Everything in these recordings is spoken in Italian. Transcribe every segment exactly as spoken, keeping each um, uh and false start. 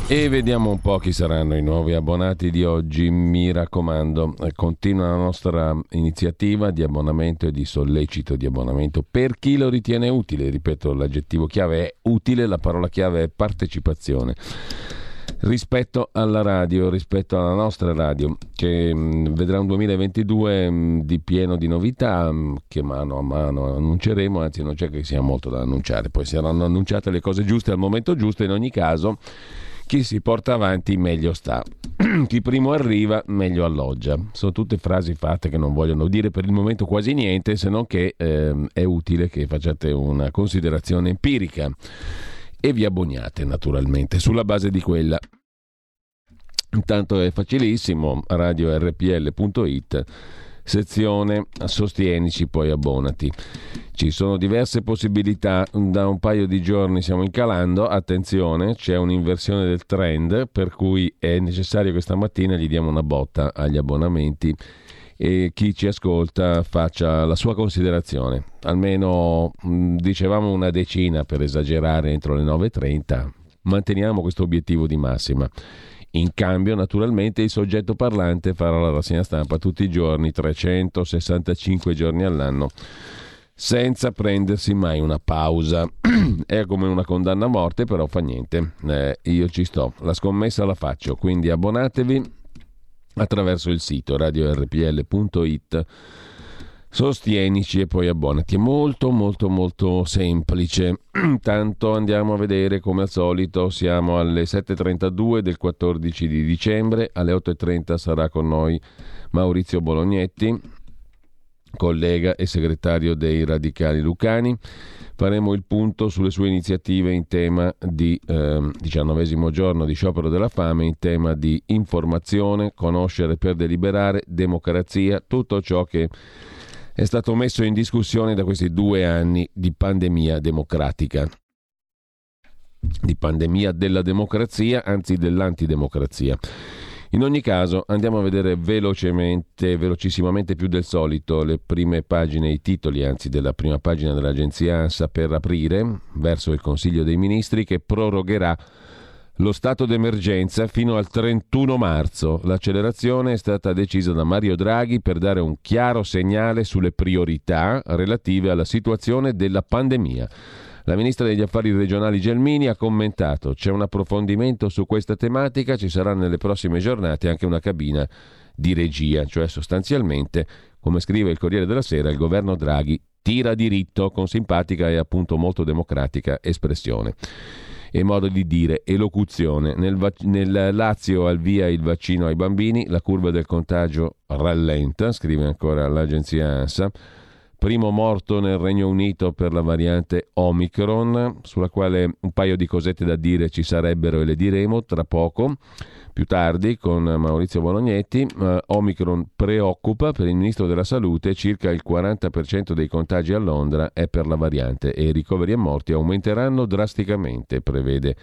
E vediamo un po' chi saranno i nuovi abbonati di oggi. Mi raccomando, continua la nostra iniziativa di abbonamento e di sollecito di abbonamento per chi lo ritiene utile. Ripeto, l'aggettivo chiave è utile, la parola chiave è partecipazione. Rispetto alla radio, rispetto alla nostra radio, che mh, vedrà un duemilaventidue mh, di pieno di novità mh, che mano a mano annunceremo, anzi non c'è che sia molto da annunciare, poi saranno annunciate le cose giuste al momento giusto. In ogni caso, chi si porta avanti meglio sta, chi primo arriva meglio alloggia. Sono tutte frasi fatte che non vogliono dire per il momento quasi niente, se non che ehm, è utile che facciate una considerazione empirica e vi abboniate naturalmente sulla base di quella. Intanto è facilissimo, radio erre pi elle punto it, sezione sostienici, poi abbonati. Ci sono diverse possibilità, da un paio di giorni stiamo incalando, attenzione, c'è un'inversione del trend, per cui è necessario che stamattina gli diamo una botta agli abbonamenti e chi ci ascolta faccia la sua considerazione. Almeno mh, dicevamo una decina per esagerare entro le nove e trenta, manteniamo questo obiettivo di massima. In cambio, naturalmente, il soggetto parlante farà la rassegna stampa tutti i giorni, trecentosessantacinque giorni all'anno, senza prendersi mai una pausa. È come una condanna a morte, però fa niente. Eh, io ci sto, la scommessa la faccio, quindi abbonatevi attraverso il sito radio erre pi elle punto it. Sostienici e poi abbonati. È molto molto molto semplice. Intanto andiamo a vedere, come al solito, siamo alle sette e trentadue del quattordici di dicembre, alle otto e trenta sarà con noi Maurizio Bolognetti, collega e segretario dei Radicali Lucani. Faremo il punto sulle sue iniziative in tema di eh, diciannovesimo giorno di sciopero della fame, in tema di informazione, conoscere per deliberare, democrazia, tutto ciò che è stato messo in discussione da questi due anni di pandemia democratica, di pandemia della democrazia, anzi dell'antidemocrazia. In ogni caso andiamo a vedere velocemente, velocissimamente più del solito, le prime pagine, i titoli anzi della prima pagina dell'agenzia ANSA per aprire verso il Consiglio dei Ministri, che prorogherà lo stato d'emergenza fino al trentuno marzo. L'accelerazione è stata decisa da Mario Draghi per dare un chiaro segnale sulle priorità relative alla situazione della pandemia. La ministra degli affari regionali Gelmini ha commentato: c'è un approfondimento su questa tematica, ci sarà nelle prossime giornate anche una cabina di regia, cioè sostanzialmente, come scrive il Corriere della Sera, il governo Draghi tira diritto, con simpatica e appunto molto democratica espressione e modo di dire, elocuzione. Nel, vac- nel Lazio al via il vaccino ai bambini, la curva del contagio rallenta, scrive ancora l'agenzia ANSA. Primo morto nel Regno Unito per la variante Omicron, sulla quale un paio di cosette da dire ci sarebbero e le diremo tra poco, più tardi con Maurizio Bolognetti. Uh, Omicron preoccupa, per il ministro della Salute circa il quaranta per cento dei contagi a Londra è per la variante e i ricoveri e morti aumenteranno drasticamente, prevede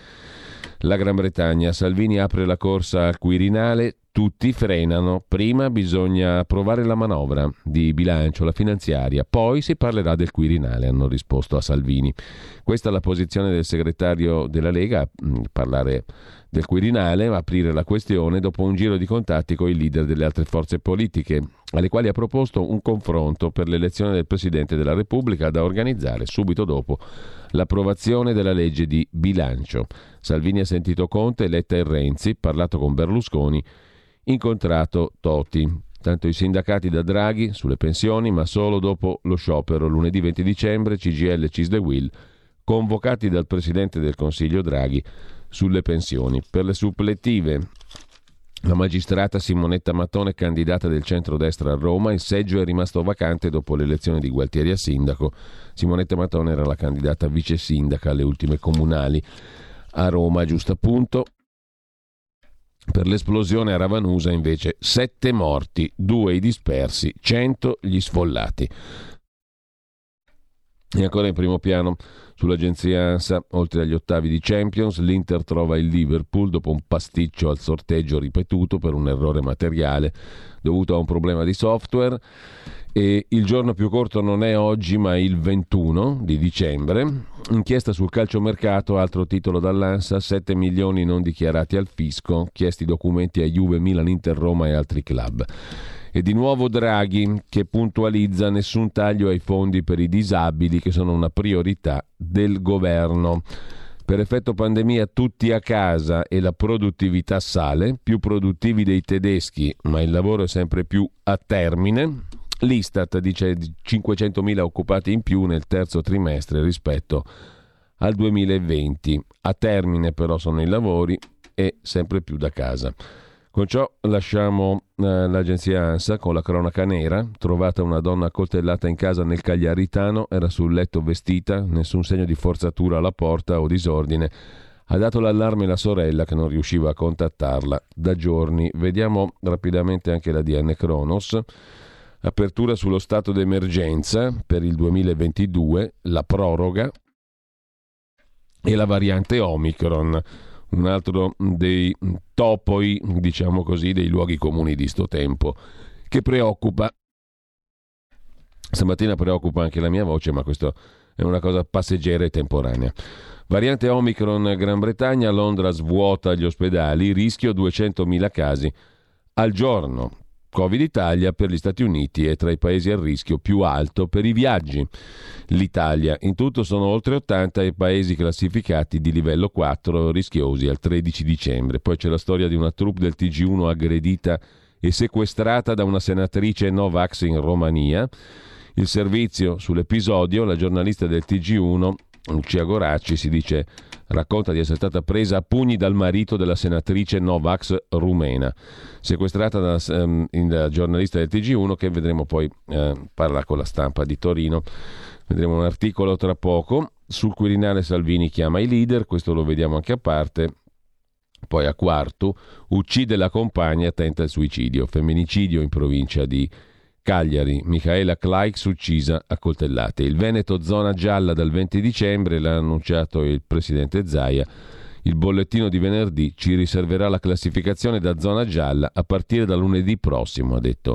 la Gran Bretagna. Salvini apre la corsa al Quirinale, tutti frenano, prima bisogna approvare la manovra di bilancio, la finanziaria, poi si parlerà del Quirinale, hanno risposto a Salvini. Questa è la posizione del segretario della Lega, parlare del Quirinale, aprire la questione dopo un giro di contatti con i leader delle altre forze politiche, alle quali ha proposto un confronto per l'elezione del Presidente della Repubblica da organizzare subito dopo l'approvazione della legge di bilancio. Salvini ha sentito Conte, Letta e Renzi, parlato con Berlusconi, incontrato Toti. Tanto i sindacati da Draghi sulle pensioni, ma solo dopo lo sciopero lunedì venti dicembre, C G I L e Cis de Will, convocati dal Presidente del Consiglio Draghi sulle pensioni. Per le suppletive, la magistrata Simonetta Mattone, candidata del centrodestra a Roma, il seggio è rimasto vacante dopo l'elezione di Gualtieri a sindaco. Simonetta Mattone era la candidata vice sindaca alle ultime comunali a Roma, giusto appunto. Per l'esplosione a Ravanusa invece sette morti, due i dispersi, cento gli sfollati. E ancora in primo piano sull'agenzia ANSA, oltre agli ottavi di Champions, l'Inter trova il Liverpool dopo un pasticcio al sorteggio ripetuto per un errore materiale dovuto a un problema di software. E il giorno più corto non è oggi ma il ventuno di dicembre. Inchiesta sul calciomercato, altro titolo dall'ANSA, sette milioni non dichiarati al fisco, chiesti documenti a Juve, Milan, Inter, Roma e altri club. E di nuovo Draghi che puntualizza nessun taglio ai fondi per i disabili che sono una priorità del governo. Per effetto pandemia tutti a casa e la produttività sale, più produttivi dei tedeschi, ma il lavoro è sempre più a termine. L'Istat dice cinquecentomila occupati in più nel terzo trimestre rispetto al duemilaventi. A termine però sono i lavori e sempre più da casa. Con ciò lasciamo eh, l'agenzia ANSA con la cronaca nera. Trovata una donna accoltellata in casa nel Cagliaritano, era sul letto vestita, nessun segno di forzatura alla porta o disordine. Ha dato l'allarme la sorella che non riusciva a contattarla da giorni. Vediamo rapidamente anche la D N Cronos. Apertura sullo stato d'emergenza per il duemilaventidue, la proroga e la variante Omicron. Un altro dei topoi, diciamo così, dei luoghi comuni di sto tempo, che preoccupa. Stamattina preoccupa anche la mia voce, ma questo è una cosa passeggera e temporanea. Variante Omicron, Gran Bretagna, Londra svuota gli ospedali, rischio duecentomila casi al giorno. Covid Italia per gli Stati Uniti è tra i paesi a rischio più alto per i viaggi. L'Italia, in tutto sono oltre ottanta i paesi classificati di livello quattro rischiosi al tredici dicembre. Poi c'è la storia di una troupe del T G uno aggredita e sequestrata da una senatrice Novax in Romania. Il servizio sull'episodio, la giornalista del T G uno, Lucia Goracci, si dice racconta di essere stata presa a pugni dal marito della senatrice Novax rumena, sequestrata da um, il giornalista del T G uno che vedremo poi eh, parla con la Stampa di Torino. Vedremo un articolo tra poco. Sul Quirinale Salvini chiama i leader, questo lo vediamo anche a parte. Poi a Quartu, uccide la compagna e tenta il suicidio, femminicidio in provincia di Cagliari, Michaela Claix uccisa a coltellate. Il Veneto zona gialla dal venti dicembre, l'ha annunciato il presidente Zaia. Il bollettino di venerdì ci riserverà la classificazione da zona gialla a partire da lunedì prossimo, ha detto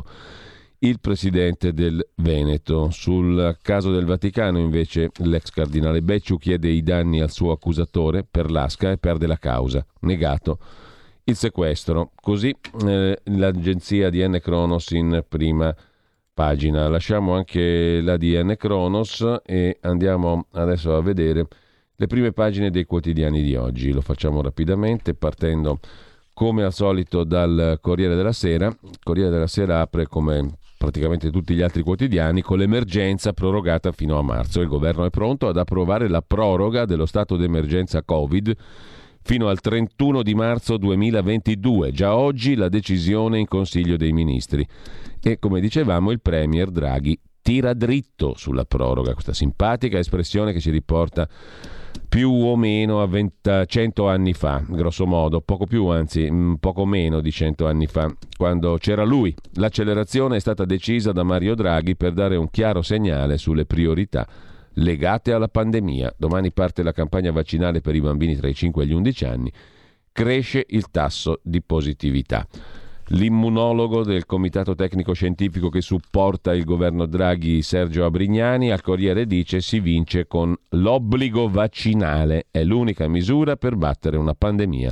il presidente del Veneto. Sul caso del Vaticano, invece, l'ex cardinale Becciu chiede i danni al suo accusatore per l'Asca e perde la causa. Negato il sequestro. Così eh, l'agenzia D N Cronos in prima pagina. Lasciamo anche la D N Cronos e andiamo adesso a vedere le prime pagine dei quotidiani di oggi. Lo facciamo rapidamente partendo come al solito dal Corriere della Sera. Il Corriere della Sera apre come praticamente tutti gli altri quotidiani con l'emergenza prorogata fino a marzo. Il governo è pronto ad approvare la proroga dello stato d'emergenza Covid fino al trentuno di marzo duemilaventidue. Già oggi la decisione in Consiglio dei Ministri. E come dicevamo il Premier Draghi tira dritto sulla proroga, questa simpatica espressione che ci riporta più o meno a venti, cento anni fa, grosso modo, poco più, anzi poco meno di cento anni fa, quando c'era lui. L'accelerazione è stata decisa da Mario Draghi per dare un chiaro segnale sulle priorità legate alla pandemia. Domani parte la campagna vaccinale per i bambini tra i cinque e gli undici anni. Cresce il tasso di positività. L'immunologo del Comitato Tecnico Scientifico che supporta il governo Draghi, Sergio Abrignani, al Corriere dice si vince con l'obbligo vaccinale. È l'unica misura per battere una pandemia.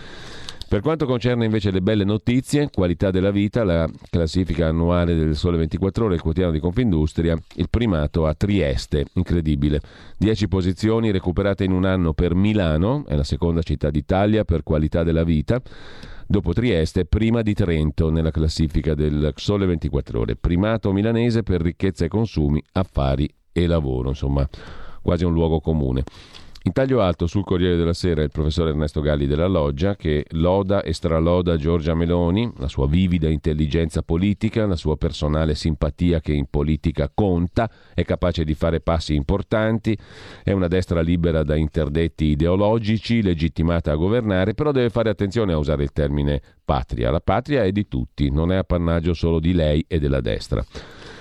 Per quanto concerne invece le belle notizie, qualità della vita, la classifica annuale del Sole ventiquattro Ore, il quotidiano di Confindustria, il primato a Trieste, incredibile. Dieci posizioni recuperate in un anno per Milano, è la seconda città d'Italia per qualità della vita. Dopo Trieste, prima di Trento nella classifica del Sole ventiquattro Ore. Primato milanese per ricchezza e consumi, affari e lavoro, insomma, quasi un luogo comune. In taglio alto sul Corriere della Sera il professor Ernesto Galli della Loggia che loda e straloda Giorgia Meloni, la sua vivida intelligenza politica, la sua personale simpatia che in politica conta, è capace di fare passi importanti, è una destra libera da interdetti ideologici, legittimata a governare, però deve fare attenzione a usare il termine patria. La patria è di tutti, non è appannaggio solo di lei e della destra.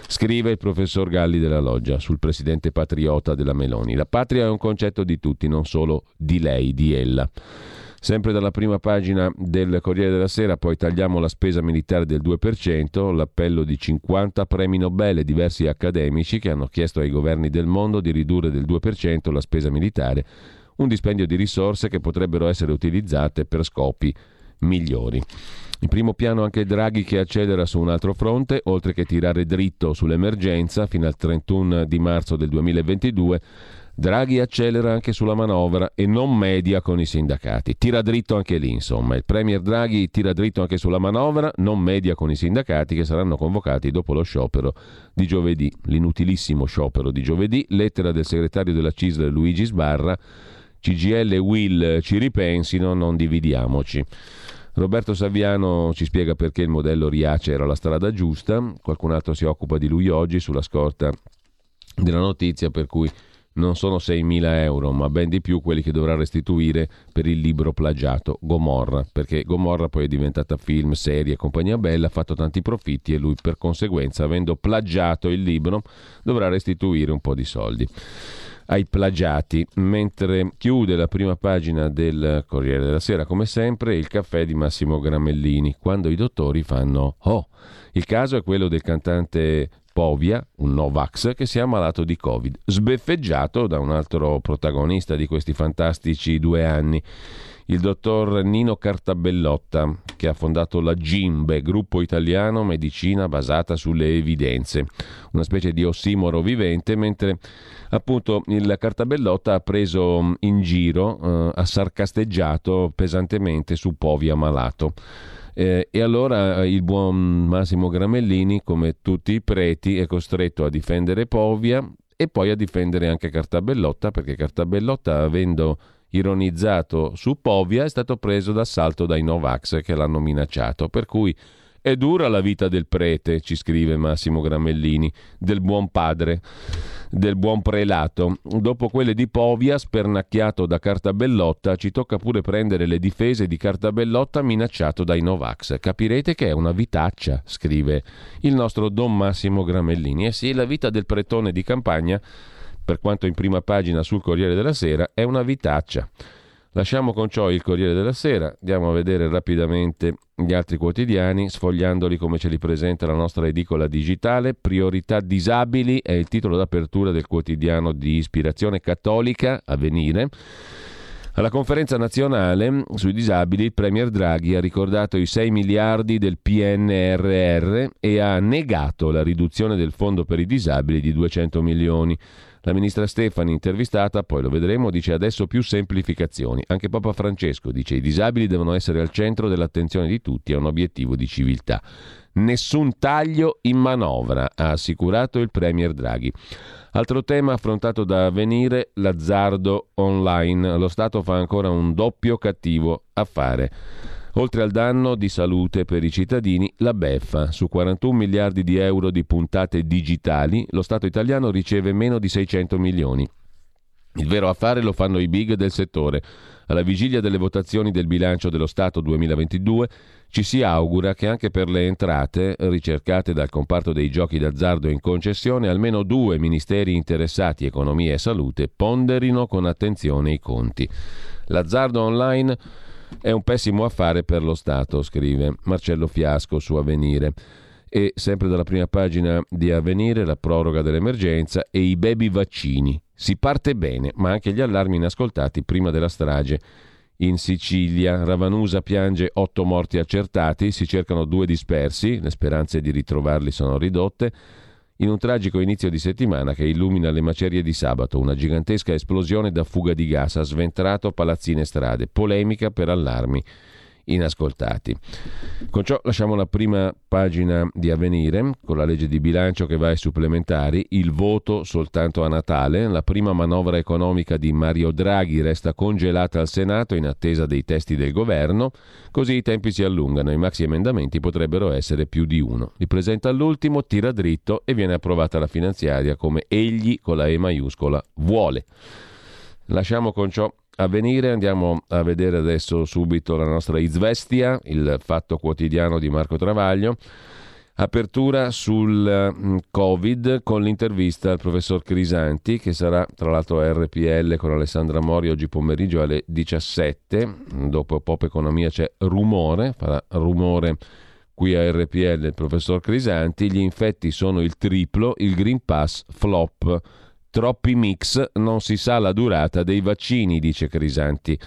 Scrive il professor Galli della Loggia sul presidente patriota della Meloni. La patria è un concetto di tutti, non solo di lei, di ella. Sempre dalla prima pagina del Corriere della Sera, poi tagliamo la spesa militare del due per cento, l'appello di cinquanta premi Nobel e diversi accademici che hanno chiesto ai governi del mondo di ridurre del due per cento la spesa militare, un dispendio di risorse che potrebbero essere utilizzate per scopi migliori. In primo piano anche Draghi che accelera su un altro fronte, oltre che tirare dritto sull'emergenza fino al trentuno di marzo del duemilaventidue, Draghi accelera anche sulla manovra e non media con i sindacati. Tira dritto anche lì, insomma. Il premier Draghi tira dritto anche sulla manovra, non media con i sindacati che saranno convocati dopo lo sciopero di giovedì, l'inutilissimo sciopero di giovedì. Lettera del segretario della C I S L Luigi Sbarra: C G I L e U I L ci ripensino, non dividiamoci. Roberto Saviano ci spiega perché il modello Riace era la strada giusta. Qualcun altro si occupa di lui oggi sulla scorta della notizia per cui non sono seimila euro, ma ben di più quelli che dovrà restituire per il libro plagiato Gomorra, perché Gomorra poi è diventata film, serie e compagnia bella, ha fatto tanti profitti e lui per conseguenza, avendo plagiato il libro, dovrà restituire un po' di soldi ai plagiati. Mentre chiude la prima pagina del Corriere della Sera, come sempre, il caffè di Massimo Gramellini, quando i dottori fanno oh. Il caso è quello del cantante Povia, un Novax, che si è ammalato di Covid, sbeffeggiato da un altro protagonista di questi fantastici due anni, il dottor Nino Cartabellotta, che ha fondato la GIMBE, gruppo italiano medicina basata sulle evidenze, una specie di ossimoro vivente, mentre appunto il Cartabellotta ha preso in giro, eh, ha sarcasteggiato pesantemente su Povia malato. Eh, e allora il buon Massimo Gramellini, come tutti i preti, è costretto a difendere Povia e poi a difendere anche Cartabellotta, perché Cartabellotta, avendo ironizzato su Povia, è stato preso d'assalto dai Novax che l'hanno minacciato, per cui è dura la vita del prete, ci scrive Massimo Gramellini, del buon padre, del buon prelato. Dopo quelle di Povia, spernacchiato da Cartabellotta, ci tocca pure prendere le difese di Cartabellotta minacciato dai Novax. Capirete che è una vitaccia, scrive il nostro Don Massimo Gramellini. E sì, la vita del pretone di campagna, per quanto in prima pagina sul Corriere della Sera, è una vitaccia. Lasciamo con ciò il Corriere della Sera, andiamo a vedere rapidamente gli altri quotidiani, sfogliandoli come ce li presenta la nostra edicola digitale. Priorità disabili è il titolo d'apertura del quotidiano di ispirazione cattolica Avvenire. Alla conferenza nazionale sui disabili il premier Draghi ha ricordato i sei miliardi del P N R R e ha negato la riduzione del fondo per i disabili di duecento milioni. La ministra Stefani, intervistata, poi lo vedremo, dice adesso più semplificazioni. Anche Papa Francesco dice i disabili devono essere al centro dell'attenzione di tutti, è un obiettivo di civiltà. Nessun taglio in manovra, ha assicurato il premier Draghi. Altro tema affrontato da Avvenire, l'azzardo online. Lo Stato fa ancora un doppio cattivo affare. Oltre al danno di salute per i cittadini, la beffa. Su quarantuno miliardi di euro di puntate digitali, lo Stato italiano riceve meno di seicento milioni. Il vero affare lo fanno i big del settore. Alla vigilia delle votazioni del bilancio dello Stato duemilaventidue ci si augura che anche per le entrate ricercate dal comparto dei giochi d'azzardo in concessione almeno due ministeri interessati, economia e salute, ponderino con attenzione i conti. L'azzardo online è un pessimo affare per lo Stato, scrive Marcello Fiasco su Avvenire. E sempre dalla prima pagina di Avvenire, la proroga dell'emergenza e i baby vaccini. Si parte bene, ma anche gli allarmi inascoltati prima della strage in Sicilia. Ravanusa piange otto morti accertati, si cercano due dispersi, le speranze di ritrovarli sono ridotte. In un tragico inizio di settimana che illumina le macerie di sabato, una gigantesca esplosione da fuga di gas ha sventrato palazzine e strade, polemica per allarmi inascoltati. Con ciò lasciamo la prima pagina di Avvenire, con la legge di bilancio che va ai supplementari, il voto soltanto a Natale, la prima manovra economica di Mario Draghi resta congelata al Senato in attesa dei testi del governo, così i tempi si allungano, i maxi emendamenti potrebbero essere più di uno. Li presenta all'ultimo, tira dritto e viene approvata la finanziaria come egli, con la E maiuscola, vuole. Lasciamo con ciò Avvenire, andiamo a vedere adesso subito la nostra Izvestia, il fatto quotidiano di Marco Travaglio. Apertura sul Covid con l'intervista al professor Crisanti, che sarà tra l'altro a R P L con Alessandra Mori oggi pomeriggio alle diciassette. Dopo Pop Economia c'è Rumore, farà rumore qui a R P L il professor Crisanti. Gli infetti sono il triplo, il Green Pass flop, troppi mix, non si sa la durata dei vaccini, dice Crisanti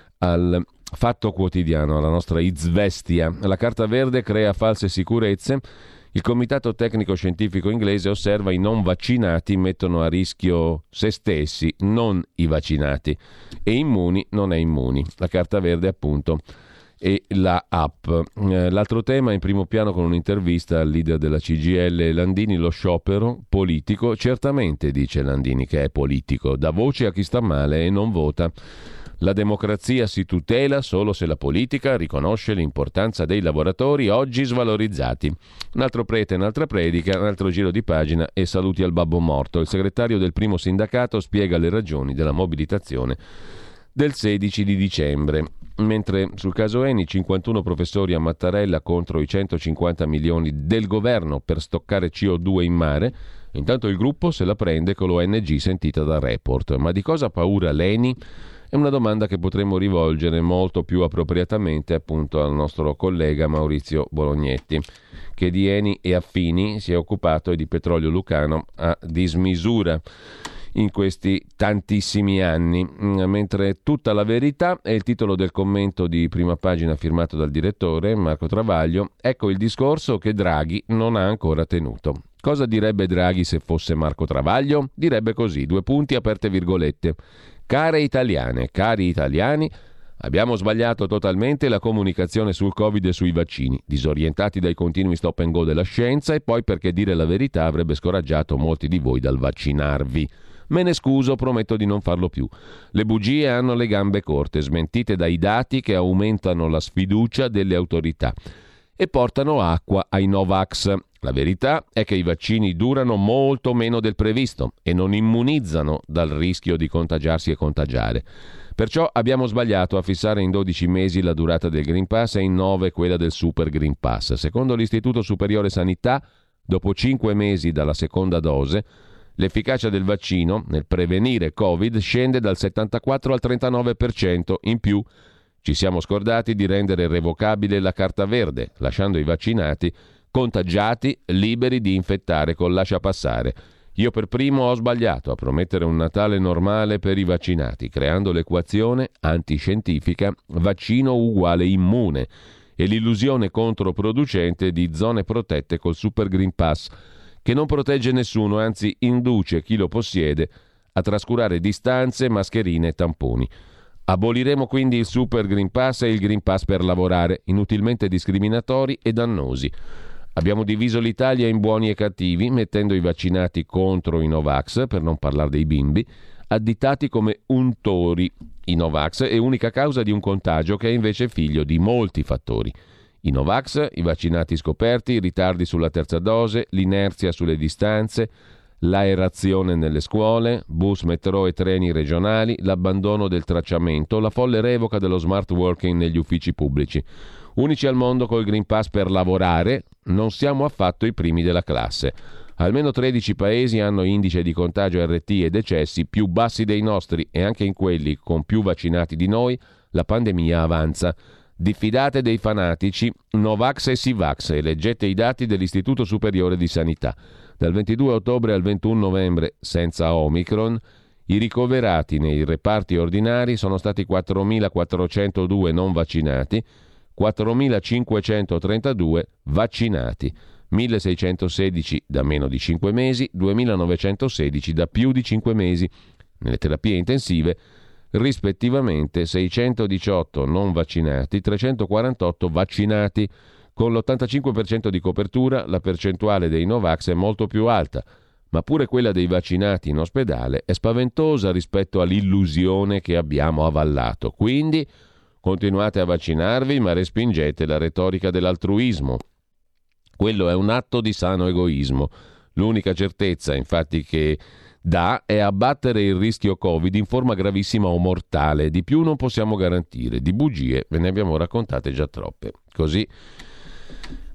al Fatto Quotidiano, alla nostra Izvestia. La carta verde crea false sicurezze. Il comitato tecnico scientifico inglese osserva i non vaccinati mettono a rischio se stessi, non i vaccinati, e immuni non è immuni. La carta verde appunto e la app. Eh, l'altro tema in primo piano con un'intervista al leader della C G I L Landini, lo sciopero politico. Certamente, dice Landini, che è politico, dà voce a chi sta male e non vota. La democrazia si tutela solo se la politica riconosce l'importanza dei lavoratori oggi svalorizzati. Un altro prete, un'altra predica, un altro giro di pagina e saluti al babbo morto. Il segretario del primo sindacato spiega le ragioni della mobilitazione del sedici di dicembre. Mentre sul caso Eni, cinquantuno professori a Mattarella contro i centocinquanta milioni del governo per stoccare C O due in mare, intanto il gruppo se la prende con l'O N G sentita da Report. Ma di cosa ha paura l'Eni? È una domanda che potremmo rivolgere molto più appropriatamente appunto al nostro collega Maurizio Bolognetti, che di Eni e affini si è occupato e di petrolio lucano a dismisura in questi tantissimi anni. Mentre tutta la verità è il titolo del commento di prima pagina firmato dal direttore Marco Travaglio. Ecco il discorso che Draghi non ha ancora tenuto. Cosa direbbe Draghi se fosse Marco Travaglio? Direbbe così, due punti, aperte virgolette: care italiane, cari italiani, abbiamo sbagliato totalmente la comunicazione sul Covid e sui vaccini, disorientati dai continui stop and go della scienza, e poi perché dire la verità avrebbe scoraggiato molti di voi dal vaccinarvi. Me ne scuso, prometto di non farlo più. Le bugie hanno le gambe corte, smentite dai dati che aumentano la sfiducia delle autorità e portano acqua ai Novax. La verità è che i vaccini durano molto meno del previsto e non immunizzano dal rischio di contagiarsi e contagiare. Perciò abbiamo sbagliato a fissare in dodici mesi la durata del Green Pass e in nove quella del Super Green Pass. Secondo l'Istituto Superiore Sanità, dopo cinque mesi dalla seconda dose, l'efficacia del vaccino nel prevenire Covid scende dal settantaquattro al trentanove per cento. In più, ci siamo scordati di rendere revocabile la carta verde, lasciando i vaccinati contagiati liberi di infettare col lasciapassare. Io per primo ho sbagliato a promettere un Natale normale per i vaccinati, creando l'equazione antiscientifica vaccino uguale immune e l'illusione controproducente di zone protette col Super Green Pass, che non protegge nessuno, anzi induce chi lo possiede a trascurare distanze, mascherine e tamponi. Aboliremo quindi il Super Green Pass e il Green Pass per lavorare, inutilmente discriminatori e dannosi. Abbiamo diviso l'Italia in buoni e cattivi, mettendo i vaccinati contro i Novax, per non parlare dei bimbi, additati come untori. I Novax è unica causa di un contagio che è invece figlio di molti fattori. I Novax, i vaccinati scoperti, i ritardi sulla terza dose, l'inerzia sulle distanze, l'aerazione nelle scuole, bus, metro e treni regionali, l'abbandono del tracciamento, la folle revoca dello smart working negli uffici pubblici. Unici al mondo col Green Pass per lavorare, non siamo affatto i primi della classe. Almeno tredici paesi hanno indice di contagio R T e decessi più bassi dei nostri, e anche in quelli con più vaccinati di noi la pandemia avanza. Diffidate dei fanatici Novax e Sivax e leggete i dati dell'Istituto Superiore di Sanità. Dal ventidue ottobre al ventuno novembre, senza Omicron, i ricoverati nei reparti ordinari sono stati quattromilaquattrocentodue non vaccinati, quattromilacinquecentotrentadue vaccinati, milleseicentosedici da meno di cinque mesi, duemilanovecentosedici da più di cinque mesi. Nelle terapie intensive, rispettivamente seicentodiciotto non vaccinati, trecentoquarantotto vaccinati. Con l'ottantacinque per cento di copertura la percentuale dei Novax è molto più alta, ma pure quella dei vaccinati in ospedale è spaventosa rispetto all'illusione che abbiamo avallato. Quindi continuate a vaccinarvi, ma respingete la retorica dell'altruismo. Quello è un atto di sano egoismo. L'unica certezza, infatti, che dà è abbattere il rischio Covid in forma gravissima o mortale. Di più non possiamo garantire. Di bugie ve ne abbiamo raccontate già troppe. Così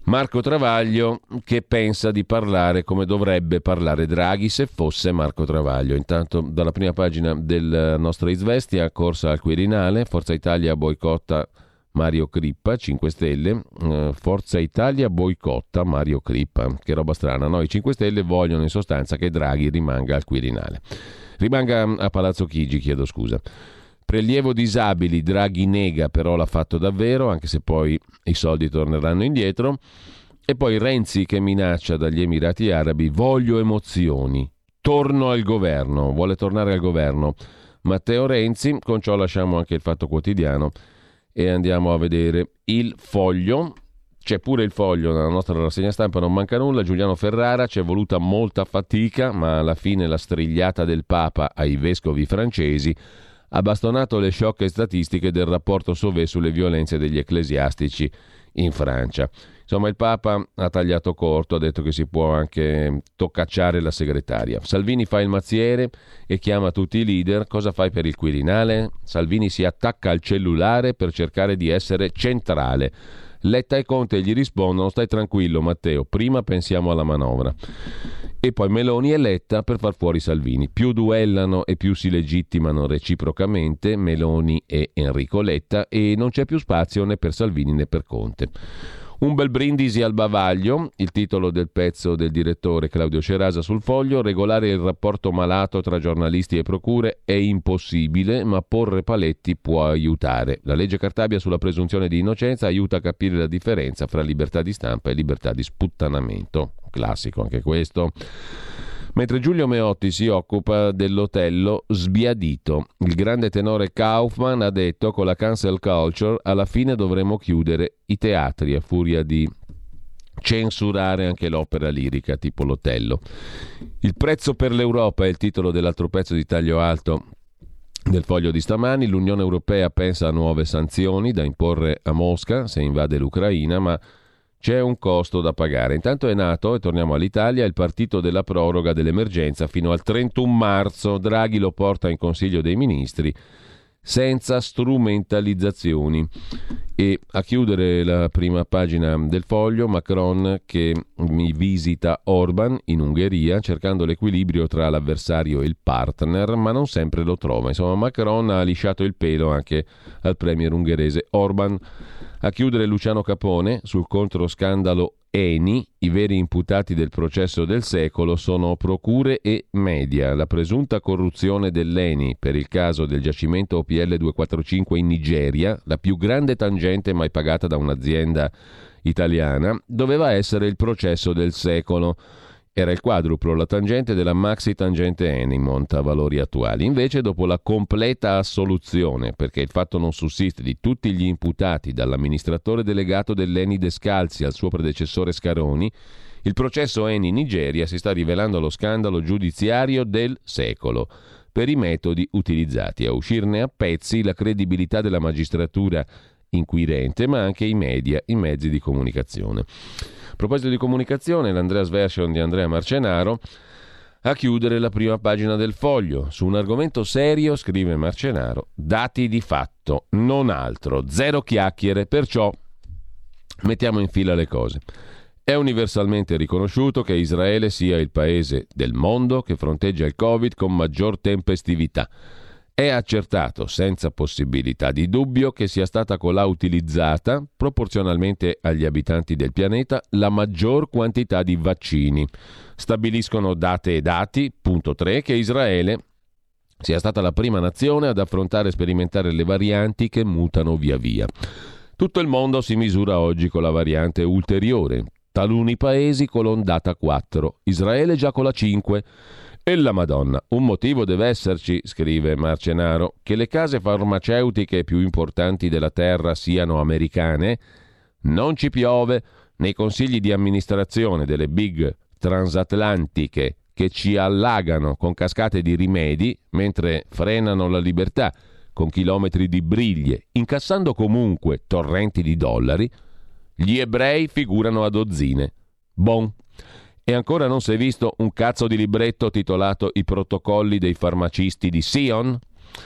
Marco Travaglio che pensa di parlare come dovrebbe parlare Draghi se fosse Marco Travaglio. Intanto dalla prima pagina del nostro Izvestia, corsa al Quirinale, Forza Italia boicotta Mario Crippa, cinque Stelle, uh, Forza Italia boicotta Mario Crippa, che roba strana, no? I cinque Stelle vogliono in sostanza che Draghi rimanga al Quirinale, rimanga a Palazzo Chigi, chiedo scusa. Prelievo disabili, Draghi nega, però l'ha fatto davvero, anche se poi i soldi torneranno indietro. E poi Renzi che minaccia dagli Emirati Arabi, voglio emozioni, torno al governo, vuole tornare al governo Matteo Renzi. Con ciò lasciamo anche il Fatto Quotidiano e andiamo a vedere il Foglio. C'è pure il Foglio nella nostra rassegna stampa, non manca nulla. Giuliano Ferrara, c'è voluta molta fatica, ma alla fine la strigliata del Papa ai vescovi francesi ha bastonato le sciocche statistiche del rapporto Sauvé sulle violenze degli ecclesiastici in Francia. Insomma, il Papa ha tagliato corto, ha detto che si può anche toccacciare la segretaria. Salvini fa il mazziere e chiama tutti i leader. Cosa fai per il Quirinale? Salvini si attacca al cellulare per cercare di essere centrale. Letta e Conte gli rispondono: stai tranquillo Matteo, prima pensiamo alla manovra. E poi Meloni e Letta per far fuori Salvini. Più duellano e più si legittimano reciprocamente Meloni e Enrico Letta, e non c'è più spazio né per Salvini né per Conte. Un bel brindisi al bavaglio, il titolo del pezzo del direttore Claudio Cerasa sul Foglio. Regolare il rapporto malato tra giornalisti e procure è impossibile, ma porre paletti può aiutare. La legge Cartabia sulla presunzione di innocenza aiuta a capire la differenza fra libertà di stampa e libertà di sputtanamento. Classico anche questo. Mentre Giulio Meotti si occupa dell'Otello sbiadito. Il grande tenore Kaufman ha detto: con la cancel culture alla fine dovremo chiudere i teatri a furia di censurare anche l'opera lirica tipo l'Otello. Il prezzo per l'Europa è il titolo dell'altro pezzo di taglio alto del Foglio di stamani. L'Unione Europea pensa a nuove sanzioni da imporre a Mosca se invade l'Ucraina, ma c'è un costo da pagare. Intanto è nato, e torniamo all'Italia, il partito della proroga dell'emergenza fino al trentuno marzo. Draghi lo porta in Consiglio dei Ministri senza strumentalizzazioni. E a chiudere la prima pagina del Foglio, Macron che mi visita Orban in Ungheria cercando l'equilibrio tra l'avversario e il partner, ma non sempre lo trova. Insomma, Macron ha lisciato il pelo anche al premier ungherese Orban. A chiudere Luciano Capone sul controscandalo Eni. I veri imputati del processo del secolo sono procure e media. La presunta corruzione dell'Eni per il caso del giacimento O P L duecentoquarantacinque in Nigeria, la più grande tangente mai pagata da un'azienda italiana, doveva essere il processo del secolo. Era il quadruplo, la tangente della maxi tangente Eni, monta valori attuali. Invece, dopo la completa assoluzione, perché il fatto non sussiste, di tutti gli imputati, dall'amministratore delegato dell'Eni Descalzi al suo predecessore Scaroni, il processo Eni Nigeria si sta rivelando lo scandalo giudiziario del secolo per i metodi utilizzati. A uscirne a pezzi la credibilità della magistratura inquirente, ma anche i media, i mezzi di comunicazione. A proposito di comunicazione, l'Andreas Version di Andrea Marcenaro. A chiudere la prima pagina del Foglio. Su un argomento serio, scrive Marcenaro, dati di fatto, non altro, zero chiacchiere, perciò mettiamo in fila le cose. È universalmente riconosciuto che Israele sia il paese del mondo che fronteggia il Covid con maggior tempestività. È accertato, senza possibilità di dubbio, che sia stata colà utilizzata, proporzionalmente agli abitanti del pianeta, la maggior quantità di vaccini. Stabiliscono date e dati, punto tre, che Israele sia stata la prima nazione ad affrontare e sperimentare le varianti che mutano via via. Tutto il mondo si misura oggi con la variante ulteriore. Taluni paesi con l'ondata quattro, Israele già con la cinque. E la Madonna, un motivo deve esserci, scrive Marcenaro, che le case farmaceutiche più importanti della terra siano americane. Non ci piove nei consigli di amministrazione delle big transatlantiche che ci allagano con cascate di rimedi mentre frenano la libertà con chilometri di briglie, incassando comunque torrenti di dollari. Gli ebrei figurano a dozzine. Bon. E ancora non si è visto un cazzo di libretto titolato I protocolli dei farmacisti di Sion?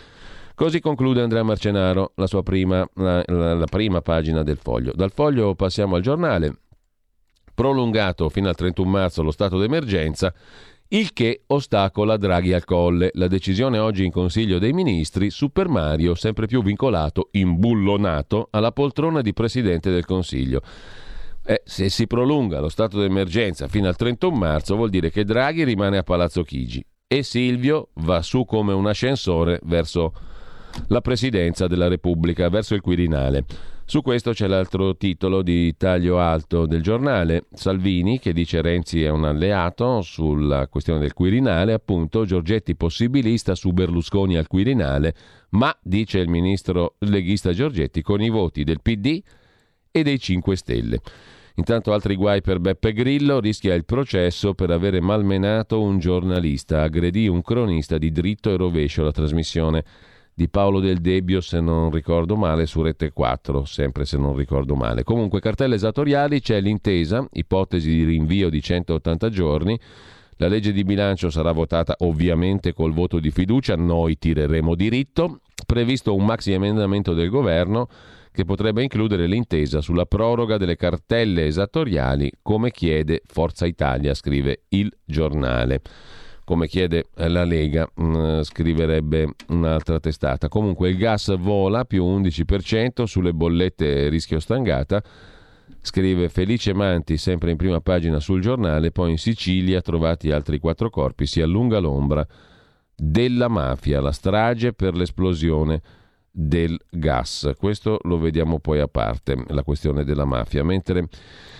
Così conclude Andrea Marcenaro la sua prima, la, la, la prima pagina del Foglio. Dal Foglio passiamo al Giornale. prolungato fino al trentuno marzo lo stato d'emergenza, il che ostacola Draghi al Colle. La decisione oggi in Consiglio dei Ministri, Super Mario sempre più vincolato, imbullonato, alla poltrona di Presidente del Consiglio. Eh, se si prolunga lo stato d'emergenza fino al trentuno marzo vuol dire che Draghi rimane a Palazzo Chigi e Silvio va su come un ascensore verso la Presidenza della Repubblica, verso il Quirinale. Su questo c'è l'altro titolo di taglio alto del giornale. Salvini, che dice Renzi è un alleato sulla questione del Quirinale, appunto, Giorgetti possibilista su Berlusconi al Quirinale, ma, dice il ministro leghista Giorgetti, con i voti del P D e dei cinque Stelle. Intanto altri guai per Beppe Grillo, rischia il processo per avere malmenato un giornalista, aggredì un cronista di Dritto e Rovescio, la trasmissione di Paolo Del Debbio, se non ricordo male, su Rete quattro, sempre se non ricordo male. Comunque, cartelle esattoriali, c'è l'intesa, ipotesi di rinvio di centottanta giorni, la legge di bilancio sarà votata ovviamente col voto di fiducia, noi tireremo diritto, previsto un maxi emendamento del governo che potrebbe includere l'intesa sulla proroga delle cartelle esattoriali, come chiede Forza Italia, scrive Il Giornale. Come chiede la Lega, mh, scriverebbe un'altra testata. Comunque il gas vola, più undici per cento sulle bollette rischio stangata, scrive Felice Manti, sempre in prima pagina sul giornale. Poi in Sicilia trovati altri quattro corpi, si allunga l'ombra della mafia, la strage per l'esplosione del gas. Questo lo vediamo poi a parte, la questione della mafia. Mentre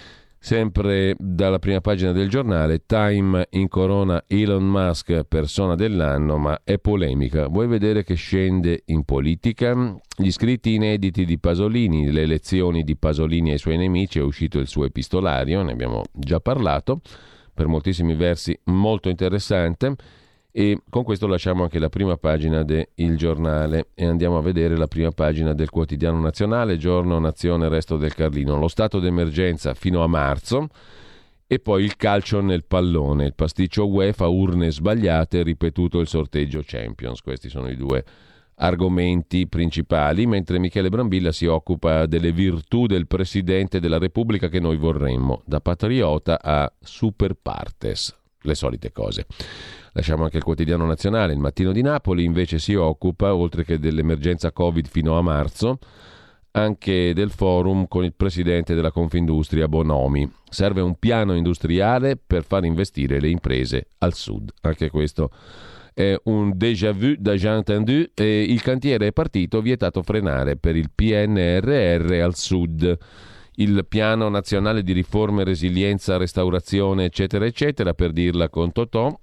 sempre dalla prima pagina del giornale, Time incorona Elon Musk persona dell'anno, ma è polemica. Vuoi vedere che scende in politica? Gli scritti inediti di Pasolini, le lezioni di Pasolini ai suoi nemici, è uscito il suo epistolario, ne abbiamo già parlato, per moltissimi versi molto interessante. E con questo lasciamo anche la prima pagina del Giornale e andiamo a vedere la prima pagina del Quotidiano Nazionale, Giorno, Nazione, Resto del Carlino. Lo stato d'emergenza fino a marzo e poi il calcio nel pallone, il pasticcio UEFA, urne sbagliate, ripetuto il sorteggio Champions. Questi sono i due argomenti principali, mentre Michele Brambilla si occupa delle virtù del Presidente della Repubblica che noi vorremmo, da patriota a super partes, le solite cose. Lasciamo anche il Quotidiano Nazionale. Il Mattino di Napoli invece si occupa, oltre che dell'emergenza Covid fino a marzo, anche del forum con il presidente della Confindustria Bonomi. Serve un piano industriale per far investire le imprese al sud. Anche questo è un déjà vu, déjà entendu. E il cantiere è partito, vietato frenare per il P N R R al sud. Il Piano Nazionale di Riforme, Resilienza, Restaurazione, eccetera, eccetera, per dirla con Totò.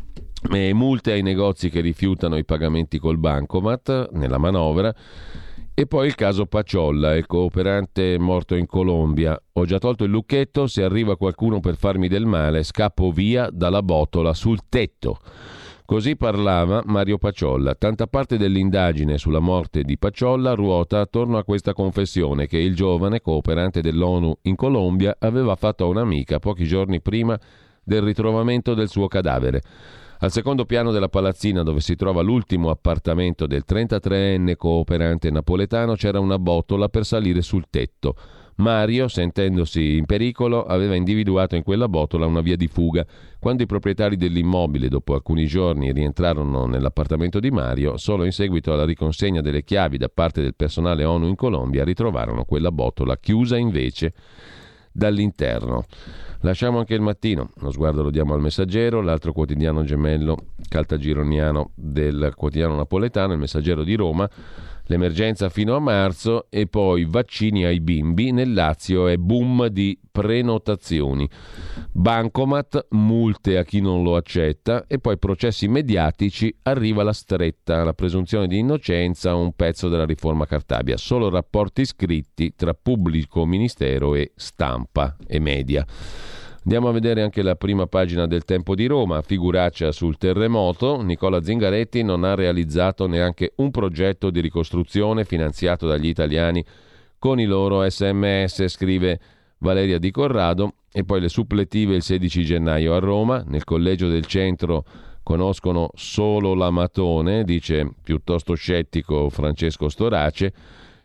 E multe ai negozi che rifiutano i pagamenti col bancomat nella manovra. E poi il caso Paciolla, il cooperante morto in Colombia. Ho già tolto il lucchetto, se arriva qualcuno per farmi del male scappo via dalla botola sul tetto. Così parlava Mario Paciolla. Tanta parte dell'indagine sulla morte di Paciolla ruota attorno a questa confessione che il giovane cooperante dell'ONU in Colombia aveva fatto a un'amica pochi giorni prima del ritrovamento del suo cadavere. Al secondo piano della palazzina, dove si trova l'ultimo appartamento del trentatreenne cooperante napoletano, c'era una botola per salire sul tetto. Mario, sentendosi in pericolo, aveva individuato in quella botola una via di fuga. Quando i proprietari dell'immobile, dopo alcuni giorni, rientrarono nell'appartamento di Mario, solo in seguito alla riconsegna delle chiavi da parte del personale ONU in Colombia, ritrovarono quella botola chiusa invece dall'interno. Lasciamo anche il Mattino, uno sguardo lo diamo al Messaggero, l'altro quotidiano gemello caltagironiano del quotidiano napoletano, il Messaggero di Roma. L'emergenza fino a marzo e poi vaccini ai bimbi. Nel Lazio è boom di prenotazioni. Bancomat, multe a chi non lo accetta e poi processi mediatici, arriva la stretta, la presunzione di innocenza, un pezzo della riforma Cartabia. Solo rapporti scritti tra pubblico ministero e stampa e media. Andiamo a vedere anche la prima pagina del Tempo di Roma, figuraccia sul terremoto. Nicola Zingaretti non ha realizzato neanche un progetto di ricostruzione finanziato dagli italiani con i loro sms, scrive Valeria Di Corrado. E poi le suppletive il sedici gennaio a Roma, nel collegio del centro conoscono solo l'amatone, dice piuttosto scettico Francesco Storace.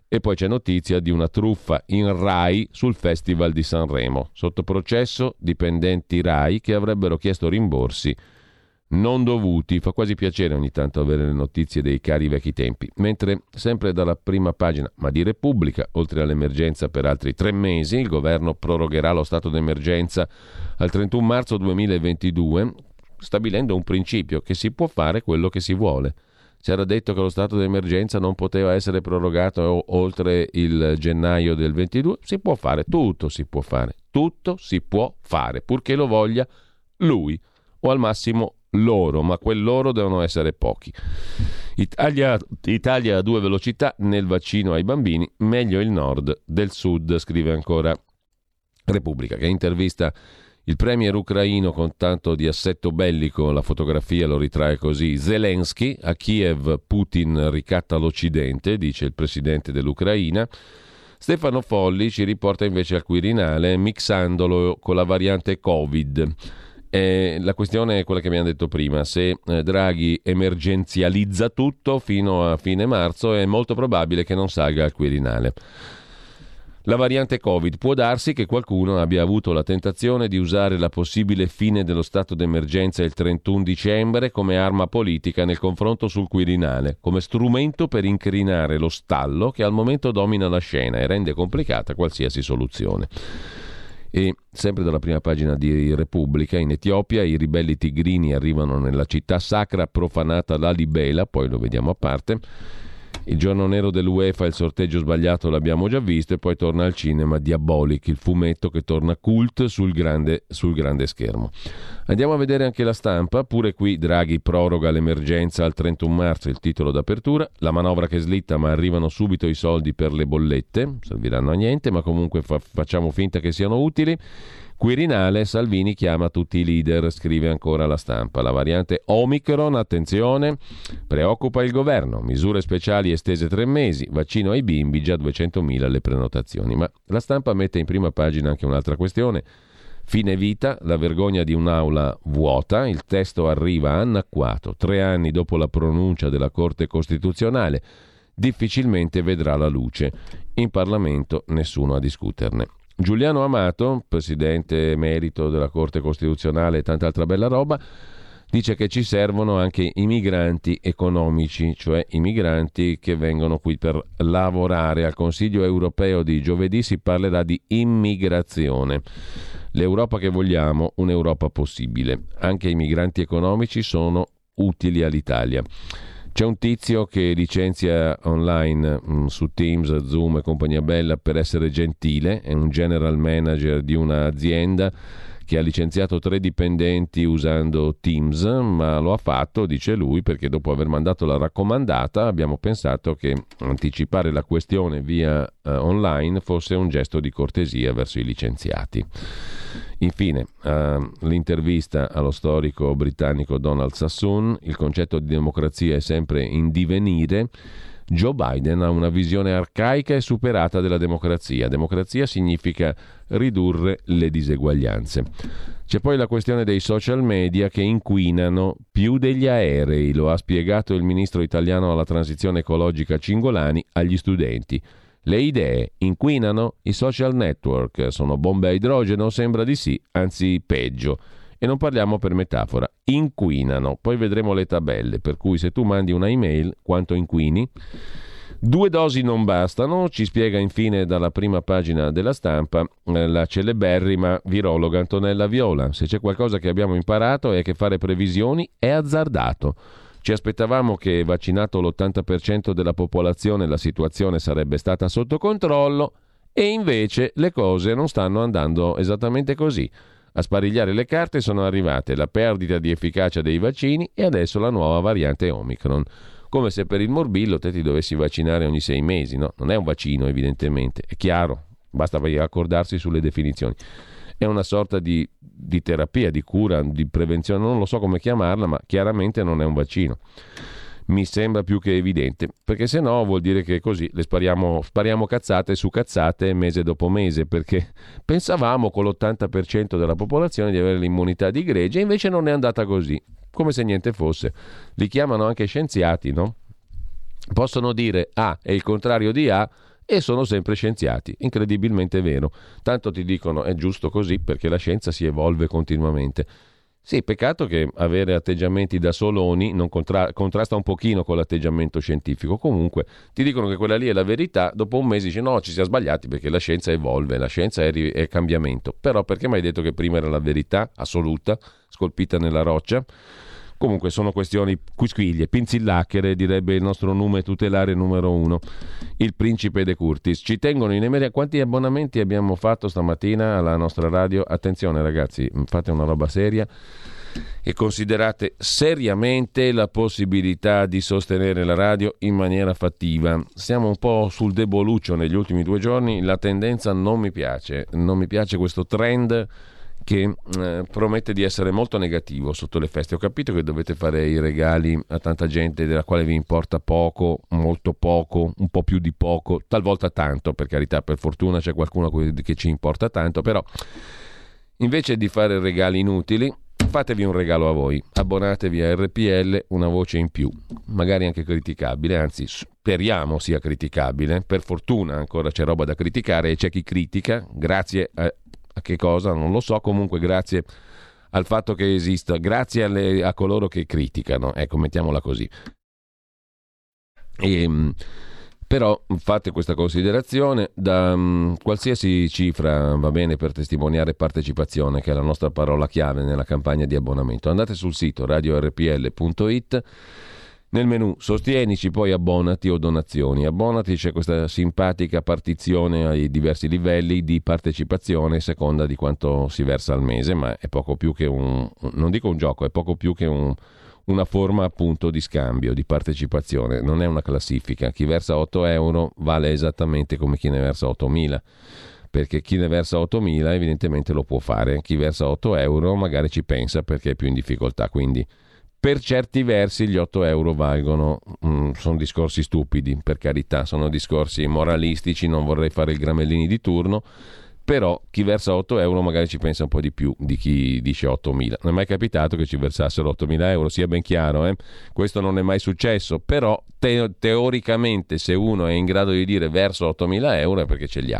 E poi c'è notizia di una truffa in Rai sul Festival di Sanremo. Sotto processo dipendenti Rai che avrebbero chiesto rimborsi non dovuti. Fa quasi piacere ogni tanto avere le notizie dei cari vecchi tempi. Mentre sempre dalla prima pagina, ma di Repubblica, oltre all'emergenza per altri tre mesi, il governo prorogherà lo stato d'emergenza al trentuno marzo duemilaventidue, stabilendo un principio che si può fare quello che si vuole. C'era detto che lo stato d'emergenza non poteva essere prorogato oltre il gennaio del ventidue, si può fare, tutto si può fare, tutto si può fare, purché lo voglia lui o al massimo loro, ma quel loro devono essere pochi. Italia, Italia a due velocità nel vaccino ai bambini, meglio il nord del sud, scrive ancora Repubblica, che intervista il premier ucraino con tanto di assetto bellico. La fotografia lo ritrae così: Zelensky, a Kiev Putin ricatta l'Occidente, dice il presidente dell'Ucraina. Stefano Folli ci riporta invece al Quirinale, mixandolo con la variante Covid. Eh, la questione è quella che abbiamo detto prima: se eh, Draghi emergenzializza tutto fino a fine marzo, è molto probabile che non salga al Quirinale. La variante Covid, può darsi che qualcuno abbia avuto la tentazione di usare la possibile fine dello stato d'emergenza il trentuno dicembre come arma politica nel confronto sul Quirinale, come strumento per incrinare lo stallo che al momento domina la scena e rende complicata qualsiasi soluzione. E sempre dalla prima pagina di Repubblica, in Etiopia i ribelli tigrini arrivano nella città sacra profanata Lalibela, poi lo vediamo a parte. Il giorno nero dell'UEFA, il sorteggio sbagliato l'abbiamo già visto, e poi torna al cinema Diabolic, il fumetto che torna cult sul grande, sul grande schermo. Andiamo a vedere anche La Stampa, pure qui Draghi proroga l'emergenza al trentuno marzo, il titolo d'apertura, la manovra che slitta ma arrivano subito i soldi per le bollette, serviranno a niente ma comunque fa- facciamo finta che siano utili. Quirinale, Salvini chiama tutti i leader, scrive ancora La Stampa. La variante Omicron, attenzione, preoccupa il governo, misure speciali estese tre mesi, vaccino ai bimbi, già duecentomila le prenotazioni. Ma La Stampa mette in prima pagina anche un'altra questione: fine vita, la vergogna di un'aula vuota, il testo arriva annacquato, tre anni dopo la pronuncia della Corte Costituzionale, difficilmente vedrà la luce. In Parlamento nessuno a discuterne. Giuliano Amato, presidente emerito della Corte Costituzionale e tanta altra bella roba, dice che ci servono anche i migranti economici, cioè i migranti che vengono qui per lavorare. Al Consiglio europeo di giovedì si parlerà di immigrazione. L'Europa che vogliamo, un'Europa possibile. Anche i migranti economici sono utili all'Italia. C'è un tizio che licenzia online mh, su Teams, Zoom e compagnia bella per essere gentile, è un general manager di un'azienda che ha licenziato tre dipendenti usando Teams, ma lo ha fatto, dice lui, perché dopo aver mandato la raccomandata abbiamo pensato che anticipare la questione via uh, online fosse un gesto di cortesia verso i licenziati. Infine, uh, l'intervista allo storico britannico Donald Sassoon, il concetto di democrazia è sempre in divenire. Joe Biden ha una visione arcaica e superata della democrazia. Democrazia significa ridurre le diseguaglianze. C'è poi la questione dei social media che inquinano più degli aerei, lo ha spiegato il ministro italiano alla transizione ecologica Cingolani agli studenti. Le idee inquinano? I social network sono bombe a idrogeno? Sembra di sì, anzi peggio. E non parliamo per metafora, inquinano. Poi vedremo le tabelle, per cui se tu mandi una email, quanto inquini? Due dosi non bastano, ci spiega infine dalla prima pagina della Stampa la celeberrima virologa Antonella Viola. Se c'è qualcosa che abbiamo imparato è che fare previsioni è azzardato. Ci aspettavamo che, vaccinato l'ottanta per cento della popolazione, la situazione sarebbe stata sotto controllo, e invece le cose non stanno andando esattamente così. A sparigliare le carte sono arrivate la perdita di efficacia dei vaccini e adesso la nuova variante Omicron. Come se per il morbillo te ti dovessi vaccinare ogni sei mesi, no? Non è un vaccino, evidentemente, è chiaro, basta accordarsi sulle definizioni. È una sorta di, di terapia, di cura, di prevenzione, non lo so come chiamarla, ma chiaramente non è un vaccino. Mi sembra più che evidente, perché se no vuol dire che così le spariamo, spariamo cazzate su cazzate mese dopo mese, perché pensavamo con l'ottanta per cento della popolazione di avere l'immunità di gregge, e invece non è andata così, come se niente fosse. Li chiamano anche scienziati, no? Possono dire A è il contrario di A e sono sempre scienziati, incredibilmente vero. Tanto ti dicono è giusto così perché la scienza si evolve continuamente. Sì, peccato che avere atteggiamenti da soloni non contra- contrasta un pochino con l'atteggiamento scientifico. Comunque ti dicono che quella lì è la verità, dopo un mese dici no, ci siamo sbagliati perché la scienza evolve, la scienza è, ri- è cambiamento. Però perché mi hai detto che prima era la verità assoluta, scolpita nella roccia? Comunque sono questioni quisquiglie, pinzillacchere, direbbe il nostro nome tutelare numero uno, il principe De Curtis. Ci tengono in emeria. Quanti abbonamenti abbiamo fatto stamattina alla nostra radio? Attenzione ragazzi, fate una roba seria e considerate seriamente la possibilità di sostenere la radio in maniera fattiva. Siamo un po' sul deboluccio negli ultimi due giorni, la tendenza non mi piace, non mi piace questo trend che eh, promette di essere molto negativo sotto le feste. Ho capito che dovete fare i regali a tanta gente della quale vi importa poco, molto poco, un po' più di poco, talvolta tanto, per carità, per fortuna c'è qualcuno che ci importa tanto, però invece di fare regali inutili, fatevi un regalo a voi, abbonatevi a R P L, una voce in più, magari anche criticabile, anzi speriamo sia criticabile, per fortuna ancora c'è roba da criticare e c'è chi critica, grazie a A che cosa? Non lo so, comunque grazie al fatto che esista, grazie alle, a coloro che criticano, ecco, mettiamola così. E, però fate questa considerazione, da um, qualsiasi cifra va bene per testimoniare partecipazione, che è la nostra parola chiave nella campagna di abbonamento. Andate sul sito radio r p l punto i t. Nel menu sostienici, poi abbonati o donazioni. Abbonati, c'è questa simpatica partizione ai diversi livelli di partecipazione a seconda di quanto si versa al mese, ma è poco più che un, non dico un gioco, è poco più che un, una forma appunto di scambio, di partecipazione. Non è una classifica. Chi versa otto euro vale esattamente come chi ne versa ottomila, perché chi ne versa ottomila evidentemente lo può fare, chi versa otto euro magari ci pensa perché è più in difficoltà, quindi per certi versi gli otto euro valgono, mm, sono discorsi stupidi, per carità, sono discorsi moralistici, non vorrei fare il Gramellini di turno, però chi versa otto euro magari ci pensa un po' di più di chi dice ottomila. Non è mai capitato che ci versassero ottomila euro, sia ben chiaro, eh? Questo non è mai successo, però te- teoricamente se uno è in grado di dire verso ottomila euro è perché ce li ha.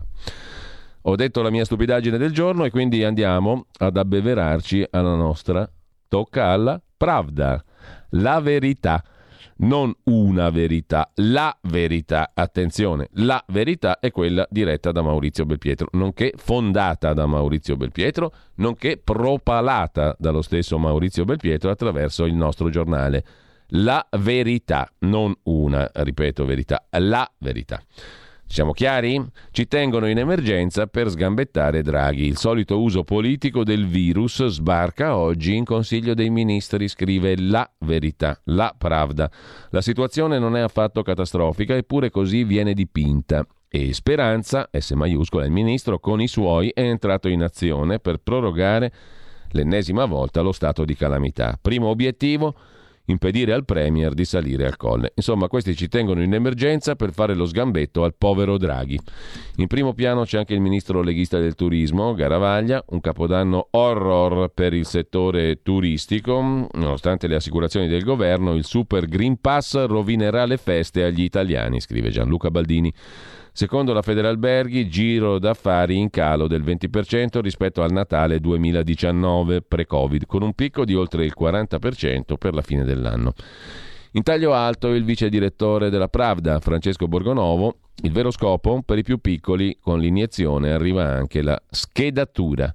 Ho detto la mia stupidaggine del giorno e quindi andiamo ad abbeverarci alla nostra, tocca alla Pravda, la verità, non una verità, la verità, attenzione, la verità è quella diretta da Maurizio Belpietro, nonché fondata da Maurizio Belpietro, nonché propalata dallo stesso Maurizio Belpietro attraverso il nostro giornale. La verità, non una, ripeto, verità, la verità. Siamo chiari? Ci tengono in emergenza per sgambettare Draghi. Il solito uso politico del virus sbarca oggi in Consiglio dei Ministri, scrive La Verità, la Pravda. La situazione non è affatto catastrofica, eppure così viene dipinta. E Speranza, S maiuscola, il ministro con i suoi è entrato in azione per prorogare l'ennesima volta lo stato di calamità. Primo obiettivo: impedire al Premier di salire al colle. Insomma, questi ci tengono in emergenza per fare lo sgambetto al povero Draghi. In primo piano c'è anche il ministro leghista del turismo, Garavaglia, un capodanno horror per il settore turistico. Nonostante le assicurazioni del governo, il Super Green Pass rovinerà le feste agli italiani, scrive Gianluca Baldini. Secondo la Federalberghi, giro d'affari in calo del venti per cento rispetto al Natale duemiladiciannove pre-Covid, con un picco di oltre il quaranta per cento per la fine dell'anno. In taglio alto il vice direttore della Pravda, Francesco Borgonovo. Il vero scopo? Per i più piccoli, con l'iniezione arriva anche la schedatura.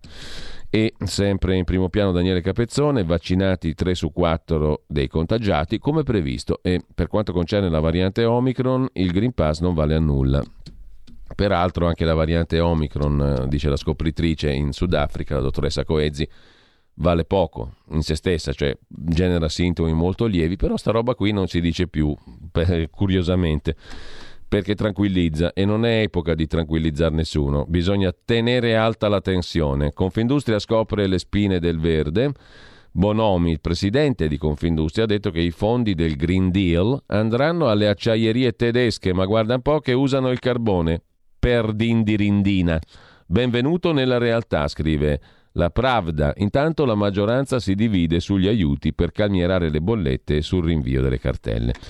E sempre in primo piano Daniele Capezzone, vaccinati tre su quattro dei contagiati come previsto, e per quanto concerne la variante Omicron il Green Pass non vale a nulla. Peraltro anche la variante Omicron, dice la scopritrice in Sudafrica, la dottoressa Coezzi, vale poco in se stessa, cioè genera sintomi molto lievi, però sta roba qui non si dice più, per, curiosamente, perché tranquillizza, e non è epoca di tranquillizzare nessuno, bisogna tenere alta la tensione. Confindustria scopre le spine del verde. Bonomi, il presidente di Confindustria, ha detto che i fondi del Green Deal andranno alle acciaierie tedesche, ma guarda un po' che usano il carbone per dindirindina. Benvenuto nella realtà, scrive la Pravda. Intanto la maggioranza si divide sugli aiuti per calmierare le bollette e sul rinvio delle cartelle.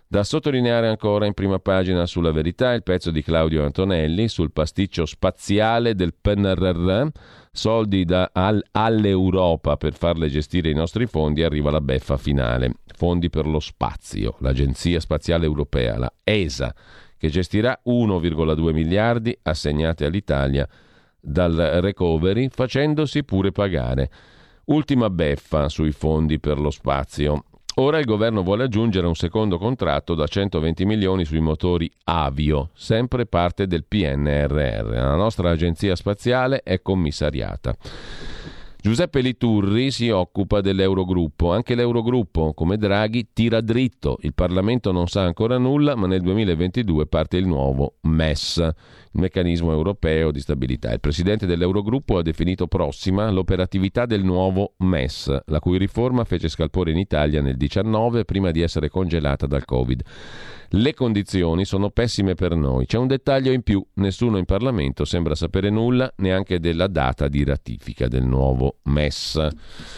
Da sottolineare ancora in prima pagina sulla Verità il pezzo di Claudio Antonelli sul pasticcio spaziale del P N R R, soldi da, al, all'Europa per farle gestire i nostri fondi, arriva la beffa finale. Fondi per lo spazio, l'Agenzia Spaziale Europea, la E S A, che gestirà uno virgola due miliardi assegnati all'Italia dal recovery, facendosi pure pagare. Ultima beffa sui fondi per lo spazio. Ora il governo vuole aggiungere un secondo contratto da centoventi milioni sui motori Avio, sempre parte del P N R R. La nostra agenzia spaziale è commissariata. Giuseppe Liturri si occupa dell'Eurogruppo. Anche l'Eurogruppo, come Draghi, tira dritto. Il Parlamento non sa ancora nulla, ma nel duemilaventidue parte il nuovo M E S, il meccanismo europeo di stabilità. Il presidente dell'Eurogruppo ha definito prossima l'operatività del nuovo M E S, la cui riforma fece scalpore in Italia nel diciannove prima di essere congelata dal Covid. Le condizioni sono pessime per noi. C'è un dettaglio in più: nessuno in Parlamento sembra sapere nulla neanche della data di ratifica del nuovo M E S.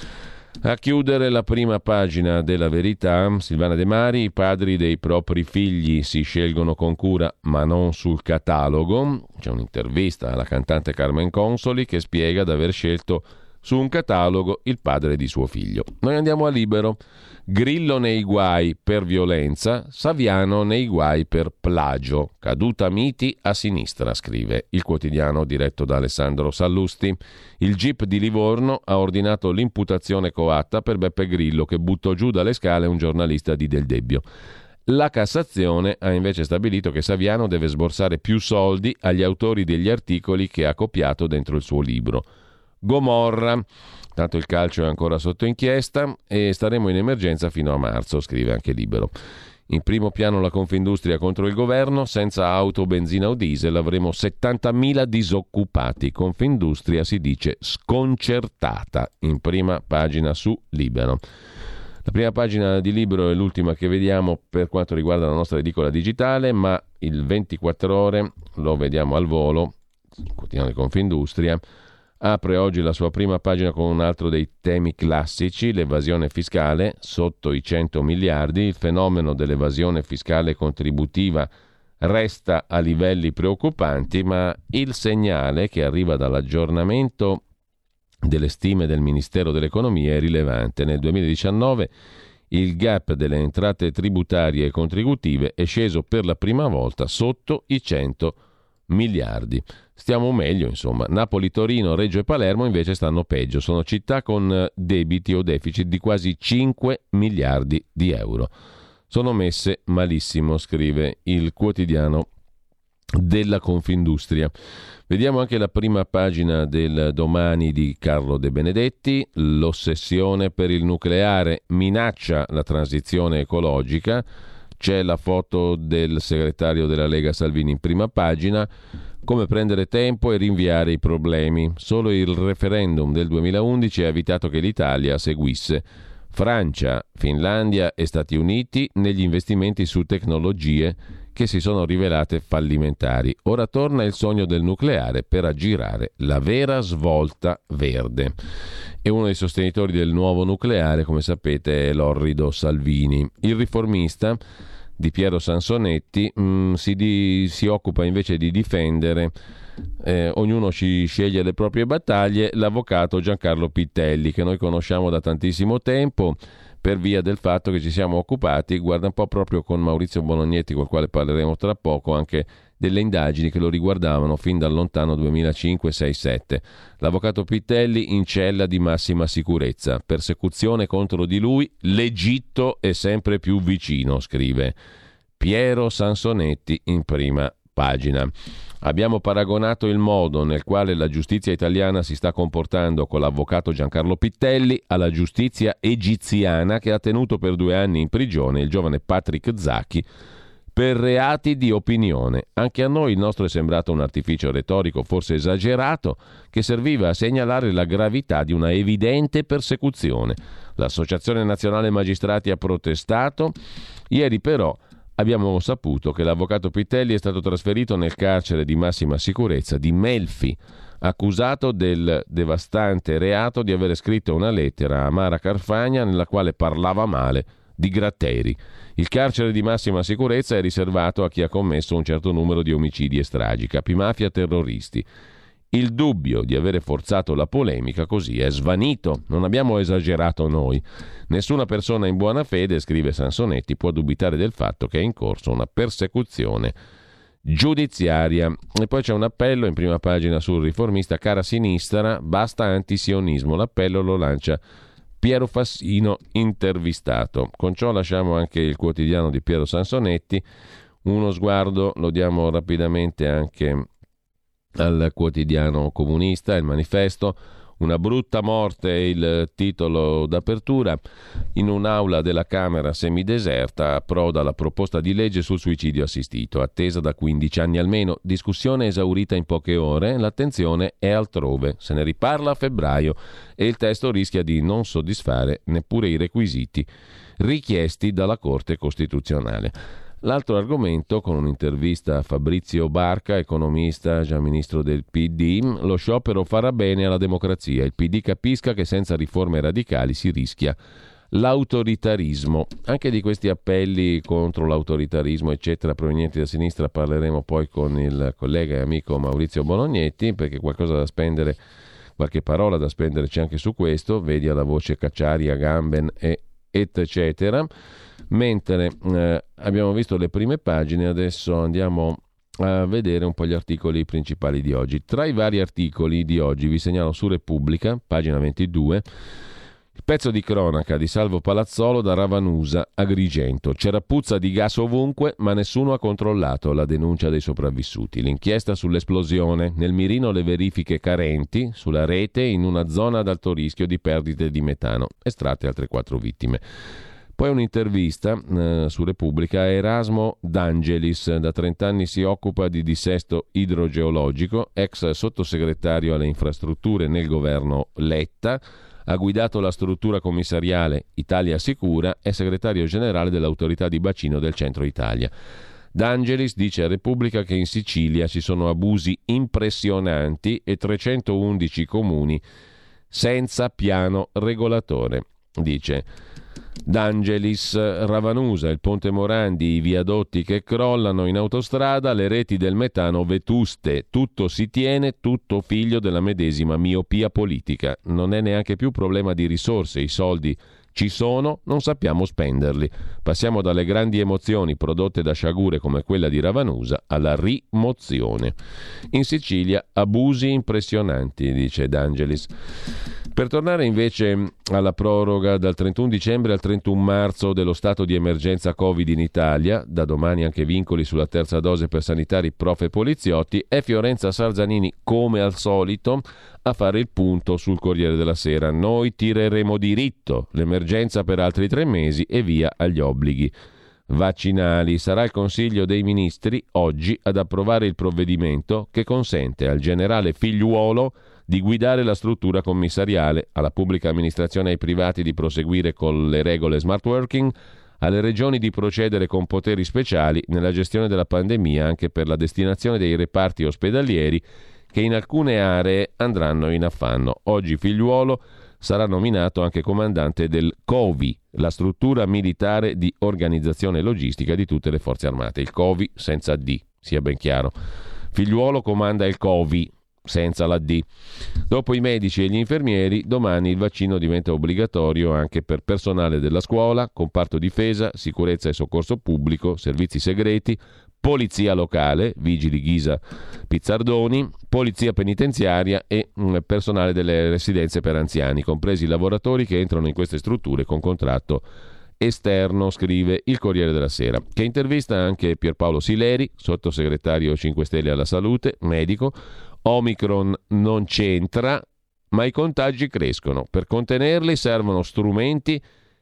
A chiudere la prima pagina della Verità, Silvana De Mari: i padri dei propri figli si scelgono con cura ma non sul catalogo. C'è un'intervista alla cantante Carmen Consoli che spiega di aver scelto su un catalogo il padre di suo figlio. Noi andiamo a Libero. Grillo nei guai per violenza, Saviano nei guai per plagio. Caduta miti a sinistra, scrive il quotidiano diretto da Alessandro Sallusti. Il G I P di Livorno ha ordinato l'imputazione coatta per Beppe Grillo, che buttò giù dalle scale un giornalista di Del Debbio. La Cassazione ha invece stabilito che Saviano deve sborsare più soldi agli autori degli articoli che ha copiato dentro il suo libro. Gomorra. Tanto il calcio è ancora sotto inchiesta e staremo in emergenza fino a marzo, scrive anche Libero. In primo piano la Confindustria contro il governo: senza auto, benzina o diesel avremo settantamila disoccupati. Confindustria si dice sconcertata, in prima pagina su Libero. La prima pagina di Libero è l'ultima che vediamo per quanto riguarda la nostra edicola digitale, ma il ventiquattro ore lo vediamo al volo, il quotidiano di Confindustria. Apre oggi la sua prima pagina con un altro dei temi classici: l'evasione fiscale sotto i cento miliardi. Il fenomeno dell'evasione fiscale contributiva resta a livelli preoccupanti, ma il segnale che arriva dall'aggiornamento delle stime del Ministero dell'Economia è rilevante. Nel duemiladiciannove il gap delle entrate tributarie e contributive è sceso per la prima volta sotto i cento miliardi. Stiamo meglio, insomma. Napoli, Torino, Reggio e Palermo invece stanno peggio. Sono città con debiti o deficit di quasi cinque miliardi di euro. Sono messe malissimo, scrive il quotidiano della Confindustria. Vediamo anche la prima pagina del Domani di Carlo De Benedetti. L'ossessione per il nucleare minaccia la transizione ecologica. C'è la foto del segretario della Lega Salvini in prima pagina. Come prendere tempo e rinviare i problemi. Solo il referendum del duemilaundici ha evitato che l'Italia seguisse Francia, Finlandia e Stati Uniti negli investimenti su tecnologie che si sono rivelate fallimentari. Ora torna il sogno del nucleare per aggirare la vera svolta verde. E uno dei sostenitori del nuovo nucleare, come sapete, è l'orrido Salvini. Il riformista di Piero Sansonetti mh, si, di, si occupa invece di difendere, eh, ognuno ci sceglie le proprie battaglie, l'avvocato Giancarlo Pittelli, che noi conosciamo da tantissimo tempo per via del fatto che ci siamo occupati, guarda un po' proprio con Maurizio Bolognetti, col quale parleremo tra poco, anche delle indagini che lo riguardavano fin dal lontano duemilacinque sei sette. L'avvocato Pittelli in cella di massima sicurezza. Persecuzione contro di lui, l'Egitto è sempre più vicino, scrive Piero Sansonetti in prima pagina. Abbiamo paragonato il modo nel quale la giustizia italiana si sta comportando con l'avvocato Giancarlo Pittelli alla giustizia egiziana che ha tenuto per due anni in prigione il giovane Patrick Zaki per reati di opinione. Anche a noi il nostro è sembrato un artificio retorico forse esagerato che serviva a segnalare la gravità di una evidente persecuzione. L'Associazione Nazionale Magistrati ha protestato. Ieri però abbiamo saputo che l'avvocato Pittelli è stato trasferito nel carcere di massima sicurezza di Melfi, accusato del devastante reato di aver scritto una lettera a Mara Carfagna nella quale parlava male di Gratteri. Il carcere di massima sicurezza è riservato a chi ha commesso un certo numero di omicidi e stragi, capimafia, terroristi. Il dubbio di avere forzato la polemica così è svanito. Non abbiamo esagerato noi. Nessuna persona in buona fede, scrive Sansonetti, può dubitare del fatto che è in corso una persecuzione giudiziaria. E poi c'è un appello in prima pagina sul Riformista: cara sinistra, basta antisionismo. L'appello lo lancia Piero Fassino, intervistato. Con ciò lasciamo anche il quotidiano di Piero Sansonetti. Uno sguardo lo diamo rapidamente anche al quotidiano comunista, il Manifesto. Una brutta morte è il titolo d'apertura. In un'aula della Camera semideserta approda la proposta di legge sul suicidio assistito, attesa da quindici anni almeno. Discussione esaurita in poche ore, l'attenzione è altrove. Se ne riparla a febbraio e il testo rischia di non soddisfare neppure i requisiti richiesti dalla Corte Costituzionale. L'altro argomento, con un'intervista a Fabrizio Barca, economista, già ministro del P D, lo sciopero farà bene alla democrazia. Il P D capisca che senza riforme radicali si rischia l'autoritarismo. Anche di questi appelli contro l'autoritarismo, eccetera, provenienti da sinistra, parleremo poi con il collega e amico Maurizio Bolognetti, perché qualcosa da spendere, qualche parola da spendere c'è anche su questo. Vedi alla voce Cacciari, Agamben e eccetera. Mentre eh, abbiamo visto le prime pagine, adesso andiamo a vedere un po' gli articoli principali di oggi. Tra i vari articoli di oggi vi segnalo su Repubblica, pagina ventidue, il pezzo di cronaca di Salvo Palazzolo da Ravanusa, Agrigento. C'era puzza di gas ovunque, ma nessuno ha controllato la denuncia dei sopravvissuti. L'inchiesta sull'esplosione, nel mirino le verifiche carenti sulla rete in una zona ad alto rischio di perdite di metano, estratte altre quattro vittime. Poi un'intervista eh, su Repubblica a Erasmo D'Angelis, da trenta anni si occupa di dissesto idrogeologico, ex sottosegretario alle infrastrutture nel governo Letta, ha guidato la struttura commissariale Italia Sicura, è segretario generale dell'autorità di bacino del centro Italia. D'Angelis dice a Repubblica che in Sicilia ci sono abusi impressionanti e trecentoundici comuni senza piano regolatore. Dice D'Angelis, Ravanusa, il ponte Morandi, i viadotti che crollano in autostrada, le reti del metano vetuste, tutto si tiene, tutto figlio della medesima miopia politica. Non è neanche più problema di risorse, i soldi ci sono, non sappiamo spenderli. Passiamo dalle grandi emozioni prodotte da sciagure come quella di Ravanusa alla rimozione. In Sicilia abusi impressionanti, dice D'Angelis. Per tornare invece alla proroga dal trentuno dicembre al trentuno marzo dello stato di emergenza Covid in Italia, da domani anche vincoli sulla terza dose per sanitari, prof e poliziotti, è Fiorenza Sarzanini, come al solito, a fare il punto sul Corriere della Sera. Noi tireremo diritto l'emergenza per altri tre mesi e via agli obblighi vaccinali. Sarà il Consiglio dei Ministri oggi ad approvare il provvedimento che consente al generale Figliuolo di guidare la struttura commissariale, alla pubblica amministrazione e ai privati di proseguire con le regole smart working, alle regioni di procedere con poteri speciali nella gestione della pandemia anche per la destinazione dei reparti ospedalieri che in alcune aree andranno in affanno. Oggi Figliuolo sarà nominato anche comandante del COVI, la struttura militare di organizzazione e logistica di tutte le forze armate. Il COVI senza D, sia ben chiaro. Figliuolo comanda il COVI senza la D. Dopo i medici e gli infermieri, domani il vaccino diventa obbligatorio anche per personale della scuola, comparto difesa, sicurezza e soccorso pubblico, servizi segreti, polizia locale, vigili Ghisa Pizzardoni, polizia penitenziaria e mh, personale delle residenze per anziani, compresi i lavoratori che entrano in queste strutture con contratto esterno, scrive il Corriere della Sera, che intervista anche Pierpaolo Sileri, sottosegretario cinque Stelle alla salute, medico. Omicron non c'entra, ma i contagi crescono. Per contenerli servono strumenti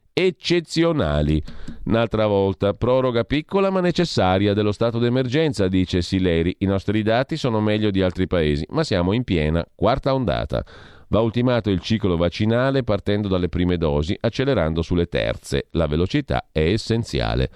eccezionali. Un'altra volta, proroga piccola ma necessaria dello stato d'emergenza, dice Sileri. I nostri dati sono meglio di altri paesi, ma siamo in piena quarta ondata. Va ultimato il ciclo vaccinale partendo dalle prime dosi, accelerando sulle terze. La velocità è essenziale.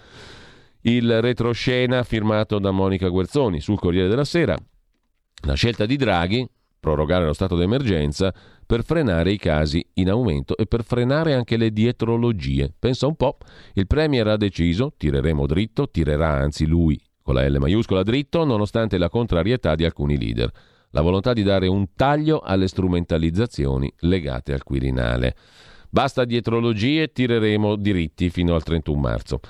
Il retroscena firmato da Monica Guerzoni sul Corriere della Sera. La scelta di Draghi, prorogare lo stato d'emergenza per frenare i casi in aumento e per frenare anche le dietrologie. Pensa un po', il Premier ha deciso, tireremo dritto, tirerà anzi lui, con la L maiuscola, dritto, nonostante la contrarietà di alcuni leader. La volontà di dare un taglio alle strumentalizzazioni legate al Quirinale. Basta dietrologie, tireremo diritti fino al trentuno marzo.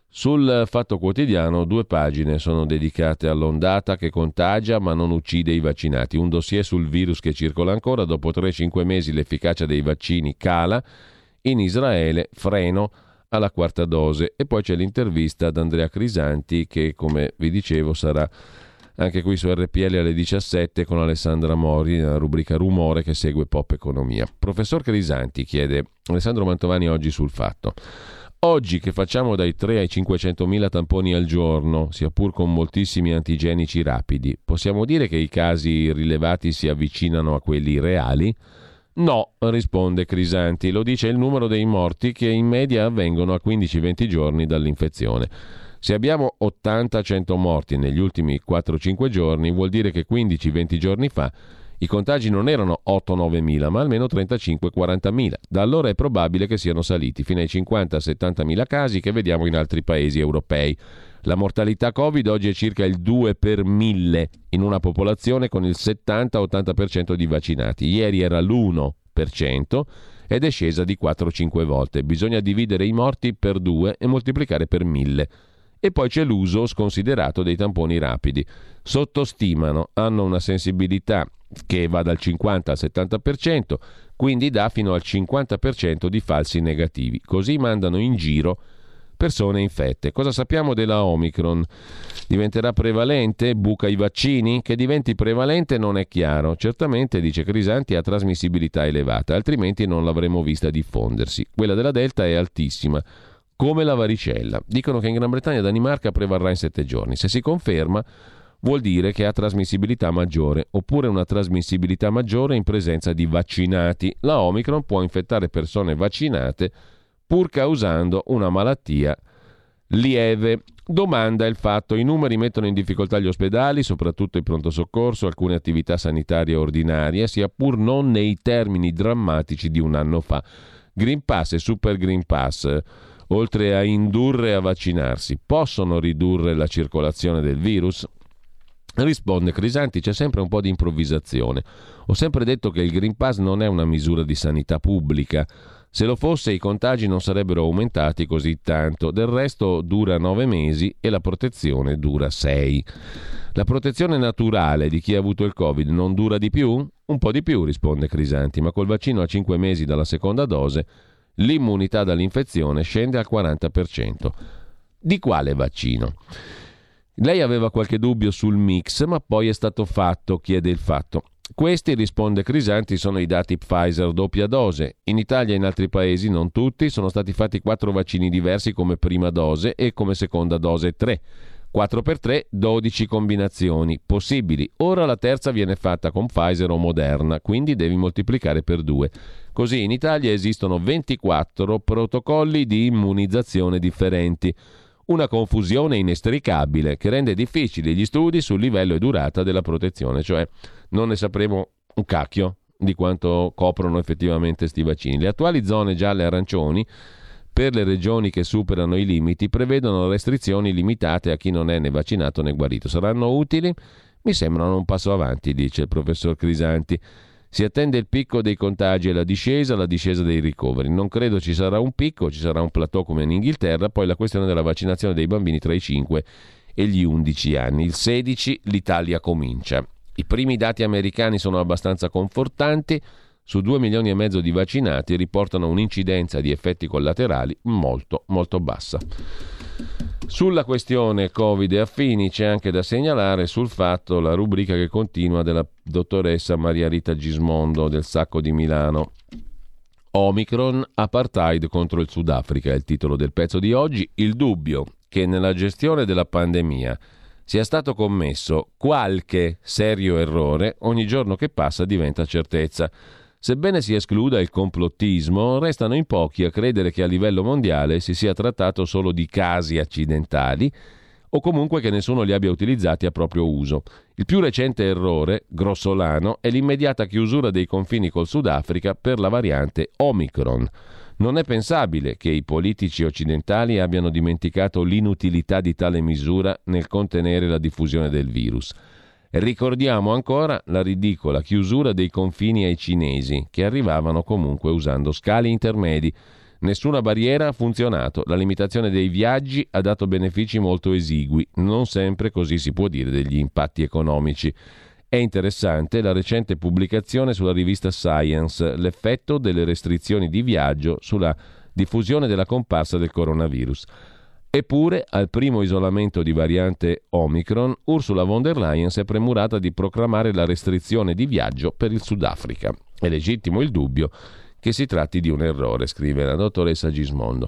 Sul Fatto Quotidiano due pagine sono dedicate all'ondata che contagia ma non uccide i vaccinati. Un dossier sul virus che circola ancora, dopo tre cinque mesi l'efficacia dei vaccini cala, in Israele freno alla quarta dose. E poi c'è l'intervista ad Andrea Crisanti che, come vi dicevo, sarà anche qui su R P L alle diciassette con Alessandra Mori, nella rubrica Rumore che segue Pop Economia. Professor Crisanti, chiede Alessandro Mantovani oggi sul Fatto. Oggi che facciamo dai tre ai cinquecentomila tamponi al giorno, sia pur con moltissimi antigenici rapidi, possiamo dire che i casi rilevati si avvicinano a quelli reali? No, risponde Crisanti, lo dice il numero dei morti che in media avvengono a quindici venti giorni dall'infezione. Se abbiamo ottanta cento morti negli ultimi quattro cinque giorni, vuol dire che quindici venti giorni fa i contagi non erano otto nove mila, ma almeno trentacinque quaranta mila. Da allora è probabile che siano saliti fino ai cinquanta settanta mila casi che vediamo in altri paesi europei. La mortalità Covid oggi è circa il due per mille in una popolazione con il settanta ottanta per cento di vaccinati. Ieri era l'uno per cento ed è scesa di quattro cinque volte. Bisogna dividere i morti per due e moltiplicare per mille. E poi c'è l'uso sconsiderato dei tamponi rapidi. Sottostimano, hanno una sensibilità che va dal cinquanta al settanta per cento, quindi dà fino al cinquanta per cento di falsi negativi. Così mandano in giro persone infette. Cosa sappiamo della Omicron? Diventerà prevalente? Buca i vaccini? Che diventi prevalente non è chiaro. Certamente, dice Crisanti, ha trasmissibilità elevata, altrimenti non l'avremmo vista diffondersi. Quella della Delta è altissima, come la varicella. Dicono che in Gran Bretagna e Danimarca prevarrà in sette giorni. Se si conferma, vuol dire che ha trasmissibilità maggiore, oppure una trasmissibilità maggiore in presenza di vaccinati. La Omicron può infettare persone vaccinate pur causando una malattia lieve. Domanda il Fatto: i numeri mettono in difficoltà gli ospedali, soprattutto il pronto soccorso, alcune attività sanitarie ordinarie, sia pur non nei termini drammatici di un anno fa. Green Pass e Super Green Pass, oltre a indurre a vaccinarsi, possono ridurre la circolazione del virus? Risponde Crisanti, c'è sempre un po' di improvvisazione. Ho sempre detto che il Green Pass non è una misura di sanità pubblica. Se lo fosse, i contagi non sarebbero aumentati così tanto. Del resto dura nove mesi e la protezione dura sei. La protezione naturale di chi ha avuto il Covid non dura di più? Un po' di più, risponde Crisanti, ma col vaccino a cinque mesi dalla seconda dose l'immunità dall'infezione scende al quaranta per cento. Di quale vaccino? Lei aveva qualche dubbio sul mix, ma poi è stato fatto, chiede il Fatto. Questi, risponde Crisanti, sono i dati Pfizer doppia dose. In Italia e in altri paesi, non tutti, sono stati fatti quattro vaccini diversi come prima dose e come seconda dose tre. quattro per tre, dodici combinazioni possibili. Ora la terza viene fatta con Pfizer o Moderna, quindi devi moltiplicare per due. Così in Italia esistono ventiquattro protocolli di immunizzazione differenti. Una confusione inestricabile che rende difficili gli studi sul livello e durata della protezione, cioè non ne sapremo un cacchio di quanto coprono effettivamente sti vaccini. Le attuali zone gialle e arancioni, per le regioni che superano i limiti, prevedono restrizioni limitate a chi non è né vaccinato né guarito. Saranno utili? Mi sembrano un passo avanti, dice il professor Crisanti. Si attende il picco dei contagi e la discesa, la discesa dei ricoveri. Non credo ci sarà un picco, ci sarà un plateau come in Inghilterra. Poi la questione della vaccinazione dei bambini tra i cinque e gli undici anni. Il sedici l'Italia comincia. I primi dati americani sono abbastanza confortanti. Su due milioni e mezzo di vaccinati riportano un'incidenza di effetti collaterali molto, molto bassa. Sulla questione Covid e affini c'è anche da segnalare sul Fatto la rubrica che continua della dottoressa Maria Rita Gismondo del Sacco di Milano. Omicron, apartheid contro il Sudafrica è il titolo del pezzo di oggi. Il dubbio che nella gestione della pandemia sia stato commesso qualche serio errore ogni giorno che passa diventa certezza. Sebbene si escluda il complottismo, restano in pochi a credere che a livello mondiale si sia trattato solo di casi accidentali o comunque che nessuno li abbia utilizzati a proprio uso. Il più recente errore, grossolano, è l'immediata chiusura dei confini col Sudafrica per la variante Omicron. Non è pensabile che i politici occidentali abbiano dimenticato l'inutilità di tale misura nel contenere la diffusione del virus. Ricordiamo ancora la ridicola chiusura dei confini ai cinesi, che arrivavano comunque usando scali intermedi. Nessuna barriera ha funzionato, la limitazione dei viaggi ha dato benefici molto esigui, non sempre così si può dire degli impatti economici. È interessante la recente pubblicazione sulla rivista Science, l'effetto delle restrizioni di viaggio sulla diffusione della comparsa del coronavirus. Eppure, al primo isolamento di variante Omicron, Ursula von der Leyen si è premurata di proclamare la restrizione di viaggio per il Sudafrica. È legittimo il dubbio che si tratti di un errore, scrive la dottoressa Gismondo.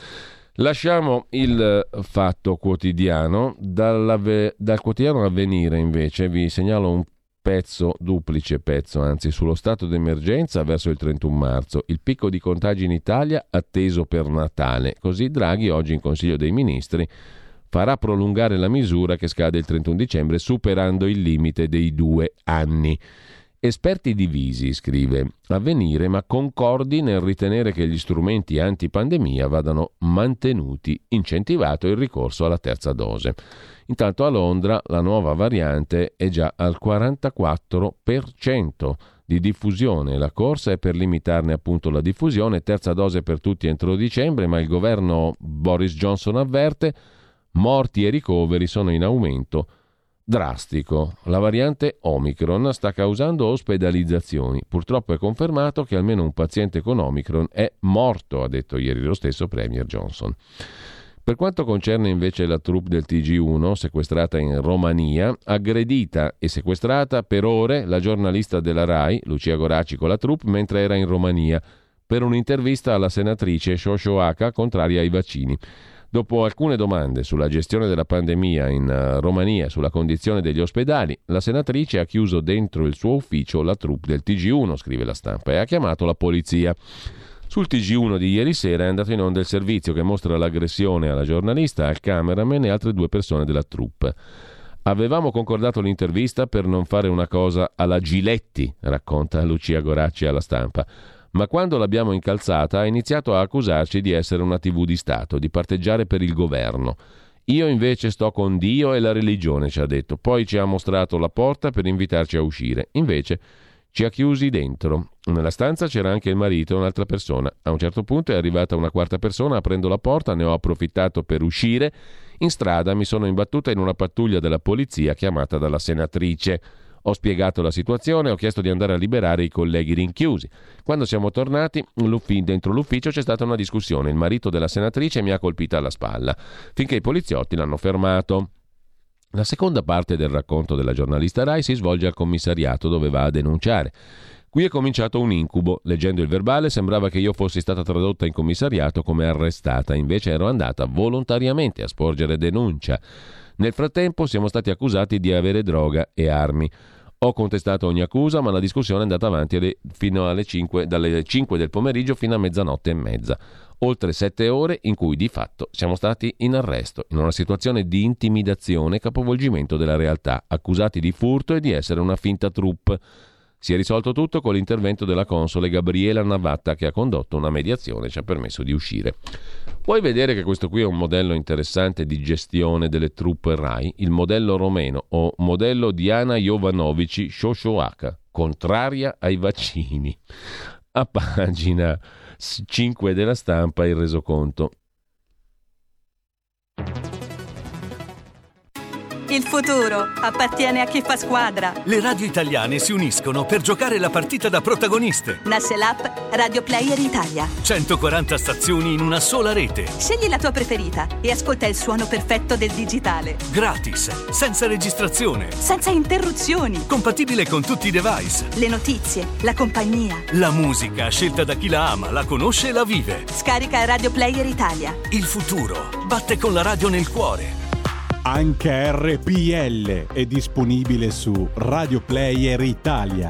Lasciamo il Fatto Quotidiano. Dalla, dal quotidiano Avvenire, invece, vi segnalo un pezzo, duplice pezzo, anzi, sullo stato d'emergenza verso il trentuno marzo. Il picco di contagi in Italia atteso per Natale. Così Draghi oggi in Consiglio dei Ministri farà prolungare la misura che scade il trentuno dicembre, superando il limite dei due anni. Esperti divisi, scrive Avvenire, ma concordi nel ritenere che gli strumenti antipandemia vadano mantenuti, incentivato il ricorso alla terza dose. Intanto a Londra la nuova variante è già al quarantaquattro per cento di diffusione. La corsa è per limitarne appunto la diffusione, terza dose per tutti entro dicembre, ma il governo Boris Johnson avverte: morti e ricoveri sono in aumento drastico. La variante Omicron sta causando ospedalizzazioni. Purtroppo è confermato che almeno un paziente con Omicron è morto, ha detto ieri lo stesso Premier Johnson. Per quanto concerne invece la troupe del T G uno, sequestrata in Romania, aggredita e sequestrata per ore la giornalista della RAI, Lucia Goracci, con la troupe mentre era in Romania, per un'intervista alla senatrice Shoshowaka contraria ai vaccini. Dopo alcune domande sulla gestione della pandemia in Romania e sulla condizione degli ospedali, la senatrice ha chiuso dentro il suo ufficio la troupe del T G uno, scrive la Stampa, e ha chiamato la polizia. Sul T G uno di ieri sera è andato in onda il servizio che mostra l'aggressione alla giornalista, al cameraman e altre due persone della troupe. Avevamo concordato l'intervista per non fare una cosa alla Giletti, racconta Lucia Goracci alla Stampa. Ma quando l'abbiamo incalzata ha iniziato a accusarci di essere una tivù di Stato, di parteggiare per il governo. Io invece sto con Dio e la religione, ci ha detto. Poi ci ha mostrato la porta per invitarci a uscire. Invece ci ha chiusi dentro. Nella stanza c'era anche il marito e un'altra persona. A un certo punto è arrivata una quarta persona aprendo la porta, ne ho approfittato per uscire. In strada mi sono imbattuta in una pattuglia della polizia chiamata dalla senatrice. Ho spiegato la situazione, ho chiesto di andare a liberare i colleghi rinchiusi. Quando siamo tornati dentro l'ufficio c'è stata una discussione. Il marito della senatrice mi ha colpita alla spalla, finché i poliziotti l'hanno fermato. La seconda parte del racconto della giornalista Rai si svolge al commissariato, dove va a denunciare. Qui è cominciato un incubo. Leggendo il verbale sembrava che io fossi stata tradotta in commissariato come arrestata, invece ero andata volontariamente a sporgere denuncia. Nel frattempo siamo stati accusati di avere droga e armi. Ho contestato ogni accusa, ma la discussione è andata avanti alle, fino alle cinque, dalle cinque del pomeriggio fino a mezzanotte e mezza. Oltre sette ore in cui di fatto siamo stati in arresto, in una situazione di intimidazione e capovolgimento della realtà, accusati di furto e di essere una finta troupe. Si è risolto tutto con l'intervento della console Gabriela Navatta, che ha condotto una mediazione e ci ha permesso di uscire. Puoi vedere che questo qui è un modello interessante di gestione delle truppe RAI, il modello romeno o modello Diana Jovanovici Shoshowaka, contraria ai vaccini. A pagina cinque della Stampa il resoconto. Il futuro appartiene a chi fa squadra. Le radio italiane si uniscono per giocare la partita da protagoniste. Nasce l'app Radio Player Italia. centoquaranta stazioni in una sola rete. Scegli la tua preferita e ascolta il suono perfetto del digitale. Gratis, senza registrazione. Senza interruzioni. Compatibile con tutti i device. Le notizie, la compagnia. La musica, scelta da chi la ama, la conosce e la vive. Scarica Radio Player Italia. Il futuro batte con la radio nel cuore. Anche R P L è disponibile su Radio Player Italia.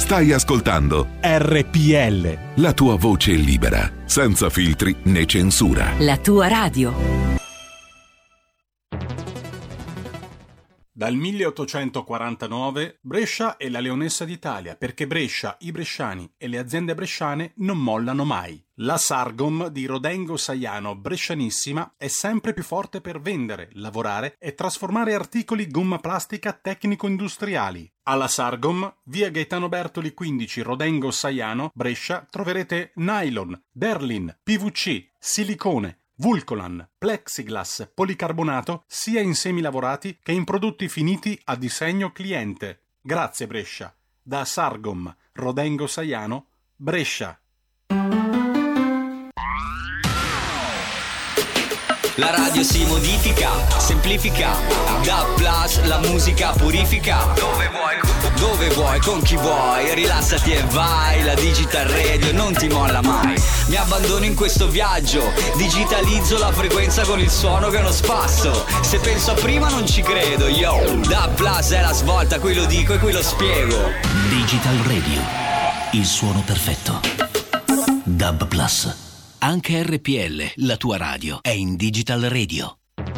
Stai ascoltando R P L, la tua voce libera, senza filtri né censura. La tua radio. Dal milleottocentoquarantanove Brescia è la leonessa d'Italia, perché Brescia, i bresciani e le aziende bresciane non mollano mai. La Sargom di Rodengo Saiano Brescianissima è sempre più forte per vendere, lavorare e trasformare articoli gomma plastica tecnico-industriali. Alla Sargom, via Gaetano Bertoli quindici, Rodengo Saiano, Brescia, troverete nylon, derlin, P V C, silicone, Vulcolan, plexiglass, policarbonato, sia in semi lavorati che in prodotti finiti a disegno cliente. Grazie Brescia. Da Sargom, Rodengo Saiano, Brescia. La radio si modifica, semplifica, da plus la musica purifica. Dove vuoi, dove vuoi, con chi vuoi, rilassati e vai. La Digital Radio non ti molla mai. Mi abbandono in questo viaggio, digitalizzo la frequenza con il suono che è uno spasso. Se penso a prima non ci credo, yo. Da plus è la svolta, qui lo dico e qui lo spiego. Digital Radio, il suono perfetto. Dub Plus. Anche R P L, la tua radio, è in Digital Radio.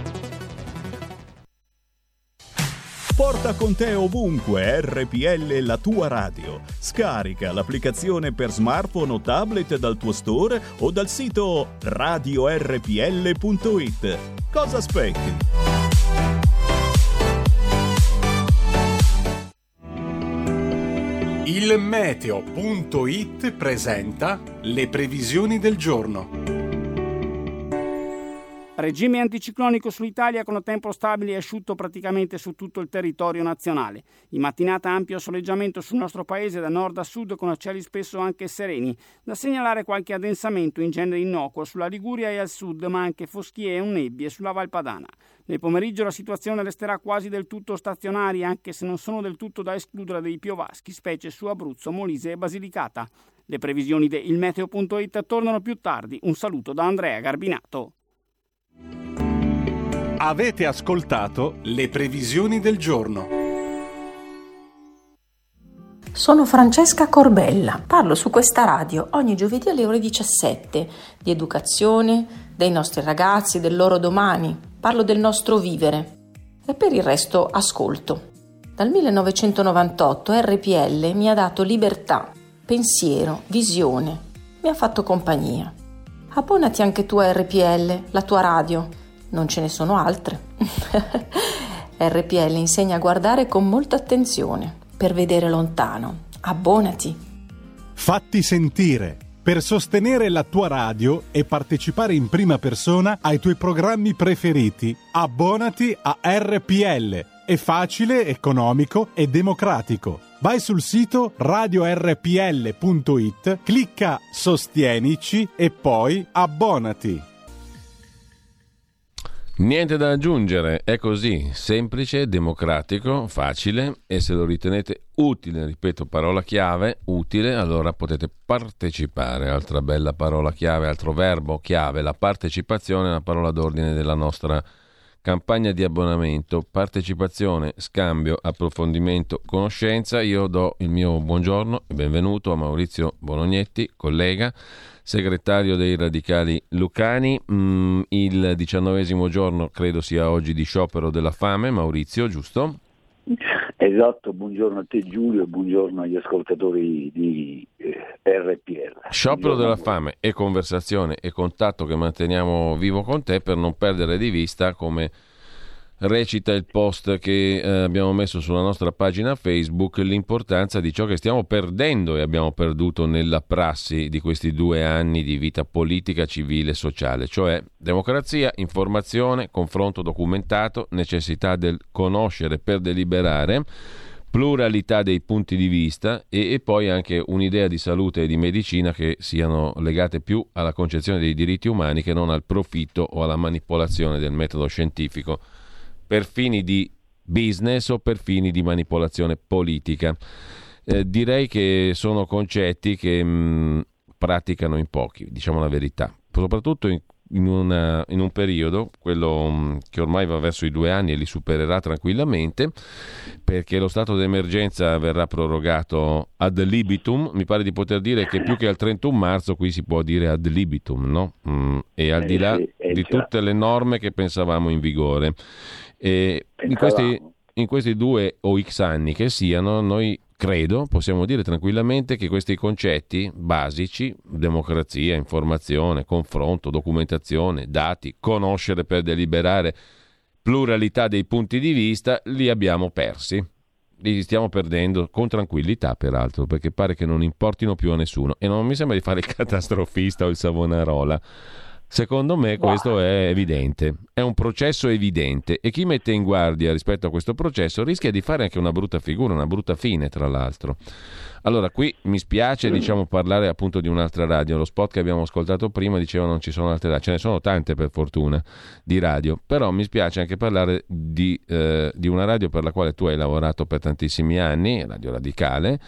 Porta con te ovunque R P L, la tua radio. Scarica l'applicazione per smartphone o tablet dal tuo store o dal sito radio r p l punto i t. Cosa aspetti? Il meteo punto i t presenta le previsioni del giorno. Regime anticiclonico sull'Italia con tempo stabile e asciutto praticamente su tutto il territorio nazionale. In mattinata ampio soleggiamento sul nostro paese da nord a sud con cieli spesso anche sereni. Da segnalare qualche addensamento in genere innocuo sulla Liguria e al sud, ma anche foschie e nebbie sulla Val Padana. Nel pomeriggio la situazione resterà quasi del tutto stazionaria, anche se non sono del tutto da escludere dei piovaschi, specie su Abruzzo, Molise e Basilicata. Le previsioni di il meteo punto i t tornano più tardi. Un saluto da Andrea Garbinato. Avete ascoltato le previsioni del giorno. Sono Francesca Corbella, parlo su questa radio ogni giovedì alle ore diciassette di educazione, dei nostri ragazzi, del loro domani, parlo del nostro vivere e per il resto ascolto. Dal millenovecentonovantotto R P L mi ha dato libertà, pensiero, visione, mi ha fatto compagnia. Abbonati anche tu a R P L, la tua radio. Non ce ne sono altre. R P L insegna a guardare con molta attenzione, per vedere lontano. Abbonati. Fatti sentire. Per sostenere la tua radio e partecipare in prima persona ai tuoi programmi preferiti, abbonati a R P L. È facile, economico e democratico. Vai sul sito radio r p l punto i t, clicca Sostienici e poi abbonati. Niente da aggiungere, è così, semplice, democratico, facile e se lo ritenete utile, ripeto, parola chiave, utile, allora potete partecipare, altra bella parola chiave, altro verbo chiave, la partecipazione è una parola d'ordine della nostra campagna di abbonamento, partecipazione, scambio, approfondimento, conoscenza. Io do il mio buongiorno e benvenuto a Maurizio Bolognetti, collega, segretario dei Radicali Lucani. Mm, il diciannovesimo giorno credo sia oggi di sciopero della fame, Maurizio, giusto? Esatto, buongiorno a te Giulio e buongiorno agli ascoltatori di eh, R P L. Sciopero della fame e conversazione e contatto che manteniamo vivo con te per non perdere di vista, come recita il post che eh, abbiamo messo sulla nostra pagina Facebook, l'importanza di ciò che stiamo perdendo e abbiamo perduto nella prassi di questi due anni di vita politica, civile e sociale, cioè democrazia, informazione, confronto documentato, necessità del conoscere per deliberare, pluralità dei punti di vista e, e poi anche un'idea di salute e di medicina che siano legate più alla concezione dei diritti umani che non al profitto o alla manipolazione del metodo scientifico per fini di business o per fini di manipolazione politica. Eh, direi che sono concetti che mh, praticano in pochi, diciamo la verità, soprattutto in in, una, in un periodo, quello che ormai va verso i due anni e li supererà tranquillamente, perché lo stato d'emergenza verrà prorogato ad libitum. Mi pare di poter dire che più che al trentuno marzo qui si può dire ad libitum, no? Mm, e al di là eh sì, eh di già. tutte le norme che pensavamo in vigore. E in questi, in questi due o x anni che siano, noi credo possiamo dire tranquillamente che questi concetti basici, democrazia, informazione, confronto, documentazione, dati, conoscere per deliberare, pluralità dei punti di vista, li abbiamo persi. Li stiamo perdendo con tranquillità, peraltro, perché pare che non importino più a nessuno. E non mi sembra di fare il catastrofista o il Savonarola. Secondo me questo è evidente, è un processo evidente, e chi mette in guardia rispetto a questo processo rischia di fare anche una brutta figura, una brutta fine, tra l'altro. Allora, qui mi spiace, diciamo, parlare appunto di un'altra radio. Lo spot che abbiamo ascoltato prima diceva non ci sono altre radio, ce ne sono tante per fortuna di radio, però mi spiace anche parlare di, eh, di una radio per la quale tu hai lavorato per tantissimi anni, Radio Radicale.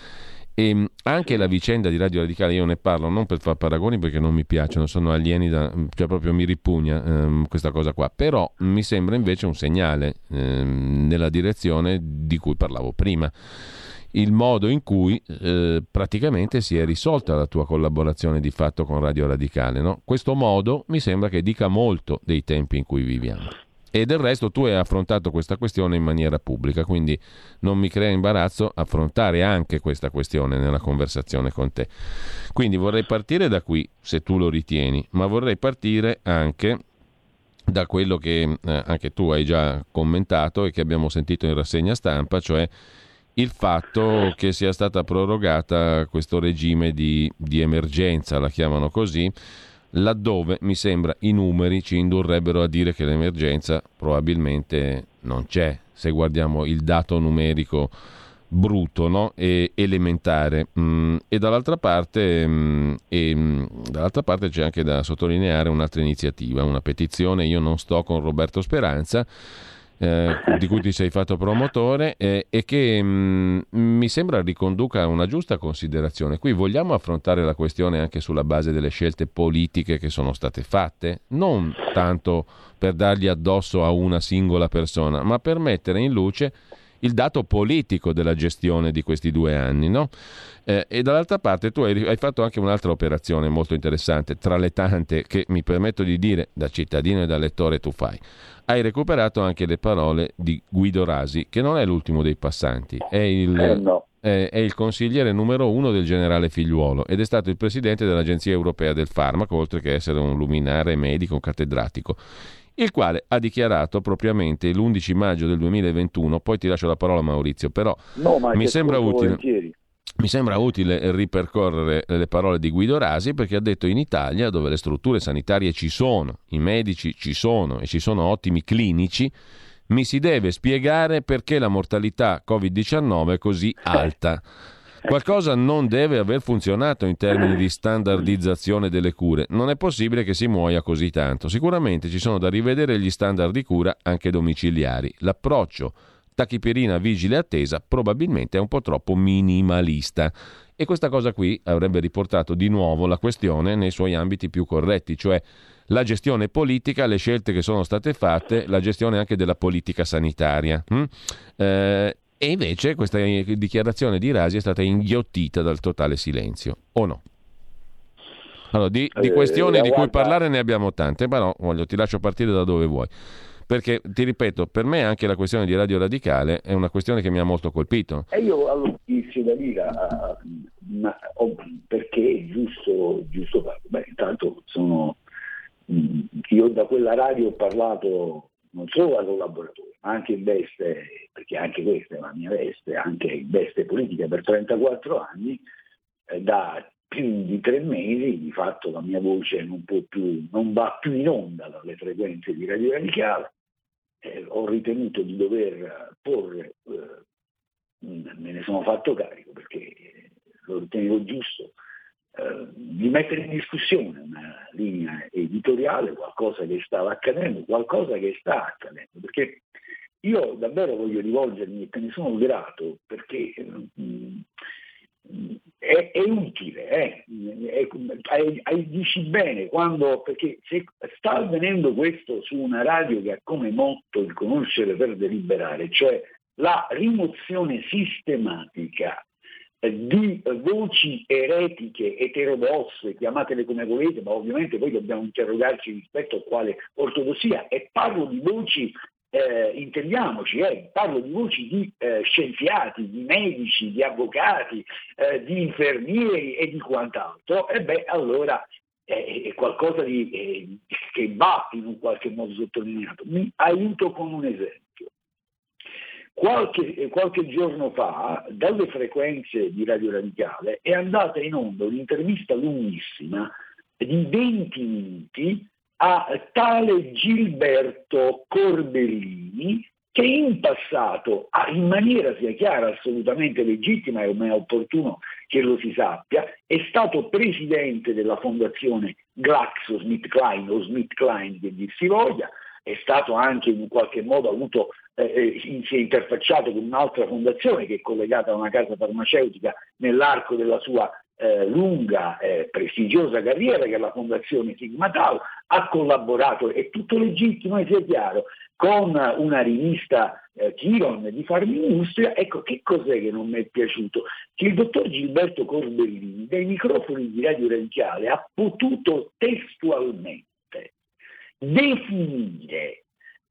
E anche la vicenda di Radio Radicale, io ne parlo non per far paragoni perché non mi piacciono, sono alieni, da, cioè proprio mi ripugna ehm, questa cosa qua, però mi sembra invece un segnale ehm, nella direzione di cui parlavo prima, il modo in cui eh, praticamente si è risolta la tua collaborazione di fatto con Radio Radicale, no? Questo modo mi sembra che dica molto dei tempi in cui viviamo. E del resto tu hai affrontato questa questione in maniera pubblica, quindi non mi crea imbarazzo affrontare anche questa questione nella conversazione con te. Quindi vorrei partire da qui, se tu lo ritieni, ma vorrei partire anche da quello che eh, anche tu hai già commentato e che abbiamo sentito in rassegna stampa, cioè il fatto che sia stata prorogata questo regime di, di emergenza, la chiamano così, laddove mi sembra i numeri ci indurrebbero a dire che l'emergenza probabilmente non c'è, se guardiamo il dato numerico bruto, no? E elementare. Mm, e dall'altra parte mm, e, mm, dall'altra parte c'è anche da sottolineare un'altra iniziativa, una petizione. Io non sto con Roberto Speranza, Eh, di cui ti sei fatto promotore, eh, e che mh, mi sembra riconduca a una giusta considerazione. Qui vogliamo affrontare la questione anche sulla base delle scelte politiche che sono state fatte, non tanto per dargli addosso a una singola persona, ma per mettere in luce il dato politico della gestione di questi due anni, no? Eh, e dall'altra parte tu hai, hai fatto anche un'altra operazione molto interessante, tra le tante che mi permetto di dire da cittadino e da lettore tu fai. Hai recuperato anche le parole di Guido Rasi, che non è l'ultimo dei passanti, è il, Eh, no. è, è il consigliere numero uno del generale Figliuolo ed è stato il presidente dell'Agenzia Europea del Farmaco, oltre che essere un luminare medico, un cattedratico, il quale ha dichiarato propriamente l'undici maggio del duemilaventuno, poi ti lascio la parola Maurizio, però No, ma mi ti sembra ascolto utile. volentieri. Mi sembra utile ripercorrere le parole di Guido Rasi, perché ha detto: in Italia, dove le strutture sanitarie ci sono, i medici ci sono e ci sono ottimi clinici, mi si deve spiegare perché la mortalità covid diciannove è così alta. Qualcosa non deve aver funzionato in termini di standardizzazione delle cure. Non è possibile che si muoia così tanto. Sicuramente ci sono da rivedere gli standard di cura anche domiciliari. L'approccio tachipirina vigile attesa probabilmente è un po' troppo minimalista, e questa cosa qui avrebbe riportato di nuovo la questione nei suoi ambiti più corretti, cioè la gestione politica, le scelte che sono state fatte, la gestione anche della politica sanitaria. hm? Eh, e invece questa dichiarazione di Rasi è stata inghiottita dal totale silenzio, o no? Allora, di, di questioni Eh, di cui guarda- parlare ne abbiamo tante, però voglio, ti lascio partire da dove vuoi. Perché, ti ripeto, per me anche la questione di Radio Radicale è una questione che mi ha molto colpito. E io allora inizio da dire, ah, ma, oh, perché è giusto, giusto farlo? Beh, intanto sono, mh, io da quella radio ho parlato non solo da collaboratore, ma anche in veste, perché anche questa è la mia veste, anche in veste politica per trentaquattro anni, eh, da più di tre mesi di fatto la mia voce non può più, non va più in onda dalle frequenze di Radio Radicale. Eh, ho ritenuto di dover porre, eh, me ne sono fatto carico perché lo ritenevo giusto, eh, di mettere in discussione una linea editoriale, qualcosa che stava accadendo, qualcosa che sta accadendo, perché io davvero voglio rivolgermi e te ne sono grato, perché mh, è è, è utile, eh? è, è, è, dici bene, quando, perché se sta avvenendo questo su una radio che ha come motto il conoscere per deliberare, cioè la rimozione sistematica di voci eretiche, eterodosse, chiamatele come volete, ma ovviamente poi dobbiamo interrogarci rispetto a quale ortodossia, e parlo di voci, eh, intendiamoci, eh, parlo di voci di eh, scienziati, di medici, di avvocati, eh, di infermieri e di quant'altro, e beh, allora è, è qualcosa di, eh, che va in un qualche modo sottolineato. Mi aiuto con un esempio. Qualche, qualche giorno fa, dalle frequenze di Radio Radicale, è andata in onda un'intervista lunghissima di venti minuti a tale Gilberto Corbellini, che in passato, in maniera sia chiara, assolutamente legittima e è opportuno che lo si sappia, è stato presidente della fondazione GlaxoSmithKline o SmithKline che dir si voglia, è stato anche in qualche modo avuto eh, si è interfacciato con un'altra fondazione che è collegata a una casa farmaceutica nell'arco della sua eh, lunga e eh, prestigiosa carriera, che è la fondazione Sigma Tau, ha collaborato, è tutto legittimo e sia chiaro, con una rivista eh, Chiron di Farmindustria. Ecco, che cos'è che non mi è piaciuto? Che il dottor Gilberto Corbellini dai microfoni di Radio Radicale ha potuto testualmente definire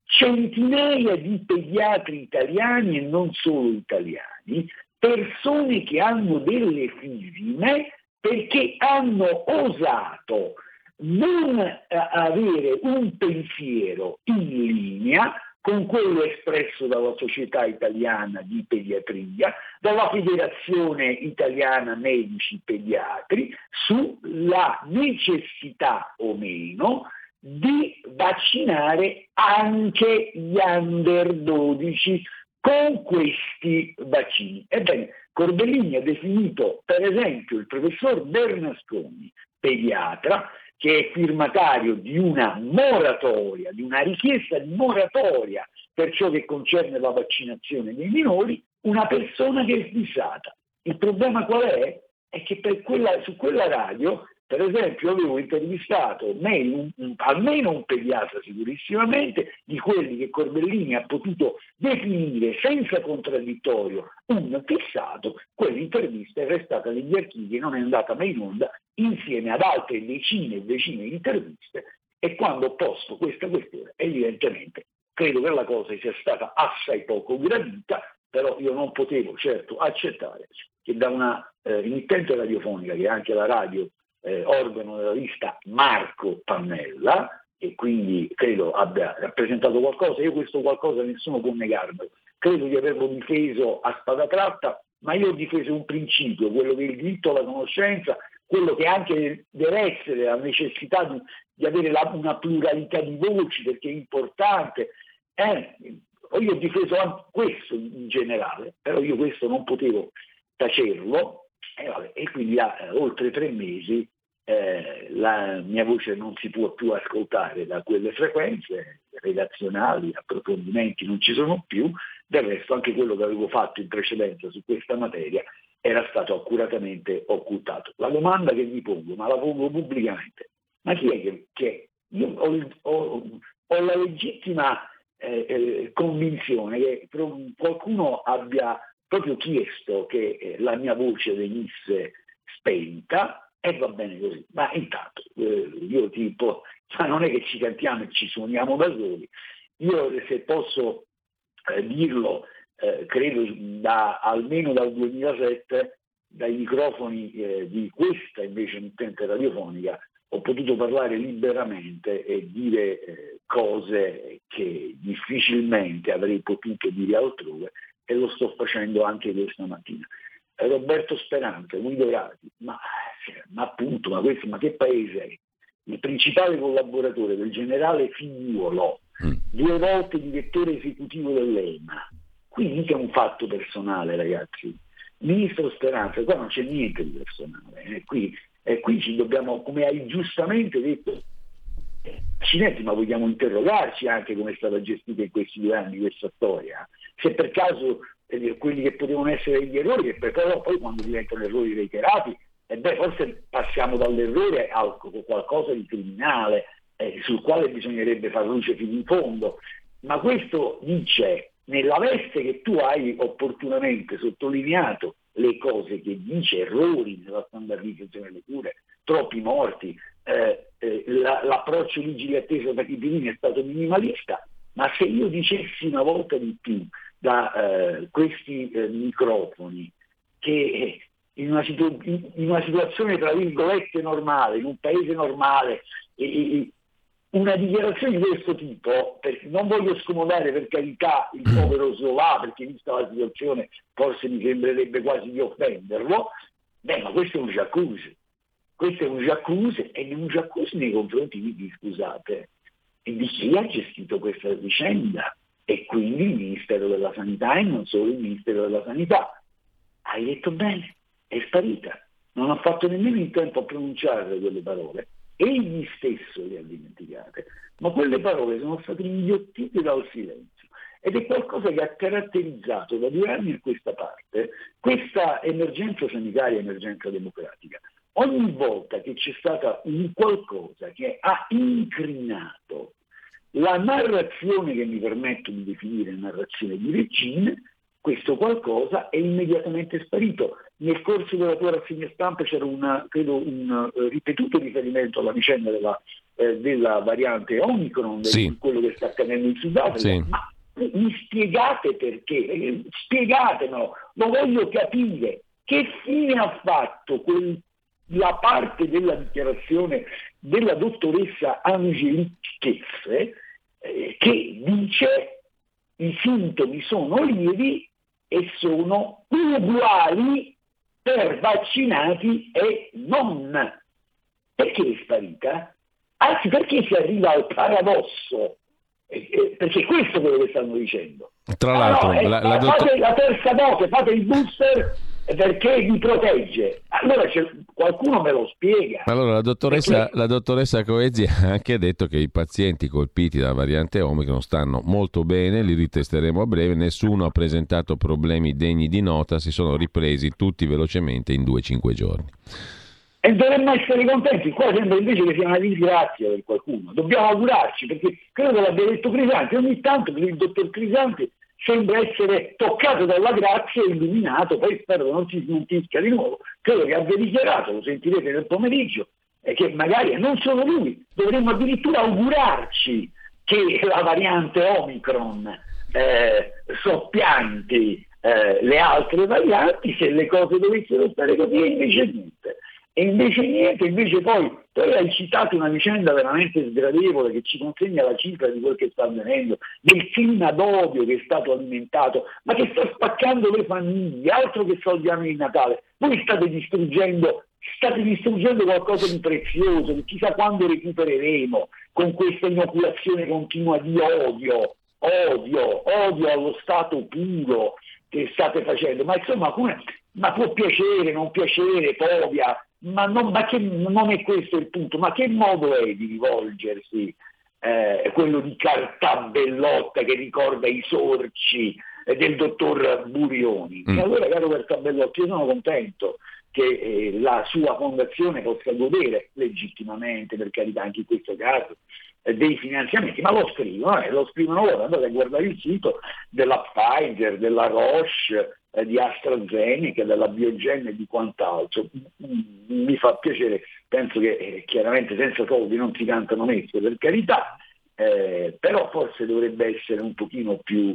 centinaia di pediatri italiani e non solo italiani, persone che hanno delle firme perché hanno osato non eh, avere un pensiero in linea con quello espresso dalla Società Italiana di Pediatria, dalla Federazione Italiana Medici Pediatri, sulla necessità o meno di vaccinare anche gli under dodici con questi vaccini. Ebbene, Corbellini ha definito per esempio il professor Bernasconi, pediatra, che è firmatario di una moratoria, di una richiesta di moratoria per ciò che concerne la vaccinazione dei minori, una persona che è fissata. Il problema qual è? È che per quella, su quella radio, per esempio, avevo intervistato me, un, un, almeno un pediatra sicurissimamente, di quelli che Corbellini ha potuto definire senza contraddittorio un fissato. Quell'intervista è restata negli archivi e non è andata mai in onda, insieme ad altre decine e decine di interviste, e quando ho posto questa questione, evidentemente credo che la cosa sia stata assai poco gradita, però io non potevo certo accettare che da una eh, emittente radiofonica, che è anche la radio Eh, organo della lista Marco Pannella, e quindi credo abbia rappresentato qualcosa. Io questo qualcosa nessuno può negarmelo, credo di averlo difeso a spada tratta, ma io ho difeso un principio, quello che è il diritto alla conoscenza, quello che anche deve essere la necessità di, di avere la, una pluralità di voci, perché è importante. Eh, io ho difeso anche questo in generale, però io questo non potevo tacerlo. E, vabbè, e quindi da eh, oltre tre mesi eh, la mia voce non si può più ascoltare da quelle frequenze redazionali, approfondimenti non ci sono più. Del resto anche quello che avevo fatto in precedenza su questa materia era stato accuratamente occultato. La domanda che mi pongo, ma la pongo pubblicamente, ma chi è che, che io ho, ho, ho la legittima eh, eh, convinzione che qualcuno abbia proprio chiesto che eh, la mia voce venisse spenta, e va bene così. Ma intanto eh, io tipo, ma non è che ci cantiamo e ci suoniamo da soli. Io, se posso eh, dirlo, eh, credo da almeno dal duemilasette, dai microfoni eh, di questa invece emittente radiofonica, ho potuto parlare liberamente e dire eh, cose che difficilmente avrei potuto dire altrove, e lo sto facendo anche questa mattina. Roberto Speranza, Guido Rati, ma, ma appunto, ma, questo, ma che paese è? Il principale collaboratore del generale Figliuolo, mm. due volte direttore esecutivo dell'E M A. Qui mica è un fatto personale, ragazzi. Ministro Speranza, qua non c'è niente di personale. Eh. Qui, eh, qui ci dobbiamo, come hai giustamente detto, accidenti, ma vogliamo interrogarci anche come è stata gestita in questi due anni questa storia. Se per caso eh, quelli che potevano essere gli errori, che però poi quando diventano errori reiterati, e beh, forse passiamo dall'errore a qualcosa di criminale, eh, sul quale bisognerebbe far luce fino in fondo. Ma questo dice, nella veste che tu hai opportunamente sottolineato le cose che dice, errori nella standardizzazione delle cure, troppi morti, eh, eh, la, l'approccio vigile attesa da Chipirini è stato minimalista, ma se io dicessi una volta di più da eh, questi eh, microfoni che eh, in, una situ- in una situazione tra virgolette normale, in un paese normale, eh, una dichiarazione di questo tipo, perché non voglio scomodare per carità il povero Zola, perché vista la situazione forse mi sembrerebbe quasi di offenderlo, beh, ma questo è un jacuzzi, questo è un jacuzzi e un jacuzzi nei confronti di, scusate, di chi ha gestito questa vicenda, e quindi il Ministero della Sanità e non solo il Ministero della Sanità. Hai detto bene, è sparita, non ha fatto nemmeno in tempo a pronunciare quelle parole. Egli stesso le ha dimenticate, ma quelle parole sono state inghiottite dal silenzio, ed è qualcosa che ha caratterizzato da due anni a questa parte questa emergenza sanitaria, emergenza democratica. Ogni volta che c'è stata un qualcosa che ha incrinato la narrazione che mi permetto di definire narrazione di regime, questo qualcosa è immediatamente sparito. Nel corso della tua rassegna stampa c'era una, credo, un uh, ripetuto riferimento alla vicenda della, eh, della variante Omicron, sì, di quello che sta accadendo in Sudafrica. Sì. Ma mi spiegate perché? Spiegatemelo, lo voglio capire. Che fine ha fatto quel, la parte della dichiarazione della dottoressa Angelique Keffe, eh, che dice i sintomi sono lievi e sono uguali per vaccinati e non. Perché è sparita? Anzi, perché si arriva al paradosso? Eh, eh, perché questo è quello che stanno dicendo. Tra l'altro, ah, no, la, eh, la fate dottor... la terza dose, fate il booster perché vi protegge. Allora c'è, qualcuno me lo spiega. Allora la dottoressa, perché... la dottoressa Coezzi ha anche detto che i pazienti colpiti dalla variante Omicron stanno molto bene, li ritesteremo a breve, nessuno ha presentato problemi degni di nota, si sono ripresi tutti velocemente in due cinque giorni. E dovremmo essere contenti, qua sembra invece che sia una disgrazia per qualcuno. Dobbiamo augurarci, perché credo che l'abbia detto Crisanti, ogni tanto il dottor Crisanti sembra essere toccato dalla grazia e illuminato, poi spero che non si smentisca di nuovo. Credo che abbia dichiarato, lo sentirete nel pomeriggio, e che magari, non solo lui, dovremmo addirittura augurarci che la variante Omicron eh, soppianti eh, le altre varianti, se le cose dovessero stare così, e invece niente. E invece niente, invece poi, poi hai citato una vicenda veramente sgradevole che ci consegna la cifra di quel che sta avvenendo, del clima d'odio che è stato alimentato, ma che sta spaccando le famiglie, altro che soldi di Natale. Voi state distruggendo, state distruggendo qualcosa di prezioso, che chissà quando recupereremo con questa inoculazione continua di odio, odio, odio allo Stato puro che state facendo. Ma insomma, come, ma può piacere, non piacere, povia, ma, non, ma che, non è questo il punto, ma che modo è di rivolgersi eh, quello di Cartabellotta che ricorda i sorci eh, del dottor Burioni? Mm. E allora, caro Cartabellotta, io sono contento che eh, la sua fondazione possa godere legittimamente, per carità, anche in questo caso, eh, dei finanziamenti, ma lo scrivono, eh, lo scrivono loro. Andate a guardare il sito della Pfizer, della Roche, eh, di AstraZeneca, della Biogen e di quant'altro. Mi fa piacere, penso che eh, chiaramente senza soldi non si cantano messe, per carità, eh, però forse dovrebbe essere un pochino più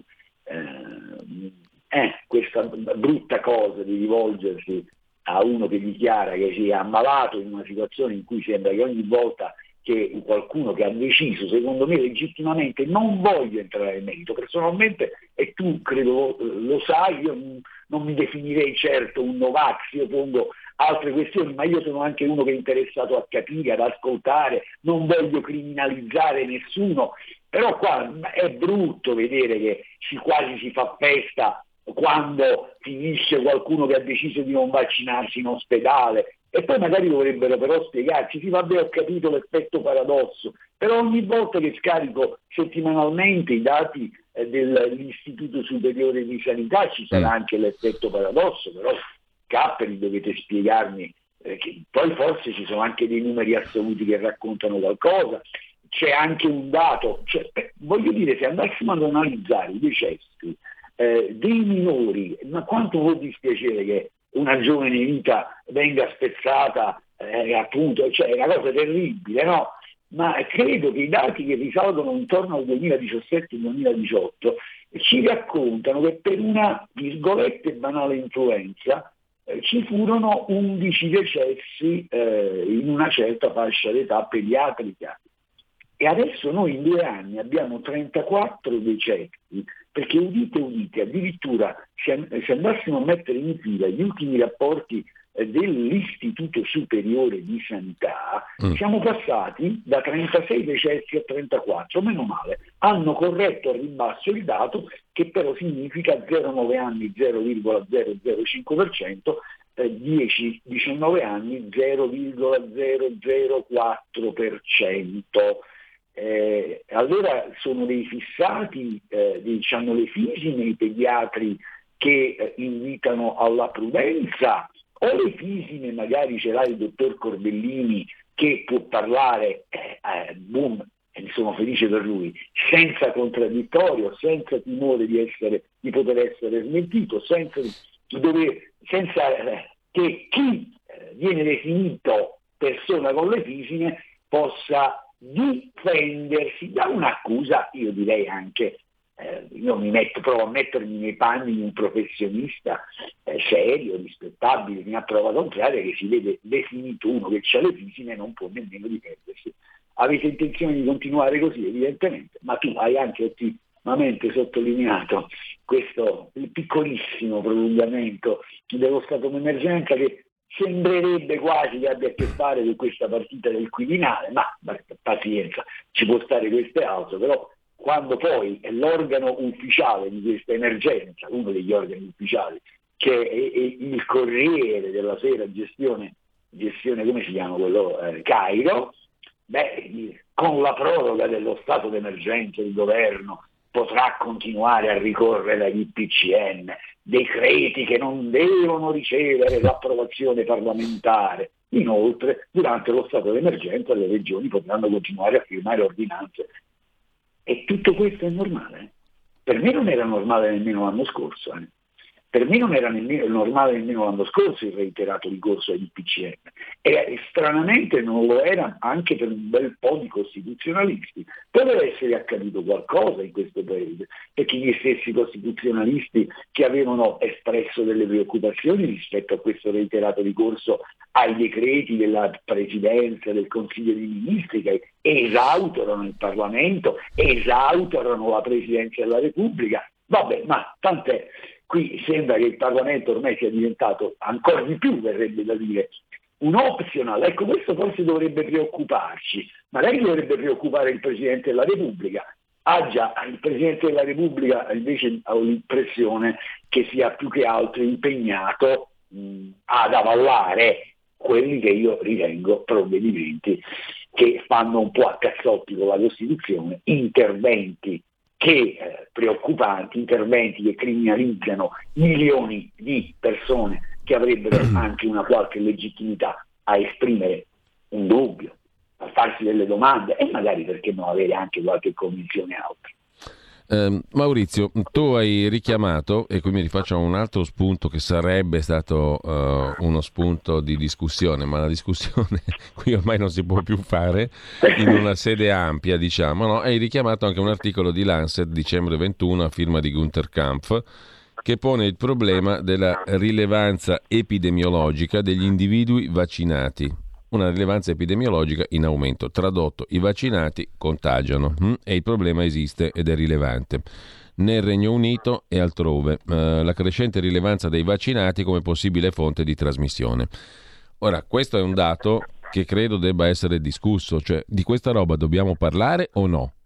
eh, eh, questa brutta cosa di rivolgersi a uno che dichiara che si è ammalato in una situazione in cui sembra che ogni volta che qualcuno che ha deciso, secondo me legittimamente, non voglio entrare nel merito personalmente, e tu credo lo sai, io non mi definirei certo un Novax, io pongo altre questioni, ma io sono anche uno che è interessato a capire, ad ascoltare, non voglio criminalizzare nessuno, però qua è brutto vedere che si, quasi si fa festa quando finisce qualcuno che ha deciso di non vaccinarsi in ospedale, E poi magari dovrebbero però spiegarci, sì vabbè ho capito l'effetto paradosso, però ogni volta che scarico settimanalmente i dati eh, dell'Istituto Superiore di Sanità ci sarà anche l'effetto paradosso, però Capperi dovete spiegarmi, eh, che poi forse ci sono anche dei numeri assoluti che raccontano qualcosa, c'è anche un dato, cioè, eh, voglio dire, se andassimo ad analizzare i decessi eh, dei minori, ma quanto può dispiacere che una giovane vita venga spezzata, eh, appunto, cioè è una cosa terribile, no? Ma credo che i dati che risalgono intorno al duemiladiciassette duemiladiciotto ci raccontano che per una, virgolette, banale influenza eh, ci furono undici decessi eh, in una certa fascia d'età pediatrica. E adesso noi in due anni abbiamo trentaquattro decessi, perché udite udite, addirittura se, se andassimo a mettere in fila gli ultimi rapporti eh, dell'Istituto Superiore di Sanità, mm. siamo passati da trentasei decessi a trentaquattro, meno male, hanno corretto al ribasso il dato, che però significa zero virgola nove anni zero virgola zero zero cinque per cento, eh, dieci diciannove anni zero virgola zero zero quattro per cento. Eh, allora sono dei fissati, eh, diciamo le fisime, i pediatri che eh, invitano alla prudenza, o le fisime magari ce l'ha il dottor Corbellini che può parlare, eh, eh, boom, e sono felice per lui, senza contraddittorio, senza timore di, essere, di poter essere smentito, senza, dove, senza eh, che chi eh, viene definito persona con le fisime possa difendersi da un'accusa, io direi anche, eh, io mi metto, provo a mettermi nei panni di un professionista eh, serio, rispettabile, fino a prova contraria, che si vede definito uno che ha le fisime e non può nemmeno difendersi. Avete intenzione di continuare così, evidentemente, ma tu hai anche ottimamente sottolineato questo il piccolissimo prolungamento dello stato di emergenza, che sembrerebbe quasi che abbia a che fare con questa partita del Quirinale, ma pazienza, ci può stare questo e altro, però quando poi è l'organo ufficiale di questa emergenza, uno degli organi ufficiali, che è, è il Corriere della Sera, gestione, gestione come si chiama quello, eh, Cairo, beh, con la proroga dello stato d'emergenza il governo potrà continuare a ricorrere agli P C N, decreti che non devono ricevere l'approvazione parlamentare. Inoltre, durante lo stato d'emergenza le regioni potranno continuare a firmare ordinanze. E tutto questo è normale? Per me non era normale nemmeno l'anno scorso. Eh. Per me non era nemmeno normale nemmeno l'anno scorso il reiterato ricorso agli P C N. E stranamente non lo era anche per un bel po' di costituzionalisti. Poteva essere accaduto qualcosa in questo paese, perché gli stessi costituzionalisti che avevano espresso delle preoccupazioni rispetto a questo reiterato ricorso ai decreti della Presidenza, del Consiglio dei Ministri, che esautorano il Parlamento, esautorano la Presidenza della Repubblica. Vabbè, ma tant'è. Qui sembra che il Parlamento ormai sia diventato ancora di più, verrebbe da dire, un optional. Ecco, questo forse dovrebbe preoccuparci, magari dovrebbe preoccupare il Presidente della Repubblica. Ah già, il Presidente della Repubblica invece ho l'impressione che sia più che altro impegnato mh, ad avallare quelli che io ritengo provvedimenti che fanno un po' a cazzotti con la Costituzione, interventi che eh, preoccupanti, interventi che criminalizzano milioni di persone che avrebbero anche una qualche legittimità a esprimere un dubbio, a farsi delle domande e magari, perché no, avere anche qualche convinzione altra. Eh, Maurizio, tu hai richiamato, e qui mi rifaccio a un altro spunto che sarebbe stato uh, uno spunto di discussione, ma la discussione qui ormai non si può più fare in una sede ampia, diciamo, no? Hai richiamato anche un articolo di Lancet, dicembre ventuno, a firma di Günter Kampf, che pone il problema della rilevanza epidemiologica degli individui vaccinati. Una rilevanza epidemiologica in aumento. Tradotto, i vaccinati contagiano hm? e il problema esiste ed è rilevante. Nel Regno Unito e altrove, eh, la crescente rilevanza dei vaccinati come possibile fonte di trasmissione. Ora, questo è un dato che credo debba essere discusso, cioè di questa roba dobbiamo parlare o no?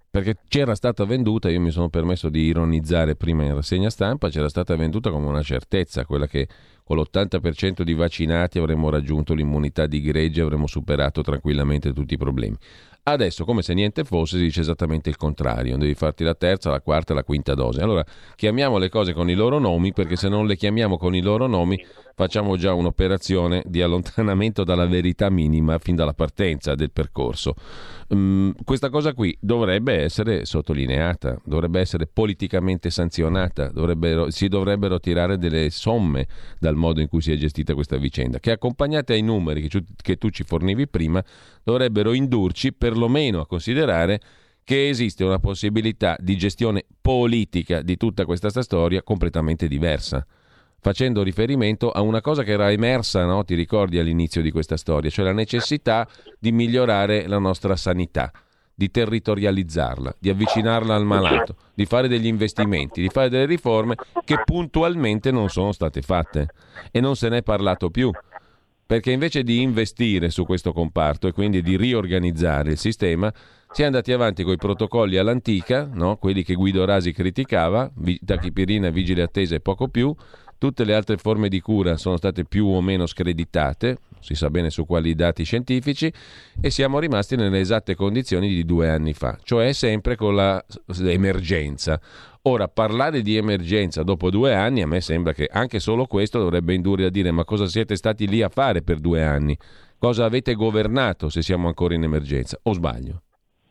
perché c'era stata venduta, io mi sono permesso di ironizzare prima in rassegna stampa, c'era stata venduta come una certezza, quella che con l'ottanta per cento di vaccinati avremmo raggiunto l'immunità di gregge, avremmo superato tranquillamente tutti i problemi. Adesso, come se niente fosse, si dice esattamente il contrario, devi farti la terza, la quarta e la quinta dose. Allora chiamiamo le cose con i loro nomi, perché se non le chiamiamo con i loro nomi facciamo già un'operazione di allontanamento dalla verità minima fin dalla partenza del percorso. Um, questa cosa qui dovrebbe essere sottolineata, dovrebbe essere politicamente sanzionata, dovrebbero, si dovrebbero tirare delle somme dal modo in cui si è gestita questa vicenda, che accompagnate ai numeri che, che tu ci fornivi prima dovrebbero indurci perlomeno a considerare che esiste una possibilità di gestione politica di tutta questa storia completamente diversa, facendo riferimento a una cosa che era emersa, no? Ti ricordi all'inizio di questa storia, cioè la necessità di migliorare la nostra sanità, di territorializzarla, di avvicinarla al malato, di fare degli investimenti, di fare delle riforme che puntualmente non sono state fatte e non se n'è parlato più. Perché invece di investire su questo comparto e quindi di riorganizzare il sistema, si è andati avanti con i protocolli all'antica, no? Quelli che Guido Rasi criticava, tachipirina, vigile attesa e poco più. Tutte le altre forme di cura sono state più o meno screditate, si sa bene su quali dati scientifici, e siamo rimasti nelle esatte condizioni di due anni fa, cioè sempre con la emergenza. Ora, parlare di emergenza dopo due anni, a me sembra che anche solo questo dovrebbe indurre a dire: ma cosa siete stati lì a fare per due anni? Cosa avete governato se siamo ancora in emergenza? O sbaglio?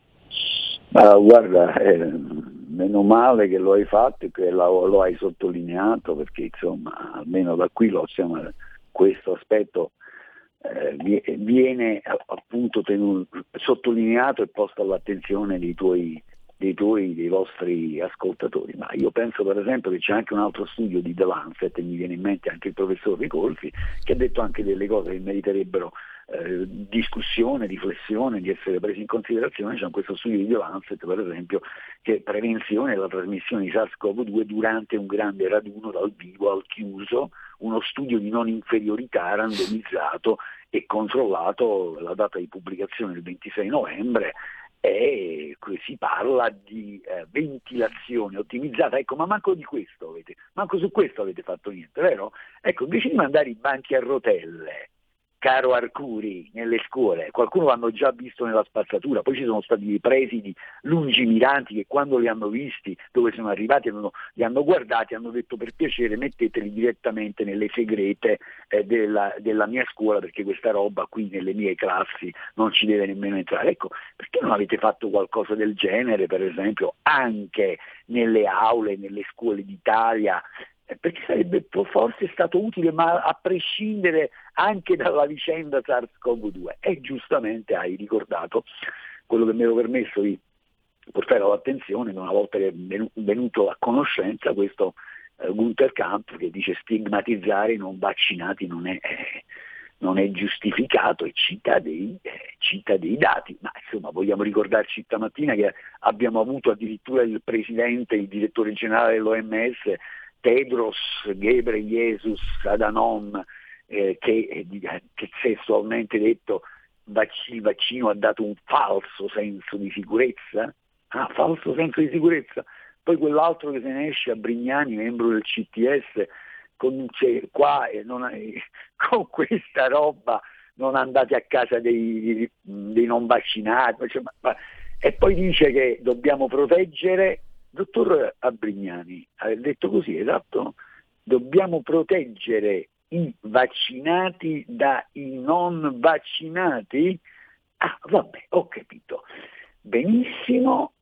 Ma guarda, eh, meno male che lo hai fatto e che lo, lo hai sottolineato, perché insomma almeno da qui lo siamo, questo aspetto eh, viene appunto tenuto, sottolineato e posto all'attenzione dei tuoi dei tuoi, dei vostri ascoltatori. Ma io penso per esempio che c'è anche un altro studio di The Lancet, e mi viene in mente anche il professor Ricolfi, che ha detto anche delle cose che meriterebbero eh, discussione, riflessione, di essere presi in considerazione. C'è questo studio di The Lancet, per esempio, che prevenzione della trasmissione di SARS-CoV due durante un grande raduno dal vivo al chiuso, uno studio di non inferiorità randomizzato e controllato, la data di pubblicazione il ventisei novembre, e qui si parla di eh, ventilazione ottimizzata. Ecco, ma manco di questo avete, manco su questo avete fatto niente, vero? Ecco, invece di mandare i banchi a rotelle, caro Arcuri, nelle scuole, qualcuno l'hanno già visto nella spazzatura, poi ci sono stati dei presidi lungimiranti che quando li hanno visti, dove sono arrivati, hanno, li hanno guardati, hanno detto: per piacere metteteli direttamente nelle segrete eh, della, della mia scuola, perché questa roba qui nelle mie classi non ci deve nemmeno entrare. Ecco, perché non avete fatto qualcosa del genere, per esempio, anche nelle aule, nelle scuole d'Italia? Perché sarebbe forse stato utile, ma a prescindere anche dalla vicenda SARS-CoV due. E giustamente hai ricordato quello che mi ero permesso di portare all'attenzione una volta che è venuto a conoscenza questo eh, Gunther Kamp, che dice: stigmatizzare i non vaccinati non è, eh, non è giustificato, e cita dei, eh, cita dei dati. Ma insomma, vogliamo ricordarci stamattina che abbiamo avuto addirittura il presidente, il direttore generale dell'O M S, Tedros Ghebreyesus Adhanom, eh, che, eh, che sessualmente detto vac- il vaccino ha dato un falso senso di sicurezza. Ah, falso senso di sicurezza. Poi quell'altro che se ne esce a Brignani, membro del C T S, con, cioè, qua, eh, non, eh, con questa roba non andate a casa dei, dei non vaccinati, cioè, ma, ma, e poi dice che dobbiamo proteggere. Dottor Abrignani ha detto così, esatto, dobbiamo proteggere i vaccinati dai non vaccinati? Ah, vabbè, ho capito. Benissimo.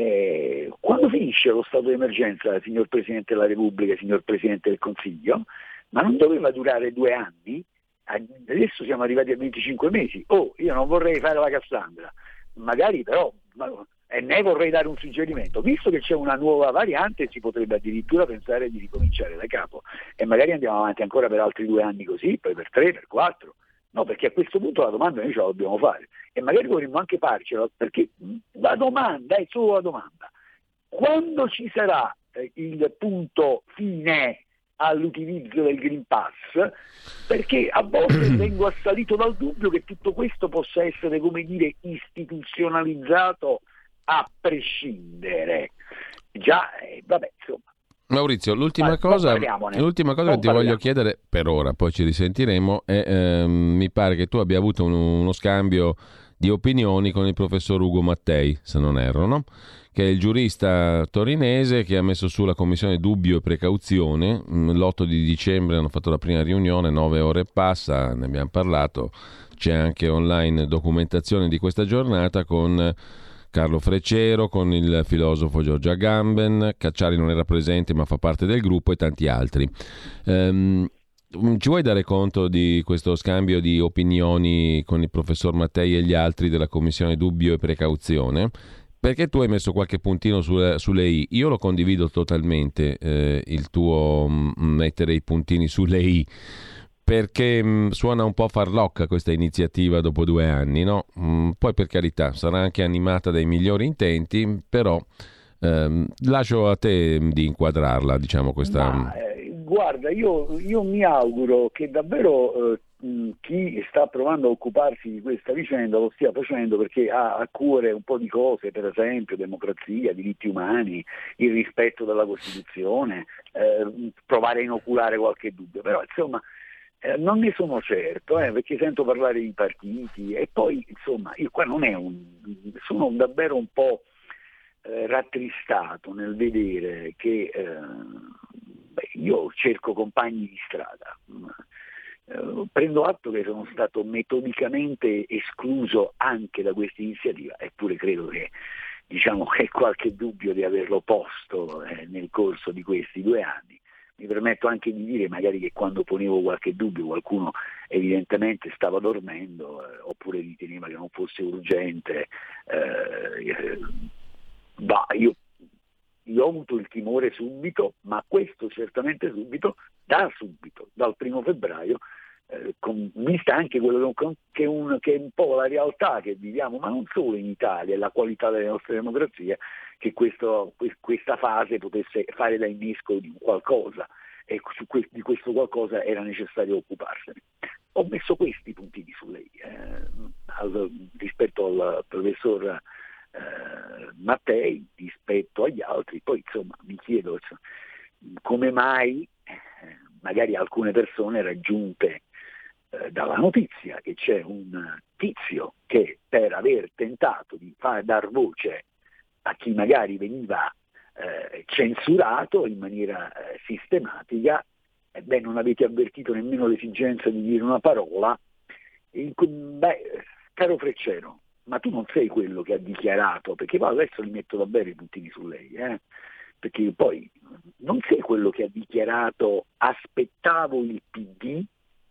Eh, quando finisce lo stato di emergenza, signor Presidente della Repubblica, signor Presidente del Consiglio? Ma non doveva durare due anni? Adesso siamo arrivati a venticinque mesi. Oh, io non vorrei fare la Cassandra, magari però... Ma, e ne vorrei dare un suggerimento: visto che c'è una nuova variante, si potrebbe addirittura pensare di ricominciare da capo, e magari andiamo avanti ancora per altri due anni così, poi per tre, per quattro. No, perché a questo punto la domanda noi ce la dobbiamo fare, e magari dovremmo anche farcela, perché la domanda è solo la domanda: quando ci sarà eh, il punto fine all'utilizzo del Green Pass? Perché a volte vengo assalito dal dubbio che tutto questo possa essere, come dire, istituzionalizzato a prescindere. Già, eh, vabbè, insomma. Maurizio, l'ultima Ma, cosa, parliamone. l'ultima cosa che ti voglio chiedere, per ora, poi ci risentiremo, è, ehm, mi pare che tu abbia avuto un, uno scambio di opinioni con il professor Ugo Mattei, se non erro, no? Che è il giurista torinese che ha messo su la commissione Dubbio e Precauzione. L'otto di dicembre hanno fatto la prima riunione, nove ore e passa, ne abbiamo parlato, c'è anche online documentazione di questa giornata con Carlo Freccero, con il filosofo Giorgio Agamben, Cacciari non era presente ma fa parte del gruppo, e tanti altri. Um, ci vuoi dare conto di questo scambio di opinioni con il professor Mattei e gli altri della commissione Dubbio e Precauzione? Perché tu hai messo qualche puntino sulle, sulle i. Io lo condivido totalmente, eh, il tuo mh, mettere i puntini sulle i, perché mh, suona un po' farlocca questa iniziativa dopo due anni, no? Mh, poi per carità sarà anche animata dai migliori intenti, però ehm, lascio a te mh, di inquadrarla, diciamo, questa... Ma, eh, guarda, io, io mi auguro che davvero eh, mh, chi sta provando a occuparsi di questa vicenda lo stia facendo perché ha a cuore un po' di cose, per esempio democrazia, diritti umani, il rispetto della Costituzione, eh, provare a inoculare qualche dubbio, però insomma... Eh, non ne sono certo, eh, perché sento parlare di partiti e poi insomma io qua non è un sono davvero un po' eh, rattristato nel vedere che eh, beh, io cerco compagni di strada, eh, prendo atto che sono stato metodicamente escluso anche da questa iniziativa, eppure credo che diciamo che qualche dubbio di averlo posto eh, nel corso di questi due anni. Mi permetto anche di dire magari che quando ponevo qualche dubbio qualcuno evidentemente stava dormendo eh, oppure riteneva che non fosse urgente. Eh, eh, bah, io, io ho avuto il timore subito, ma questo certamente subito, da subito, dal primo febbraio, eh, con, vista anche quello che, un, che è un po' la realtà che viviamo, ma non solo in Italia, la qualità delle nostre democrazie, che questo, questa fase potesse fare da innesco di qualcosa e su que- di questo qualcosa era necessario occuparsene. Ho messo questi puntini su lei eh, al, rispetto al professor eh, Mattei, rispetto agli altri, poi insomma mi chiedo insomma, come mai eh, magari alcune persone raggiunte eh, dalla notizia che c'è un tizio che per aver tentato di far dar voce a chi magari veniva eh, censurato in maniera eh, sistematica, eh, beh, non avete avvertito nemmeno l'esigenza di dire una parola. In, beh, caro Freccero, ma tu non sei quello che ha dichiarato, perché poi adesso li metto davvero i puntini su lei, eh? Perché poi non sei quello che ha dichiarato aspettavo il P D,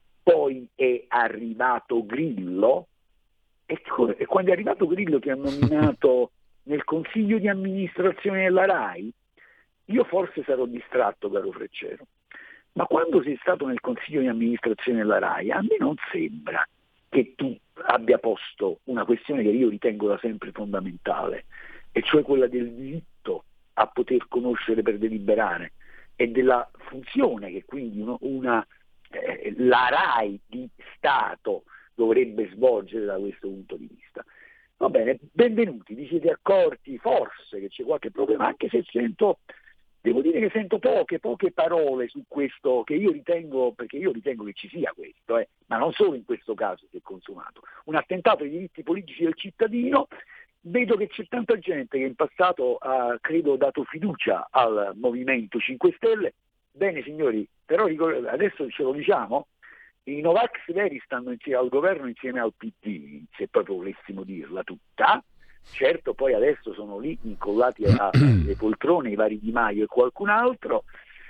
poi è arrivato Grillo, e, e quando è arrivato Grillo che ha nominato nel consiglio di amministrazione della RAI, io forse sarò distratto, caro Freccero, ma quando sei stato nel consiglio di amministrazione della RAI, a me non sembra che tu abbia posto una questione che io ritengo da sempre fondamentale, e cioè quella del diritto a poter conoscere per deliberare e della funzione che quindi uno, una, eh, la RAI di Stato dovrebbe svolgere da questo punto di vista. Va bene, benvenuti, vi siete accorti forse che c'è qualche problema, anche se sento, devo dire che sento poche, poche parole su questo, che io ritengo, perché io ritengo che ci sia questo, eh, ma non solo in questo caso si è consumato, un attentato ai diritti politici del cittadino. Vedo che c'è tanta gente che in passato ha, credo, dato fiducia al Movimento cinque Stelle. Bene signori, però adesso ce lo diciamo, i Novax veri stanno insieme al governo insieme al P D, se proprio volessimo dirla tutta. Certo, poi adesso sono lì incollati alle poltrone i vari Di Maio e qualcun altro.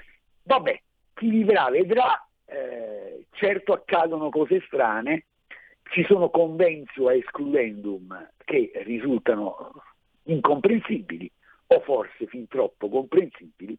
Vabbè, chi vivrà vedrà, eh, certo accadono cose strane, ci sono conventio a excludendum che risultano incomprensibili o forse fin troppo comprensibili.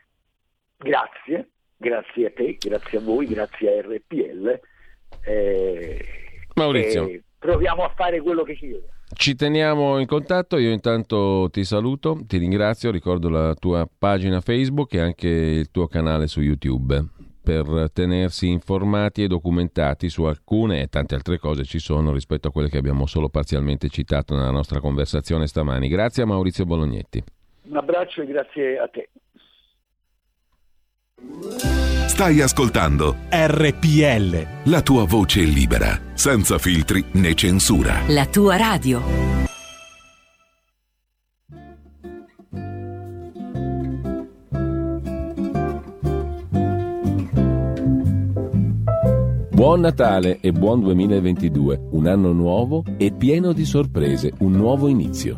Grazie. Grazie a te, grazie a voi, grazie a R P L. Eh, Maurizio, eh, proviamo a fare quello che ci deve. Ci teniamo in contatto, io intanto ti saluto, ti ringrazio, ricordo la tua pagina Facebook e anche il tuo canale su YouTube. per tenersi informati e documentati su alcune e tante altre cose ci sono rispetto a quelle che abbiamo solo parzialmente citato nella nostra conversazione stamani. Grazie a Maurizio Bolognetti. Un abbraccio e grazie a te. Stai ascoltando R P L, la tua voce libera, senza filtri né censura. La tua radio. Buon Natale e buon duemilaventidue, un anno nuovo e pieno di sorprese, un nuovo inizio.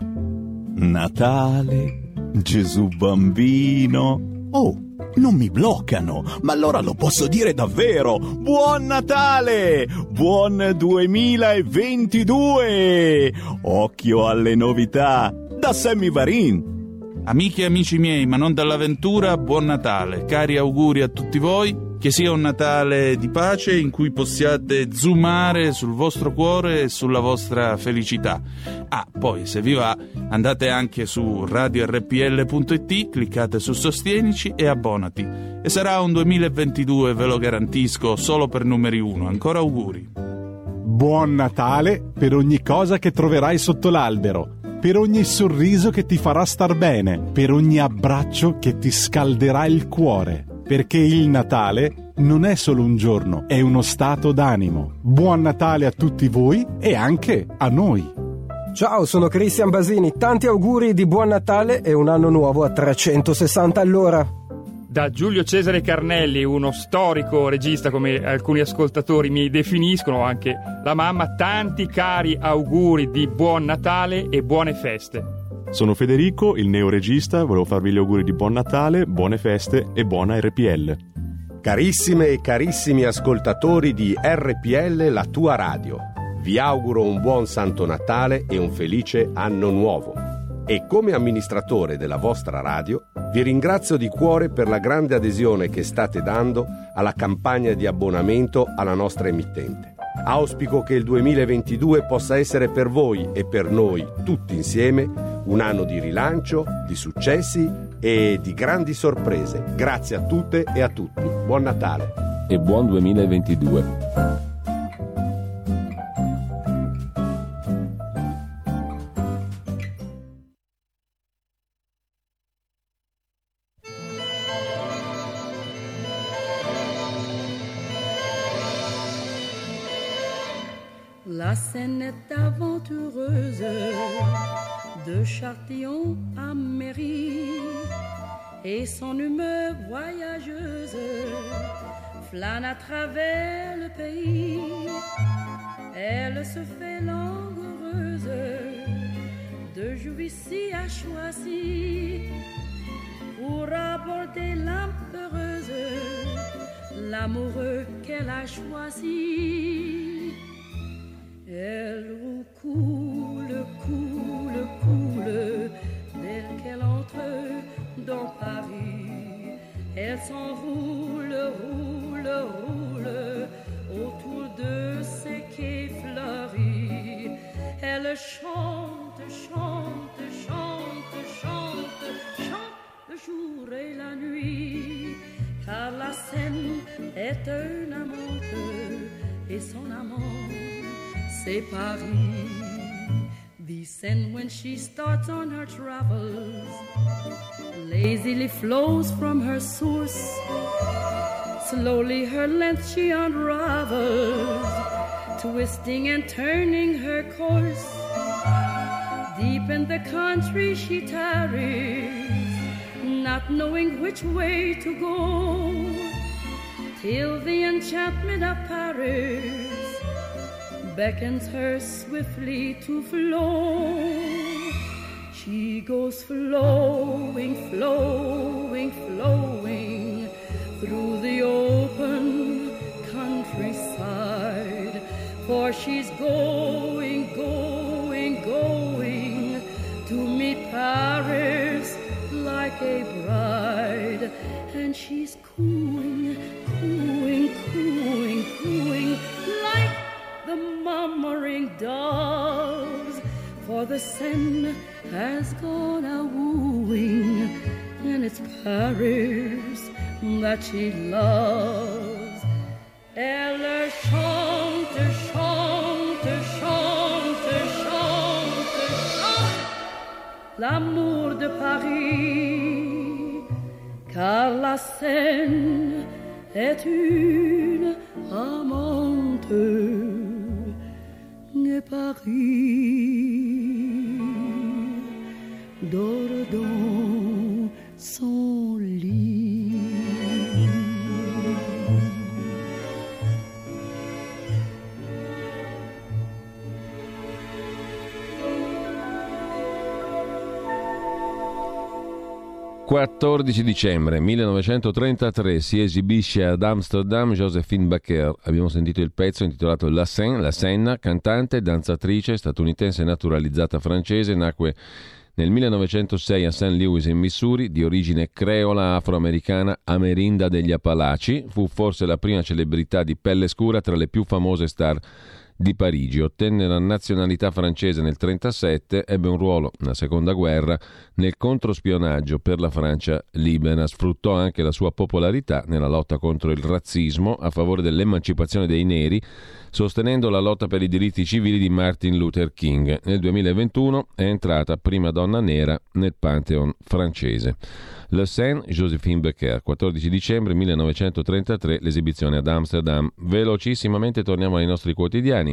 Natale, Gesù bambino. Oh, non mi bloccano, ma allora lo posso dire davvero. Buon Natale! Buon duemilaventidue! Occhio alle novità da Sammy Varin. Amiche e amici miei, ma non dall'avventura, buon Natale. Cari auguri a tutti voi. Che sia un Natale di pace in cui possiate zoomare sul vostro cuore e sulla vostra felicità. Ah, poi se vi va andate anche su radio erre pi elle punto it, cliccate su Sostienici e abbonati. E sarà un duemilaventidue, ve lo garantisco, solo per numeri uno. Ancora auguri. Buon Natale per ogni cosa che troverai sotto l'albero, per ogni sorriso che ti farà star bene, per ogni abbraccio che ti scalderà il cuore. Perché il Natale non è solo un giorno, è uno stato d'animo. Buon Natale a tutti voi e anche a noi. Ciao, sono Cristian Basini. Tanti auguri di buon Natale e un anno nuovo a trecentosessanta all'ora. Da Giulio Cesare Carnelli, uno storico regista come alcuni ascoltatori mi definiscono, anche la mamma, tanti cari auguri di buon Natale e buone feste. Sono Federico, il neoregista, volevo farvi gli auguri di buon Natale, buone feste e buona erre pi elle. Carissime e carissimi ascoltatori di erre pi elle, la tua radio, vi auguro un buon Santo Natale e un felice anno nuovo. E come amministratore della vostra radio, vi ringrazio di cuore per la grande adesione che state dando alla campagna di abbonamento alla nostra emittente. Auspico che il duemilaventidue possa essere per voi e per noi, tutti insieme, un anno di rilancio, di successi e di grandi sorprese. Grazie a tutte e a tutti. Buon Natale. E buon duemilaventidue. La scène est aventureuse, de Châtillon à Mairie, et son humeur voyageuse flâne à travers le pays. Elle se fait langoureuse, de Juvisy a choisi pour aborder l'empereuse, l'amoureux qu'elle a choisi. Elle roule, coule, coule, coule, dès qu'elle entre dans Paris. Elle s'enroule, roule, roule, autour de ses quais fleuris. Elle chante, chante, chante, chante, chante le jour et la nuit. Car la Seine est un amante et son amant, c'est Paris. The Seine, when she starts on her travels, lazily flows from her source. Slowly her length she unravels, twisting and turning her course. Deep in the country she tarries, not knowing which way to go, till the enchantment of Paris beckons her swiftly to flow. She goes flowing, flowing, flowing through the open countryside, for she's going, going, going to meet Paris like a bride. And she's cooing, cooing, cooing, cooing like the murmuring doves, for the Seine has gone a wooing, and it's Paris that she loves. Elle chante, chante, chante, chante, chante l'amour de Paris, car la Seine est une amante et Paris dort dans son lit. quattordici dicembre millenovecentotrentatré si esibisce ad Amsterdam Joséphine Baker. Abbiamo sentito il pezzo intitolato La Seine, La Senna, cantante, danzatrice statunitense naturalizzata francese, nacque nel millenovecentosei a Saint Louis in Missouri, di origine creola afroamericana amerinda degli Appalachi. Fu forse la prima celebrità di pelle scura tra le più famose star di Parigi. Ottenne la nazionalità francese nel trentasette, ebbe un ruolo nella seconda guerra nel controspionaggio per la Francia libera. Sfruttò anche la sua popolarità nella lotta contro il razzismo a favore dell'emancipazione dei neri, sostenendo la lotta per i diritti civili di Martin Luther King. Nel duemilaventuno è entrata prima donna nera nel Pantheon francese. La Seine, Joséphine Baker, quattordici dicembre millenovecentotrentatré, l'esibizione ad Amsterdam. Velocissimamente torniamo ai nostri quotidiani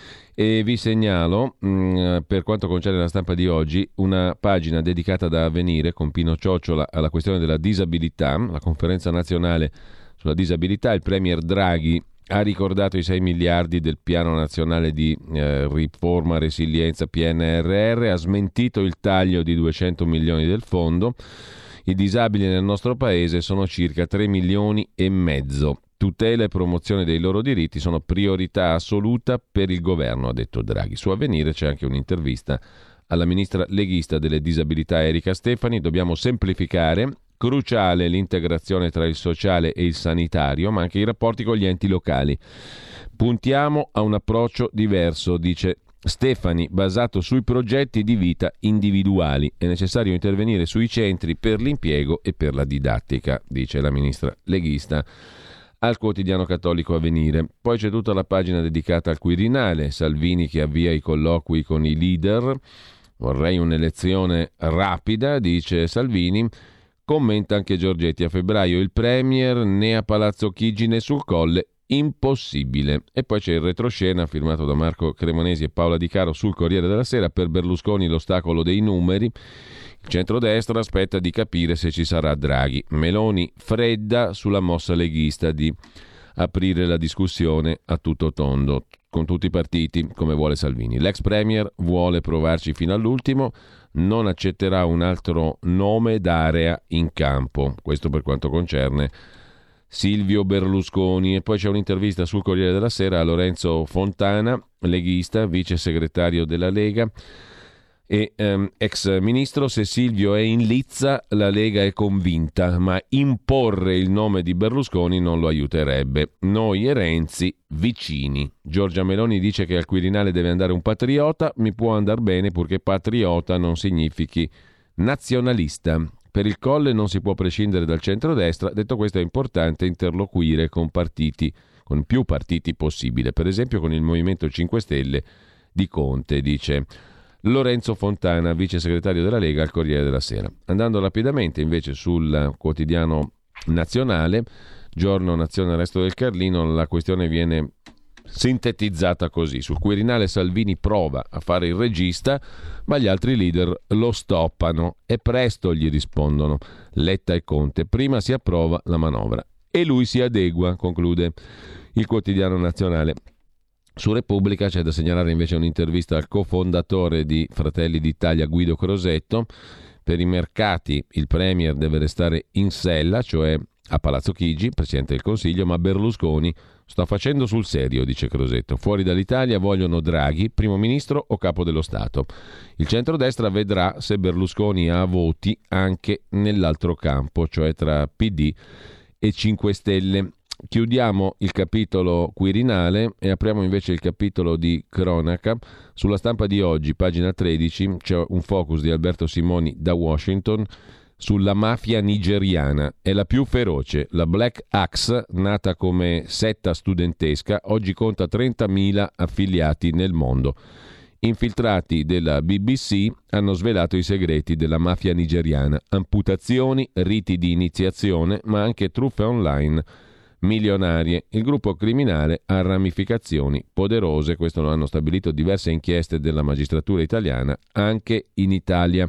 e vi segnalo, mh, per quanto concerne la stampa di oggi, una pagina dedicata da Avvenire con Pino Ciocciola alla questione della disabilità, la conferenza nazionale sulla disabilità. Il premier Draghi ha ricordato i sei miliardi del piano nazionale di eh, riforma, resilienza, P N R R, ha smentito il taglio di duecento milioni del fondo. I disabili nel nostro paese sono circa tre milioni e mezzo. Tutela e promozione dei loro diritti sono priorità assoluta per il governo, ha detto Draghi. Su Avvenire c'è anche un'intervista alla ministra leghista delle disabilità Erika Stefani. Dobbiamo semplificare, cruciale l'integrazione tra il sociale e il sanitario, ma anche i rapporti con gli enti locali. Puntiamo a un approccio diverso, dice Stefani, basato sui progetti di vita individuali. È necessario intervenire sui centri per l'impiego e per la didattica, dice la ministra leghista al quotidiano cattolico Avvenire. Poi c'è tutta la pagina dedicata al Quirinale, Salvini che avvia i colloqui con i leader. Vorrei un'elezione rapida, dice Salvini. Commenta anche Giorgetti: a febbraio il premier né a Palazzo Chigi né sul Colle, impossibile. E poi c'è il retroscena firmato da Marco Cremonesi e Paola Di Caro sul Corriere della Sera. Per Berlusconi l'ostacolo dei numeri, il centrodestra aspetta di capire se ci sarà Draghi. Meloni fredda sulla mossa leghista di aprire la discussione a tutto tondo con tutti i partiti come vuole Salvini. L'ex premier vuole provarci fino all'ultimo, non accetterà un altro nome d'area in campo. Questo per quanto concerne Silvio Berlusconi. E poi c'è un'intervista sul Corriere della Sera a Lorenzo Fontana, leghista, vice segretario della Lega e ehm, ex ministro. Se Silvio è in lizza, la Lega è convinta, ma imporre il nome di Berlusconi non lo aiuterebbe. Noi e Renzi vicini. Giorgia Meloni dice che al Quirinale deve andare un patriota. Mi può andar bene purché patriota non significhi nazionalista. Per il Colle non si può prescindere dal centrodestra. Detto questo, è importante interloquire con partiti, con più partiti possibile, per esempio con il Movimento cinque Stelle di Conte, dice Lorenzo Fontana, vice segretario della Lega al Corriere della Sera. Andando rapidamente invece sul quotidiano nazionale, Giorno, Nazione, Resto del Carlino, la questione viene sintetizzata così: sul Quirinale Salvini prova a fare il regista, ma gli altri leader lo stoppano e presto gli rispondono Letta e Conte. Prima si approva la manovra e lui si adegua, conclude il quotidiano nazionale. Su Repubblica c'è da segnalare invece un'intervista al cofondatore di Fratelli d'Italia, Guido Crosetto. Per i mercati il premier deve restare in sella, cioè a Palazzo Chigi, Presidente del Consiglio, ma Berlusconi sta facendo sul serio, dice Crosetto. Fuori dall'Italia vogliono Draghi, primo ministro o capo dello Stato. Il centrodestra vedrà se Berlusconi ha voti anche nell'altro campo, cioè tra P D e cinque Stelle. Chiudiamo il capitolo Quirinale e apriamo invece il capitolo di cronaca. Sulla Stampa di oggi, pagina tredici, c'è un focus di Alberto Simoni da Washington sulla mafia nigeriana. È la più feroce. La Black Axe, nata come setta studentesca, oggi conta trentamila affiliati nel mondo. Infiltrati della B B C hanno svelato i segreti della mafia nigeriana. Amputazioni, riti di iniziazione, ma anche truffe online milionarie. Il gruppo criminale ha ramificazioni poderose, questo lo hanno stabilito diverse inchieste della magistratura italiana, anche in Italia.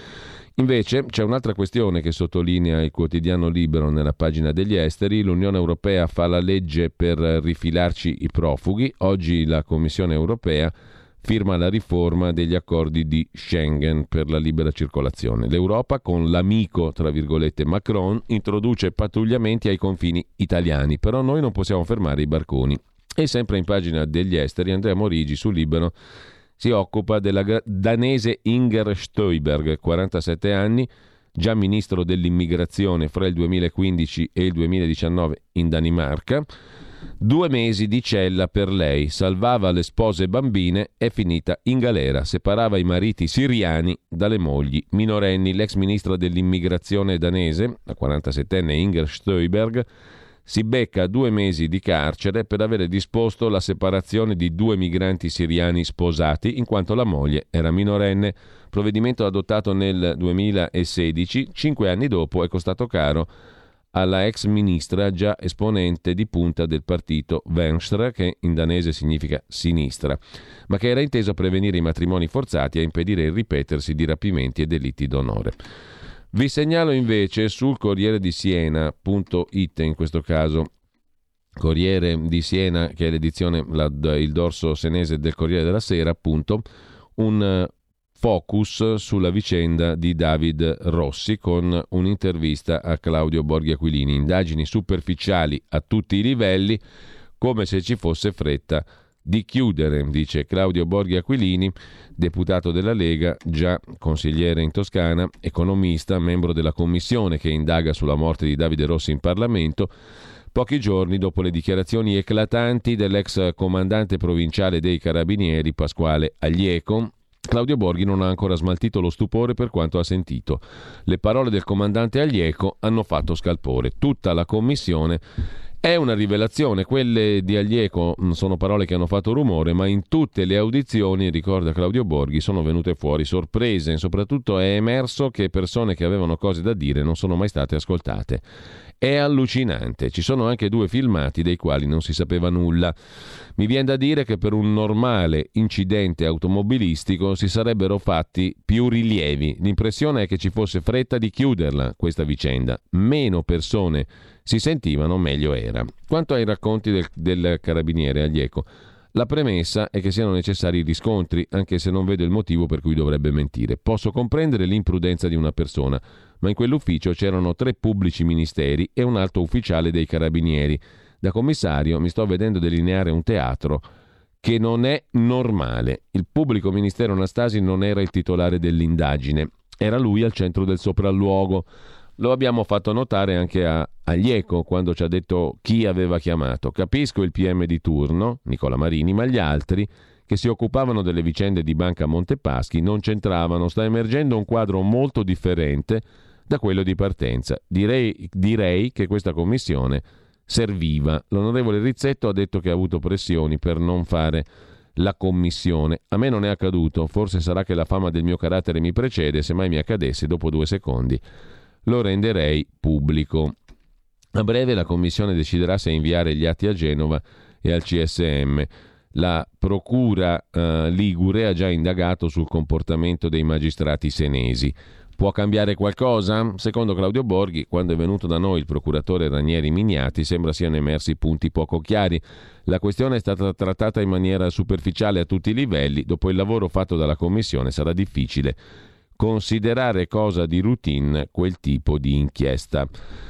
Invece c'è un'altra questione che sottolinea il quotidiano Libero nella pagina degli esteri. L'Unione Europea fa la legge per rifilarci i profughi. Oggi la Commissione Europea firma la riforma degli accordi di Schengen per la libera circolazione. L'Europa, con l'amico, tra virgolette, Macron, introduce pattugliamenti ai confini italiani, però noi non possiamo fermare i barconi. E sempre in pagina degli esteri, Andrea Morigi su Libero si occupa della danese Inger Støjberg, quarantasette anni, già ministro dell'immigrazione fra il duemilaquindici e il duemiladiciannove in Danimarca. Due mesi di cella per lei, salvava le spose bambine, è finita in galera, separava i mariti siriani dalle mogli minorenni. L'ex ministro dell'immigrazione danese, la quarantasettenne Inger Støjberg, si becca due mesi di carcere per avere disposto la separazione di due migranti siriani sposati in quanto la moglie era minorenne. Provvedimento adottato nel duemilasedici, cinque anni dopo è costato caro alla ex ministra, già esponente di punta del partito Venstre, che in danese significa sinistra, ma che era inteso a prevenire i matrimoni forzati e a impedire il ripetersi di rapimenti e delitti d'onore. Vi segnalo invece sul Corriere di Siena punto it, in questo caso Corriere di Siena, che è l'edizione, la, il dorso senese del Corriere della Sera, appunto, un focus sulla vicenda di David Rossi con un'intervista a Claudio Borghi Aquilini. Indagini superficiali a tutti i livelli, come se ci fosse fretta di chiudere, dice Claudio Borghi Aquilini, deputato della Lega, già consigliere in Toscana, economista, membro della commissione che indaga sulla morte di Davide Rossi in Parlamento, pochi giorni dopo le dichiarazioni eclatanti dell'ex comandante provinciale dei Carabinieri Pasquale Aglieco. Claudio Borghi non ha ancora smaltito lo stupore per quanto ha sentito. Le parole del comandante Aglieco hanno fatto scalpore. Tutta la commissione è una rivelazione. Quelle di Aglieco sono parole che hanno fatto rumore, ma in tutte le audizioni, ricorda Claudio Borghi, sono venute fuori sorprese. E soprattutto è emerso che persone che avevano cose da dire non sono mai state ascoltate. È allucinante. Ci sono anche due filmati dei quali non si sapeva nulla. Mi viene da dire che per un normale incidente automobilistico si sarebbero fatti più rilievi. L'impressione è che ci fosse fretta di chiuderla, questa vicenda. Meno persone si sentivano, meglio era. Quanto ai racconti del, del carabiniere Aglieco, la premessa è che siano necessari riscontri, anche se non vedo il motivo per cui dovrebbe mentire. Posso comprendere l'imprudenza di una persona, ma in quell'ufficio c'erano tre pubblici ministeri e un alto ufficiale dei carabinieri. Da commissario mi sto vedendo delineare un teatro che non è normale. Il pubblico ministero Anastasi non era il titolare dell'indagine, era lui al centro del sopralluogo. Lo abbiamo fatto notare anche a Aglieco quando ci ha detto chi aveva chiamato. Capisco il P M di turno, Nicola Marini, ma gli altri che si occupavano delle vicende di Banca Montepaschi non c'entravano. Sta emergendo un quadro molto differente da quello di partenza. Direi, direi che questa commissione serviva. L'onorevole Rizzetto ha detto che ha avuto pressioni per non fare la commissione. A me non è accaduto, forse sarà che la fama del mio carattere mi precede, se mai mi accadesse dopo due secondi lo renderei pubblico. A breve la commissione deciderà se inviare gli atti a Genova e al C S M. La procura eh, ligure ha già indagato sul comportamento dei magistrati senesi. Può cambiare qualcosa? Secondo Claudio Borghi, quando è venuto da noi il procuratore Ranieri Mignati, sembra siano emersi punti poco chiari. La questione è stata trattata in maniera superficiale a tutti i livelli. Dopo il lavoro fatto dalla commissione sarà difficile considerare cosa di routine quel tipo di inchiesta.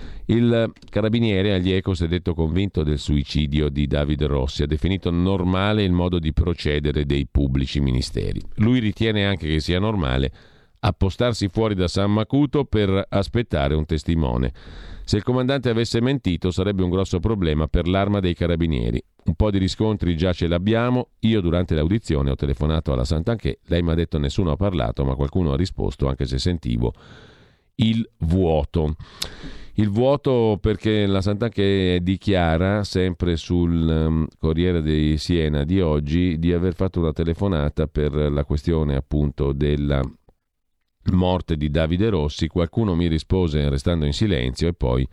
Il carabiniere Aglieco si è detto convinto del suicidio di David Rossi, ha definito normale il modo di procedere dei pubblici ministeri. Lui ritiene anche che sia normale appostarsi fuori da San Macuto per aspettare un testimone. Se il comandante avesse mentito sarebbe un grosso problema per l'Arma dei Carabinieri. Un po' di riscontri già ce l'abbiamo. Io durante l'audizione ho telefonato alla Santanchè, lei mi ha detto nessuno ha parlato, ma qualcuno ha risposto, anche se sentivo il vuoto. Il vuoto perché la Santanchè dichiara, sempre sul um, Corriere di Siena di oggi, di aver fatto una telefonata per la questione appunto della morte di Davide Rossi. Qualcuno mi rispose restando in silenzio e poi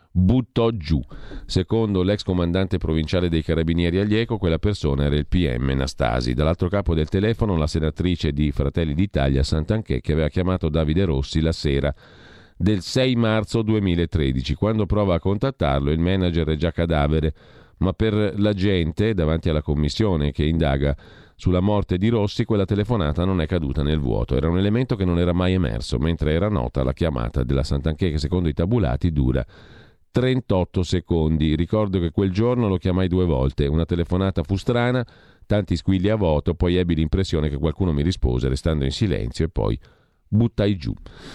buttò giù. Secondo l'ex comandante provinciale dei Carabinieri Aglieco, quella persona era il P M Nastasi. Dall'altro capo del telefono la senatrice di Fratelli d'Italia Santanchè, che aveva chiamato Davide Rossi la sera del sei marzo duemilatredici. Quando prova a contattarlo, il manager è già cadavere, ma per la gente davanti alla commissione che indaga sulla morte di Rossi quella telefonata non è caduta nel vuoto. Era un elemento che non era mai emerso, mentre era nota la chiamata della Santanchè, che secondo i tabulati dura trentotto secondi. Ricordo che quel giorno lo chiamai due volte. Una telefonata fu strana, tanti squilli a vuoto, poi ebbi l'impressione che qualcuno mi rispose restando in silenzio e poi buttai giù.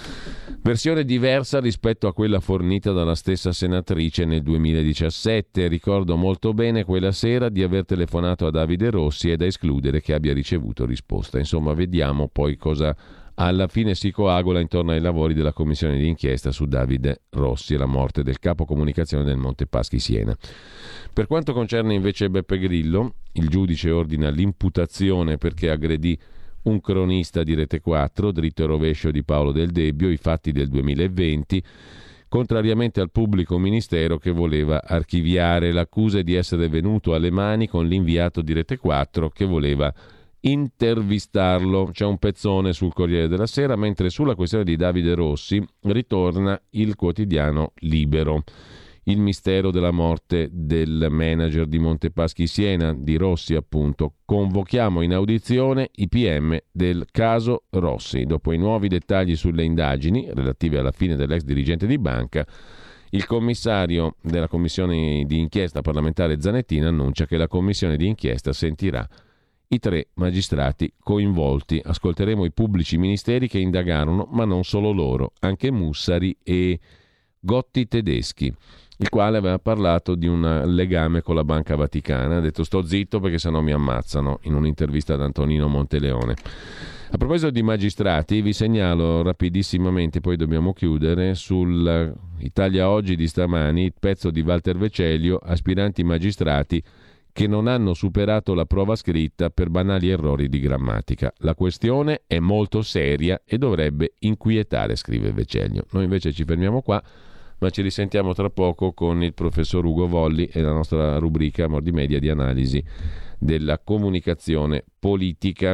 Versione diversa rispetto a quella fornita dalla stessa senatrice nel duemiladiciassette. Ricordo molto bene quella sera di aver telefonato a Davide Rossi, è da escludere che abbia ricevuto risposta. Insomma, vediamo poi cosa alla fine si coagula intorno ai lavori della commissione di inchiesta su Davide Rossi e la morte del capo comunicazione del Monte Paschi Siena. Per quanto concerne invece Beppe Grillo, il giudice ordina l'imputazione perché aggredì un cronista di Rete quattro, dritto e rovescio di Paolo Del Debbio, i fatti del duemilaventi, contrariamente al pubblico ministero che voleva archiviare. L'accusa è di essere venuto alle mani con l'inviato di Rete quattro che voleva intervistarlo. C'è un pezzone sul Corriere della Sera, mentre sulla questione di Davide Rossi ritorna il quotidiano Libero. Il mistero della morte del manager di Montepaschi Siena, di Rossi appunto. Convochiamo in audizione i P M del caso Rossi. Dopo i nuovi dettagli sulle indagini relative alla fine dell'ex dirigente di banca, il commissario della commissione di inchiesta parlamentare Zanettin annuncia che la commissione di inchiesta sentirà i tre magistrati coinvolti. Ascolteremo i pubblici ministeri che indagarono, ma non solo loro, anche Mussari e Gotti Tedeschi, il quale aveva parlato di un legame con la Banca Vaticana. Ha detto sto zitto perché sennò mi ammazzano, in un'intervista ad Antonino Monteleone. A proposito di magistrati, vi segnalo rapidissimamente, poi dobbiamo chiudere, sul Italia Oggi di stamani il pezzo di Walter Vecelio, aspiranti magistrati che non hanno superato la prova scritta per banali errori di grammatica. La questione è molto seria e dovrebbe inquietare, scrive Vecelio. Noi invece ci fermiamo qua, ma ci risentiamo tra poco con il professor Ugo Volli e la nostra rubrica Amor di Media di analisi della comunicazione politica.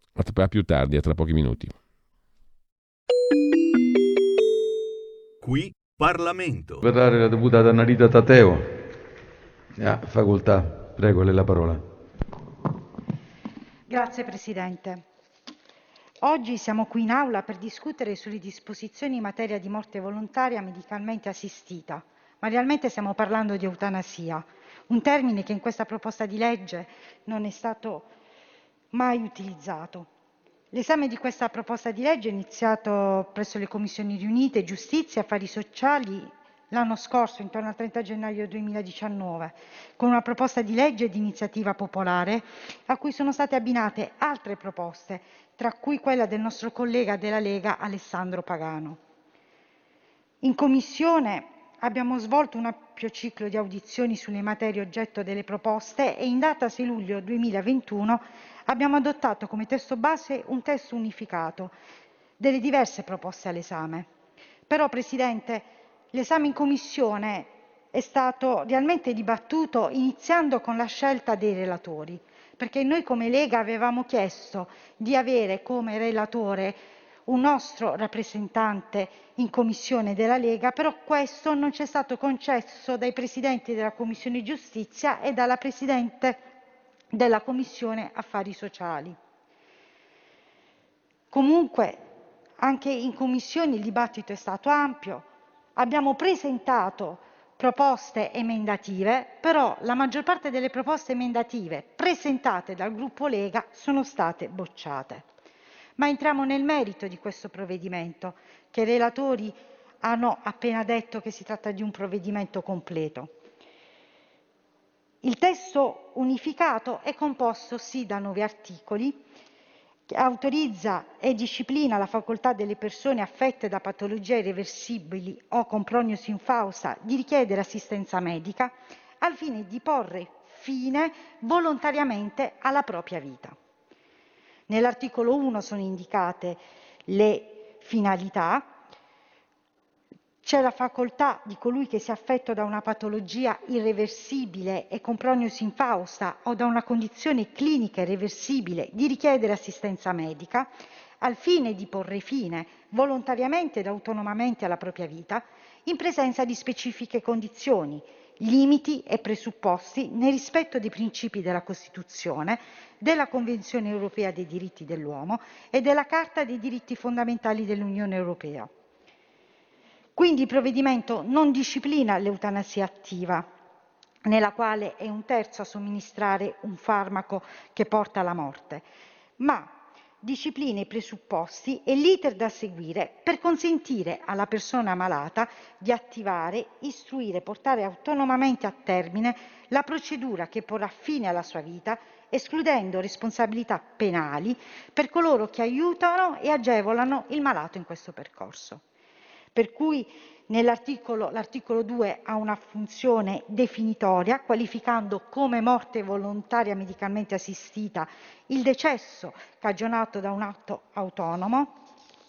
A più tardi, a tra pochi minuti. Qui Parlamento. Parlare la deputata Narita Tateo. Ah, facoltà, prego, lei la parola. Grazie Presidente. Oggi siamo qui in aula per discutere sulle disposizioni in materia di morte volontaria medicalmente assistita, ma realmente stiamo parlando di eutanasia, un termine che in questa proposta di legge non è stato mai utilizzato. L'esame di questa proposta di legge è iniziato presso le Commissioni riunite Giustizia e Affari Sociali l'anno scorso, intorno al trenta gennaio duemiladiciannove, con una proposta di legge di iniziativa popolare a cui sono state abbinate altre proposte, tra cui quella del nostro collega della Lega Alessandro Pagano. In Commissione abbiamo svolto un ampio ciclo di audizioni sulle materie oggetto delle proposte e in data sei luglio duemilaventuno abbiamo adottato come testo base un testo unificato delle diverse proposte all'esame. Però, Presidente, l'esame in Commissione è stato realmente dibattuto iniziando con la scelta dei relatori, perché noi come Lega avevamo chiesto di avere come relatore un nostro rappresentante in Commissione della Lega, però questo non ci è stato concesso dai Presidenti della Commissione Giustizia e dalla Presidente della Commissione Affari Sociali. Comunque, anche in Commissione il dibattito è stato ampio, abbiamo presentato proposte emendative, però la maggior parte delle proposte emendative presentate dal gruppo Lega sono state bocciate. Ma entriamo nel merito di questo provvedimento, che i relatori hanno appena detto che si tratta di un provvedimento completo. Il testo unificato è composto sì da nove articoli che autorizza e disciplina la facoltà delle persone affette da patologie irreversibili o con prognosi infausta di richiedere assistenza medica al fine di porre fine volontariamente alla propria vita. Nell'articolo uno sono indicate le finalità. C'è la facoltà di colui che sia affetto da una patologia irreversibile e con prognosi infausta o da una condizione clinica irreversibile di richiedere assistenza medica al fine di porre fine volontariamente ed autonomamente alla propria vita in presenza di specifiche condizioni, limiti e presupposti nel rispetto dei principi della Costituzione, della Convenzione europea dei diritti dell'uomo e della Carta dei diritti fondamentali dell'Unione europea. Quindi il provvedimento non disciplina l'eutanasia attiva, nella quale è un terzo a somministrare un farmaco che porta alla morte, ma disciplina i presupposti e l'iter da seguire per consentire alla persona malata di attivare, istruire e portare autonomamente a termine la procedura che porrà fine alla sua vita, escludendo responsabilità penali per coloro che aiutano e agevolano il malato in questo percorso. Per cui nell'articolo, l'articolo due ha una funzione definitoria, qualificando come morte volontaria medicalmente assistita il decesso cagionato da un atto autonomo.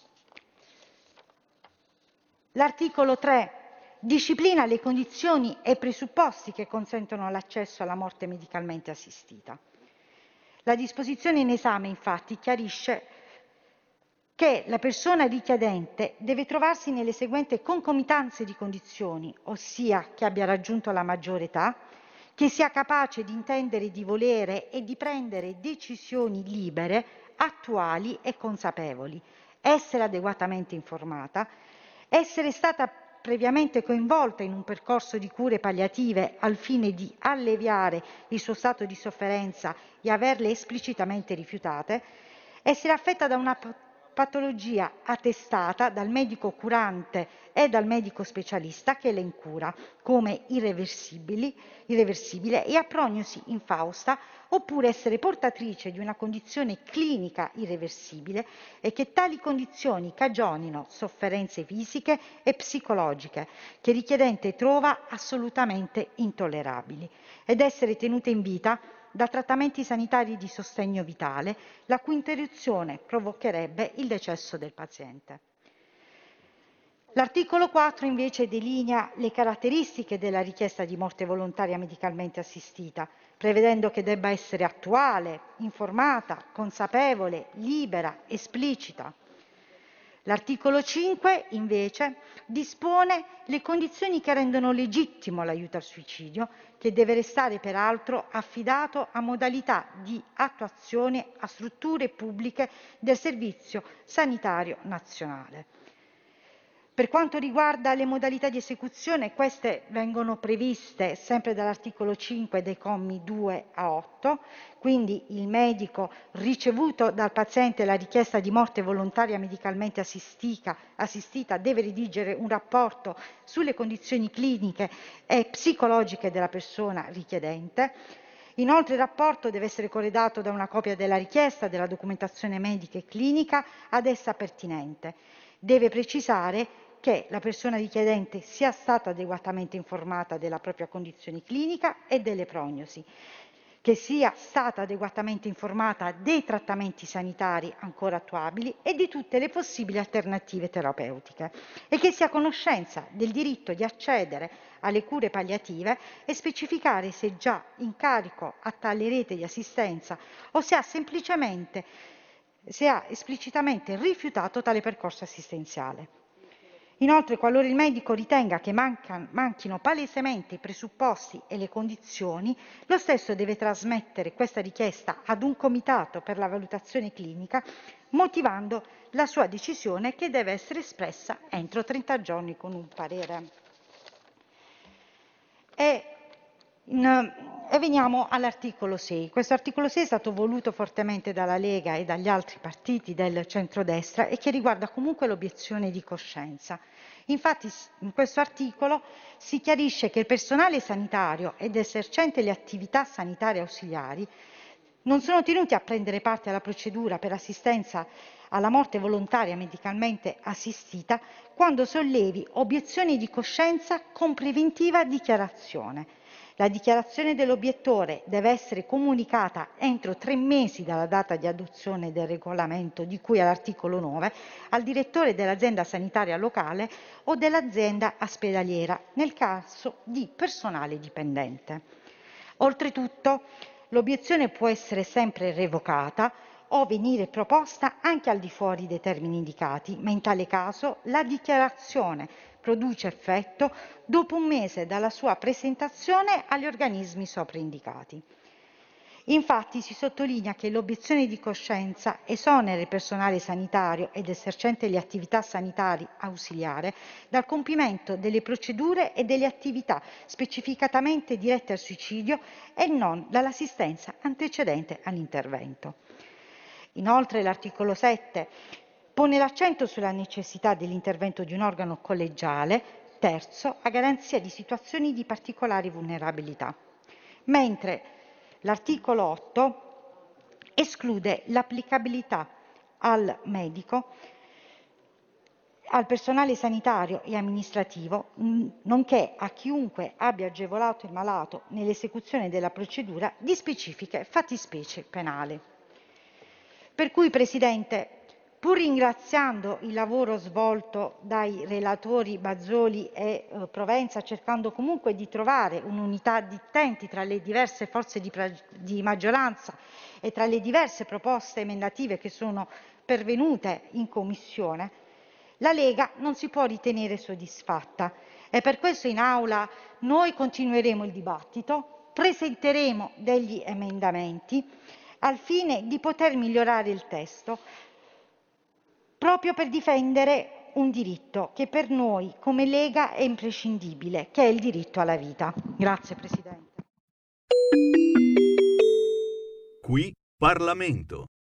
L'articolo tre disciplina le condizioni e i presupposti che consentono l'accesso alla morte medicalmente assistita. La disposizione in esame, infatti, chiarisce che la persona richiedente deve trovarsi nelle seguenti concomitanze di condizioni, ossia che abbia raggiunto la maggiore età, che sia capace di intendere, di volere e di prendere decisioni libere, attuali e consapevoli, essere adeguatamente informata, essere stata previamente coinvolta in un percorso di cure palliative al fine di alleviare il suo stato di sofferenza e averle esplicitamente rifiutate, essere affetta da una patologia attestata dal medico curante e dal medico specialista che le incura come irreversibili, irreversibile e a prognosi infausta, oppure essere portatrice di una condizione clinica irreversibile e che tali condizioni cagionino sofferenze fisiche e psicologiche che il richiedente trova assolutamente intollerabili, ed essere tenute in vita da trattamenti sanitari di sostegno vitale, la cui interruzione provocherebbe il decesso del paziente. L'articolo quattro invece delinea le caratteristiche della richiesta di morte volontaria medicalmente assistita, prevedendo che debba essere attuale, informata, consapevole, libera, esplicita. L'articolo cinque invece dispone le condizioni che rendono legittimo l'aiuto al suicidio, che deve restare peraltro affidato a modalità di attuazione a strutture pubbliche del Servizio Sanitario Nazionale. Per quanto riguarda le modalità di esecuzione, queste vengono previste sempre dall'articolo cinque dei commi due a otto, quindi il medico ricevuto dal paziente la richiesta di morte volontaria medicalmente assistita, assistita deve redigere un rapporto sulle condizioni cliniche e psicologiche della persona richiedente. Inoltre il rapporto deve essere corredato da una copia della richiesta, della documentazione medica e clinica ad essa pertinente. Deve precisare che la persona richiedente sia stata adeguatamente informata della propria condizione clinica e delle prognosi, che sia stata adeguatamente informata dei trattamenti sanitari ancora attuabili e di tutte le possibili alternative terapeutiche e che sia a conoscenza del diritto di accedere alle cure palliative e specificare se già in carico a tale rete di assistenza o se ha semplicemente se ha esplicitamente rifiutato tale percorso assistenziale. Inoltre, qualora il medico ritenga che mancan, manchino palesemente i presupposti e le condizioni, lo stesso deve trasmettere questa richiesta ad un comitato per la valutazione clinica, motivando la sua decisione, che deve essere espressa entro trenta giorni con un parere. E, in, e veniamo all'articolo sei. Questo articolo sei è stato voluto fortemente dalla Lega e dagli altri partiti del centrodestra e che riguarda comunque l'obiezione di coscienza. Infatti in questo articolo si chiarisce che il personale sanitario ed esercente le attività sanitarie ausiliari non sono tenuti a prendere parte alla procedura per assistenza alla morte volontaria medicalmente assistita quando sollevi obiezioni di coscienza con preventiva dichiarazione. La dichiarazione dell'obiettore deve essere comunicata entro tre mesi dalla data di adozione del regolamento di cui all'articolo nove al direttore dell'azienda sanitaria locale o dell'azienda ospedaliera nel caso di personale dipendente. Oltretutto, l'obiezione può essere sempre revocata o venire proposta anche al di fuori dei termini indicati, ma in tale caso la dichiarazione produce effetto dopo un mese dalla sua presentazione agli organismi sopra indicati. Infatti si sottolinea che l'obiezione di coscienza esonera il personale sanitario ed esercente le attività sanitarie ausiliari dal compimento delle procedure e delle attività specificatamente dirette al suicidio e non dall'assistenza antecedente all'intervento. Inoltre l'articolo sette pone l'accento sulla necessità dell'intervento di un organo collegiale terzo a garanzia di situazioni di particolare vulnerabilità, mentre l'articolo otto esclude l'applicabilità al medico, al personale sanitario e amministrativo, nonché a chiunque abbia agevolato il malato nell'esecuzione della procedura di specifiche fattispecie penali. Per cui, Presidente, pur ringraziando il lavoro svolto dai relatori Bazoli e eh, Provenza, cercando comunque di trovare un'unità di intenti tra le diverse forze di, di maggioranza e tra le diverse proposte emendative che sono pervenute in Commissione, la Lega non si può ritenere soddisfatta e per questo in Aula noi continueremo il dibattito, presenteremo degli emendamenti al fine di poter migliorare il testo, proprio per difendere un diritto che per noi come Lega è imprescindibile, che è il diritto alla vita. Grazie Presidente. Qui Parlamento.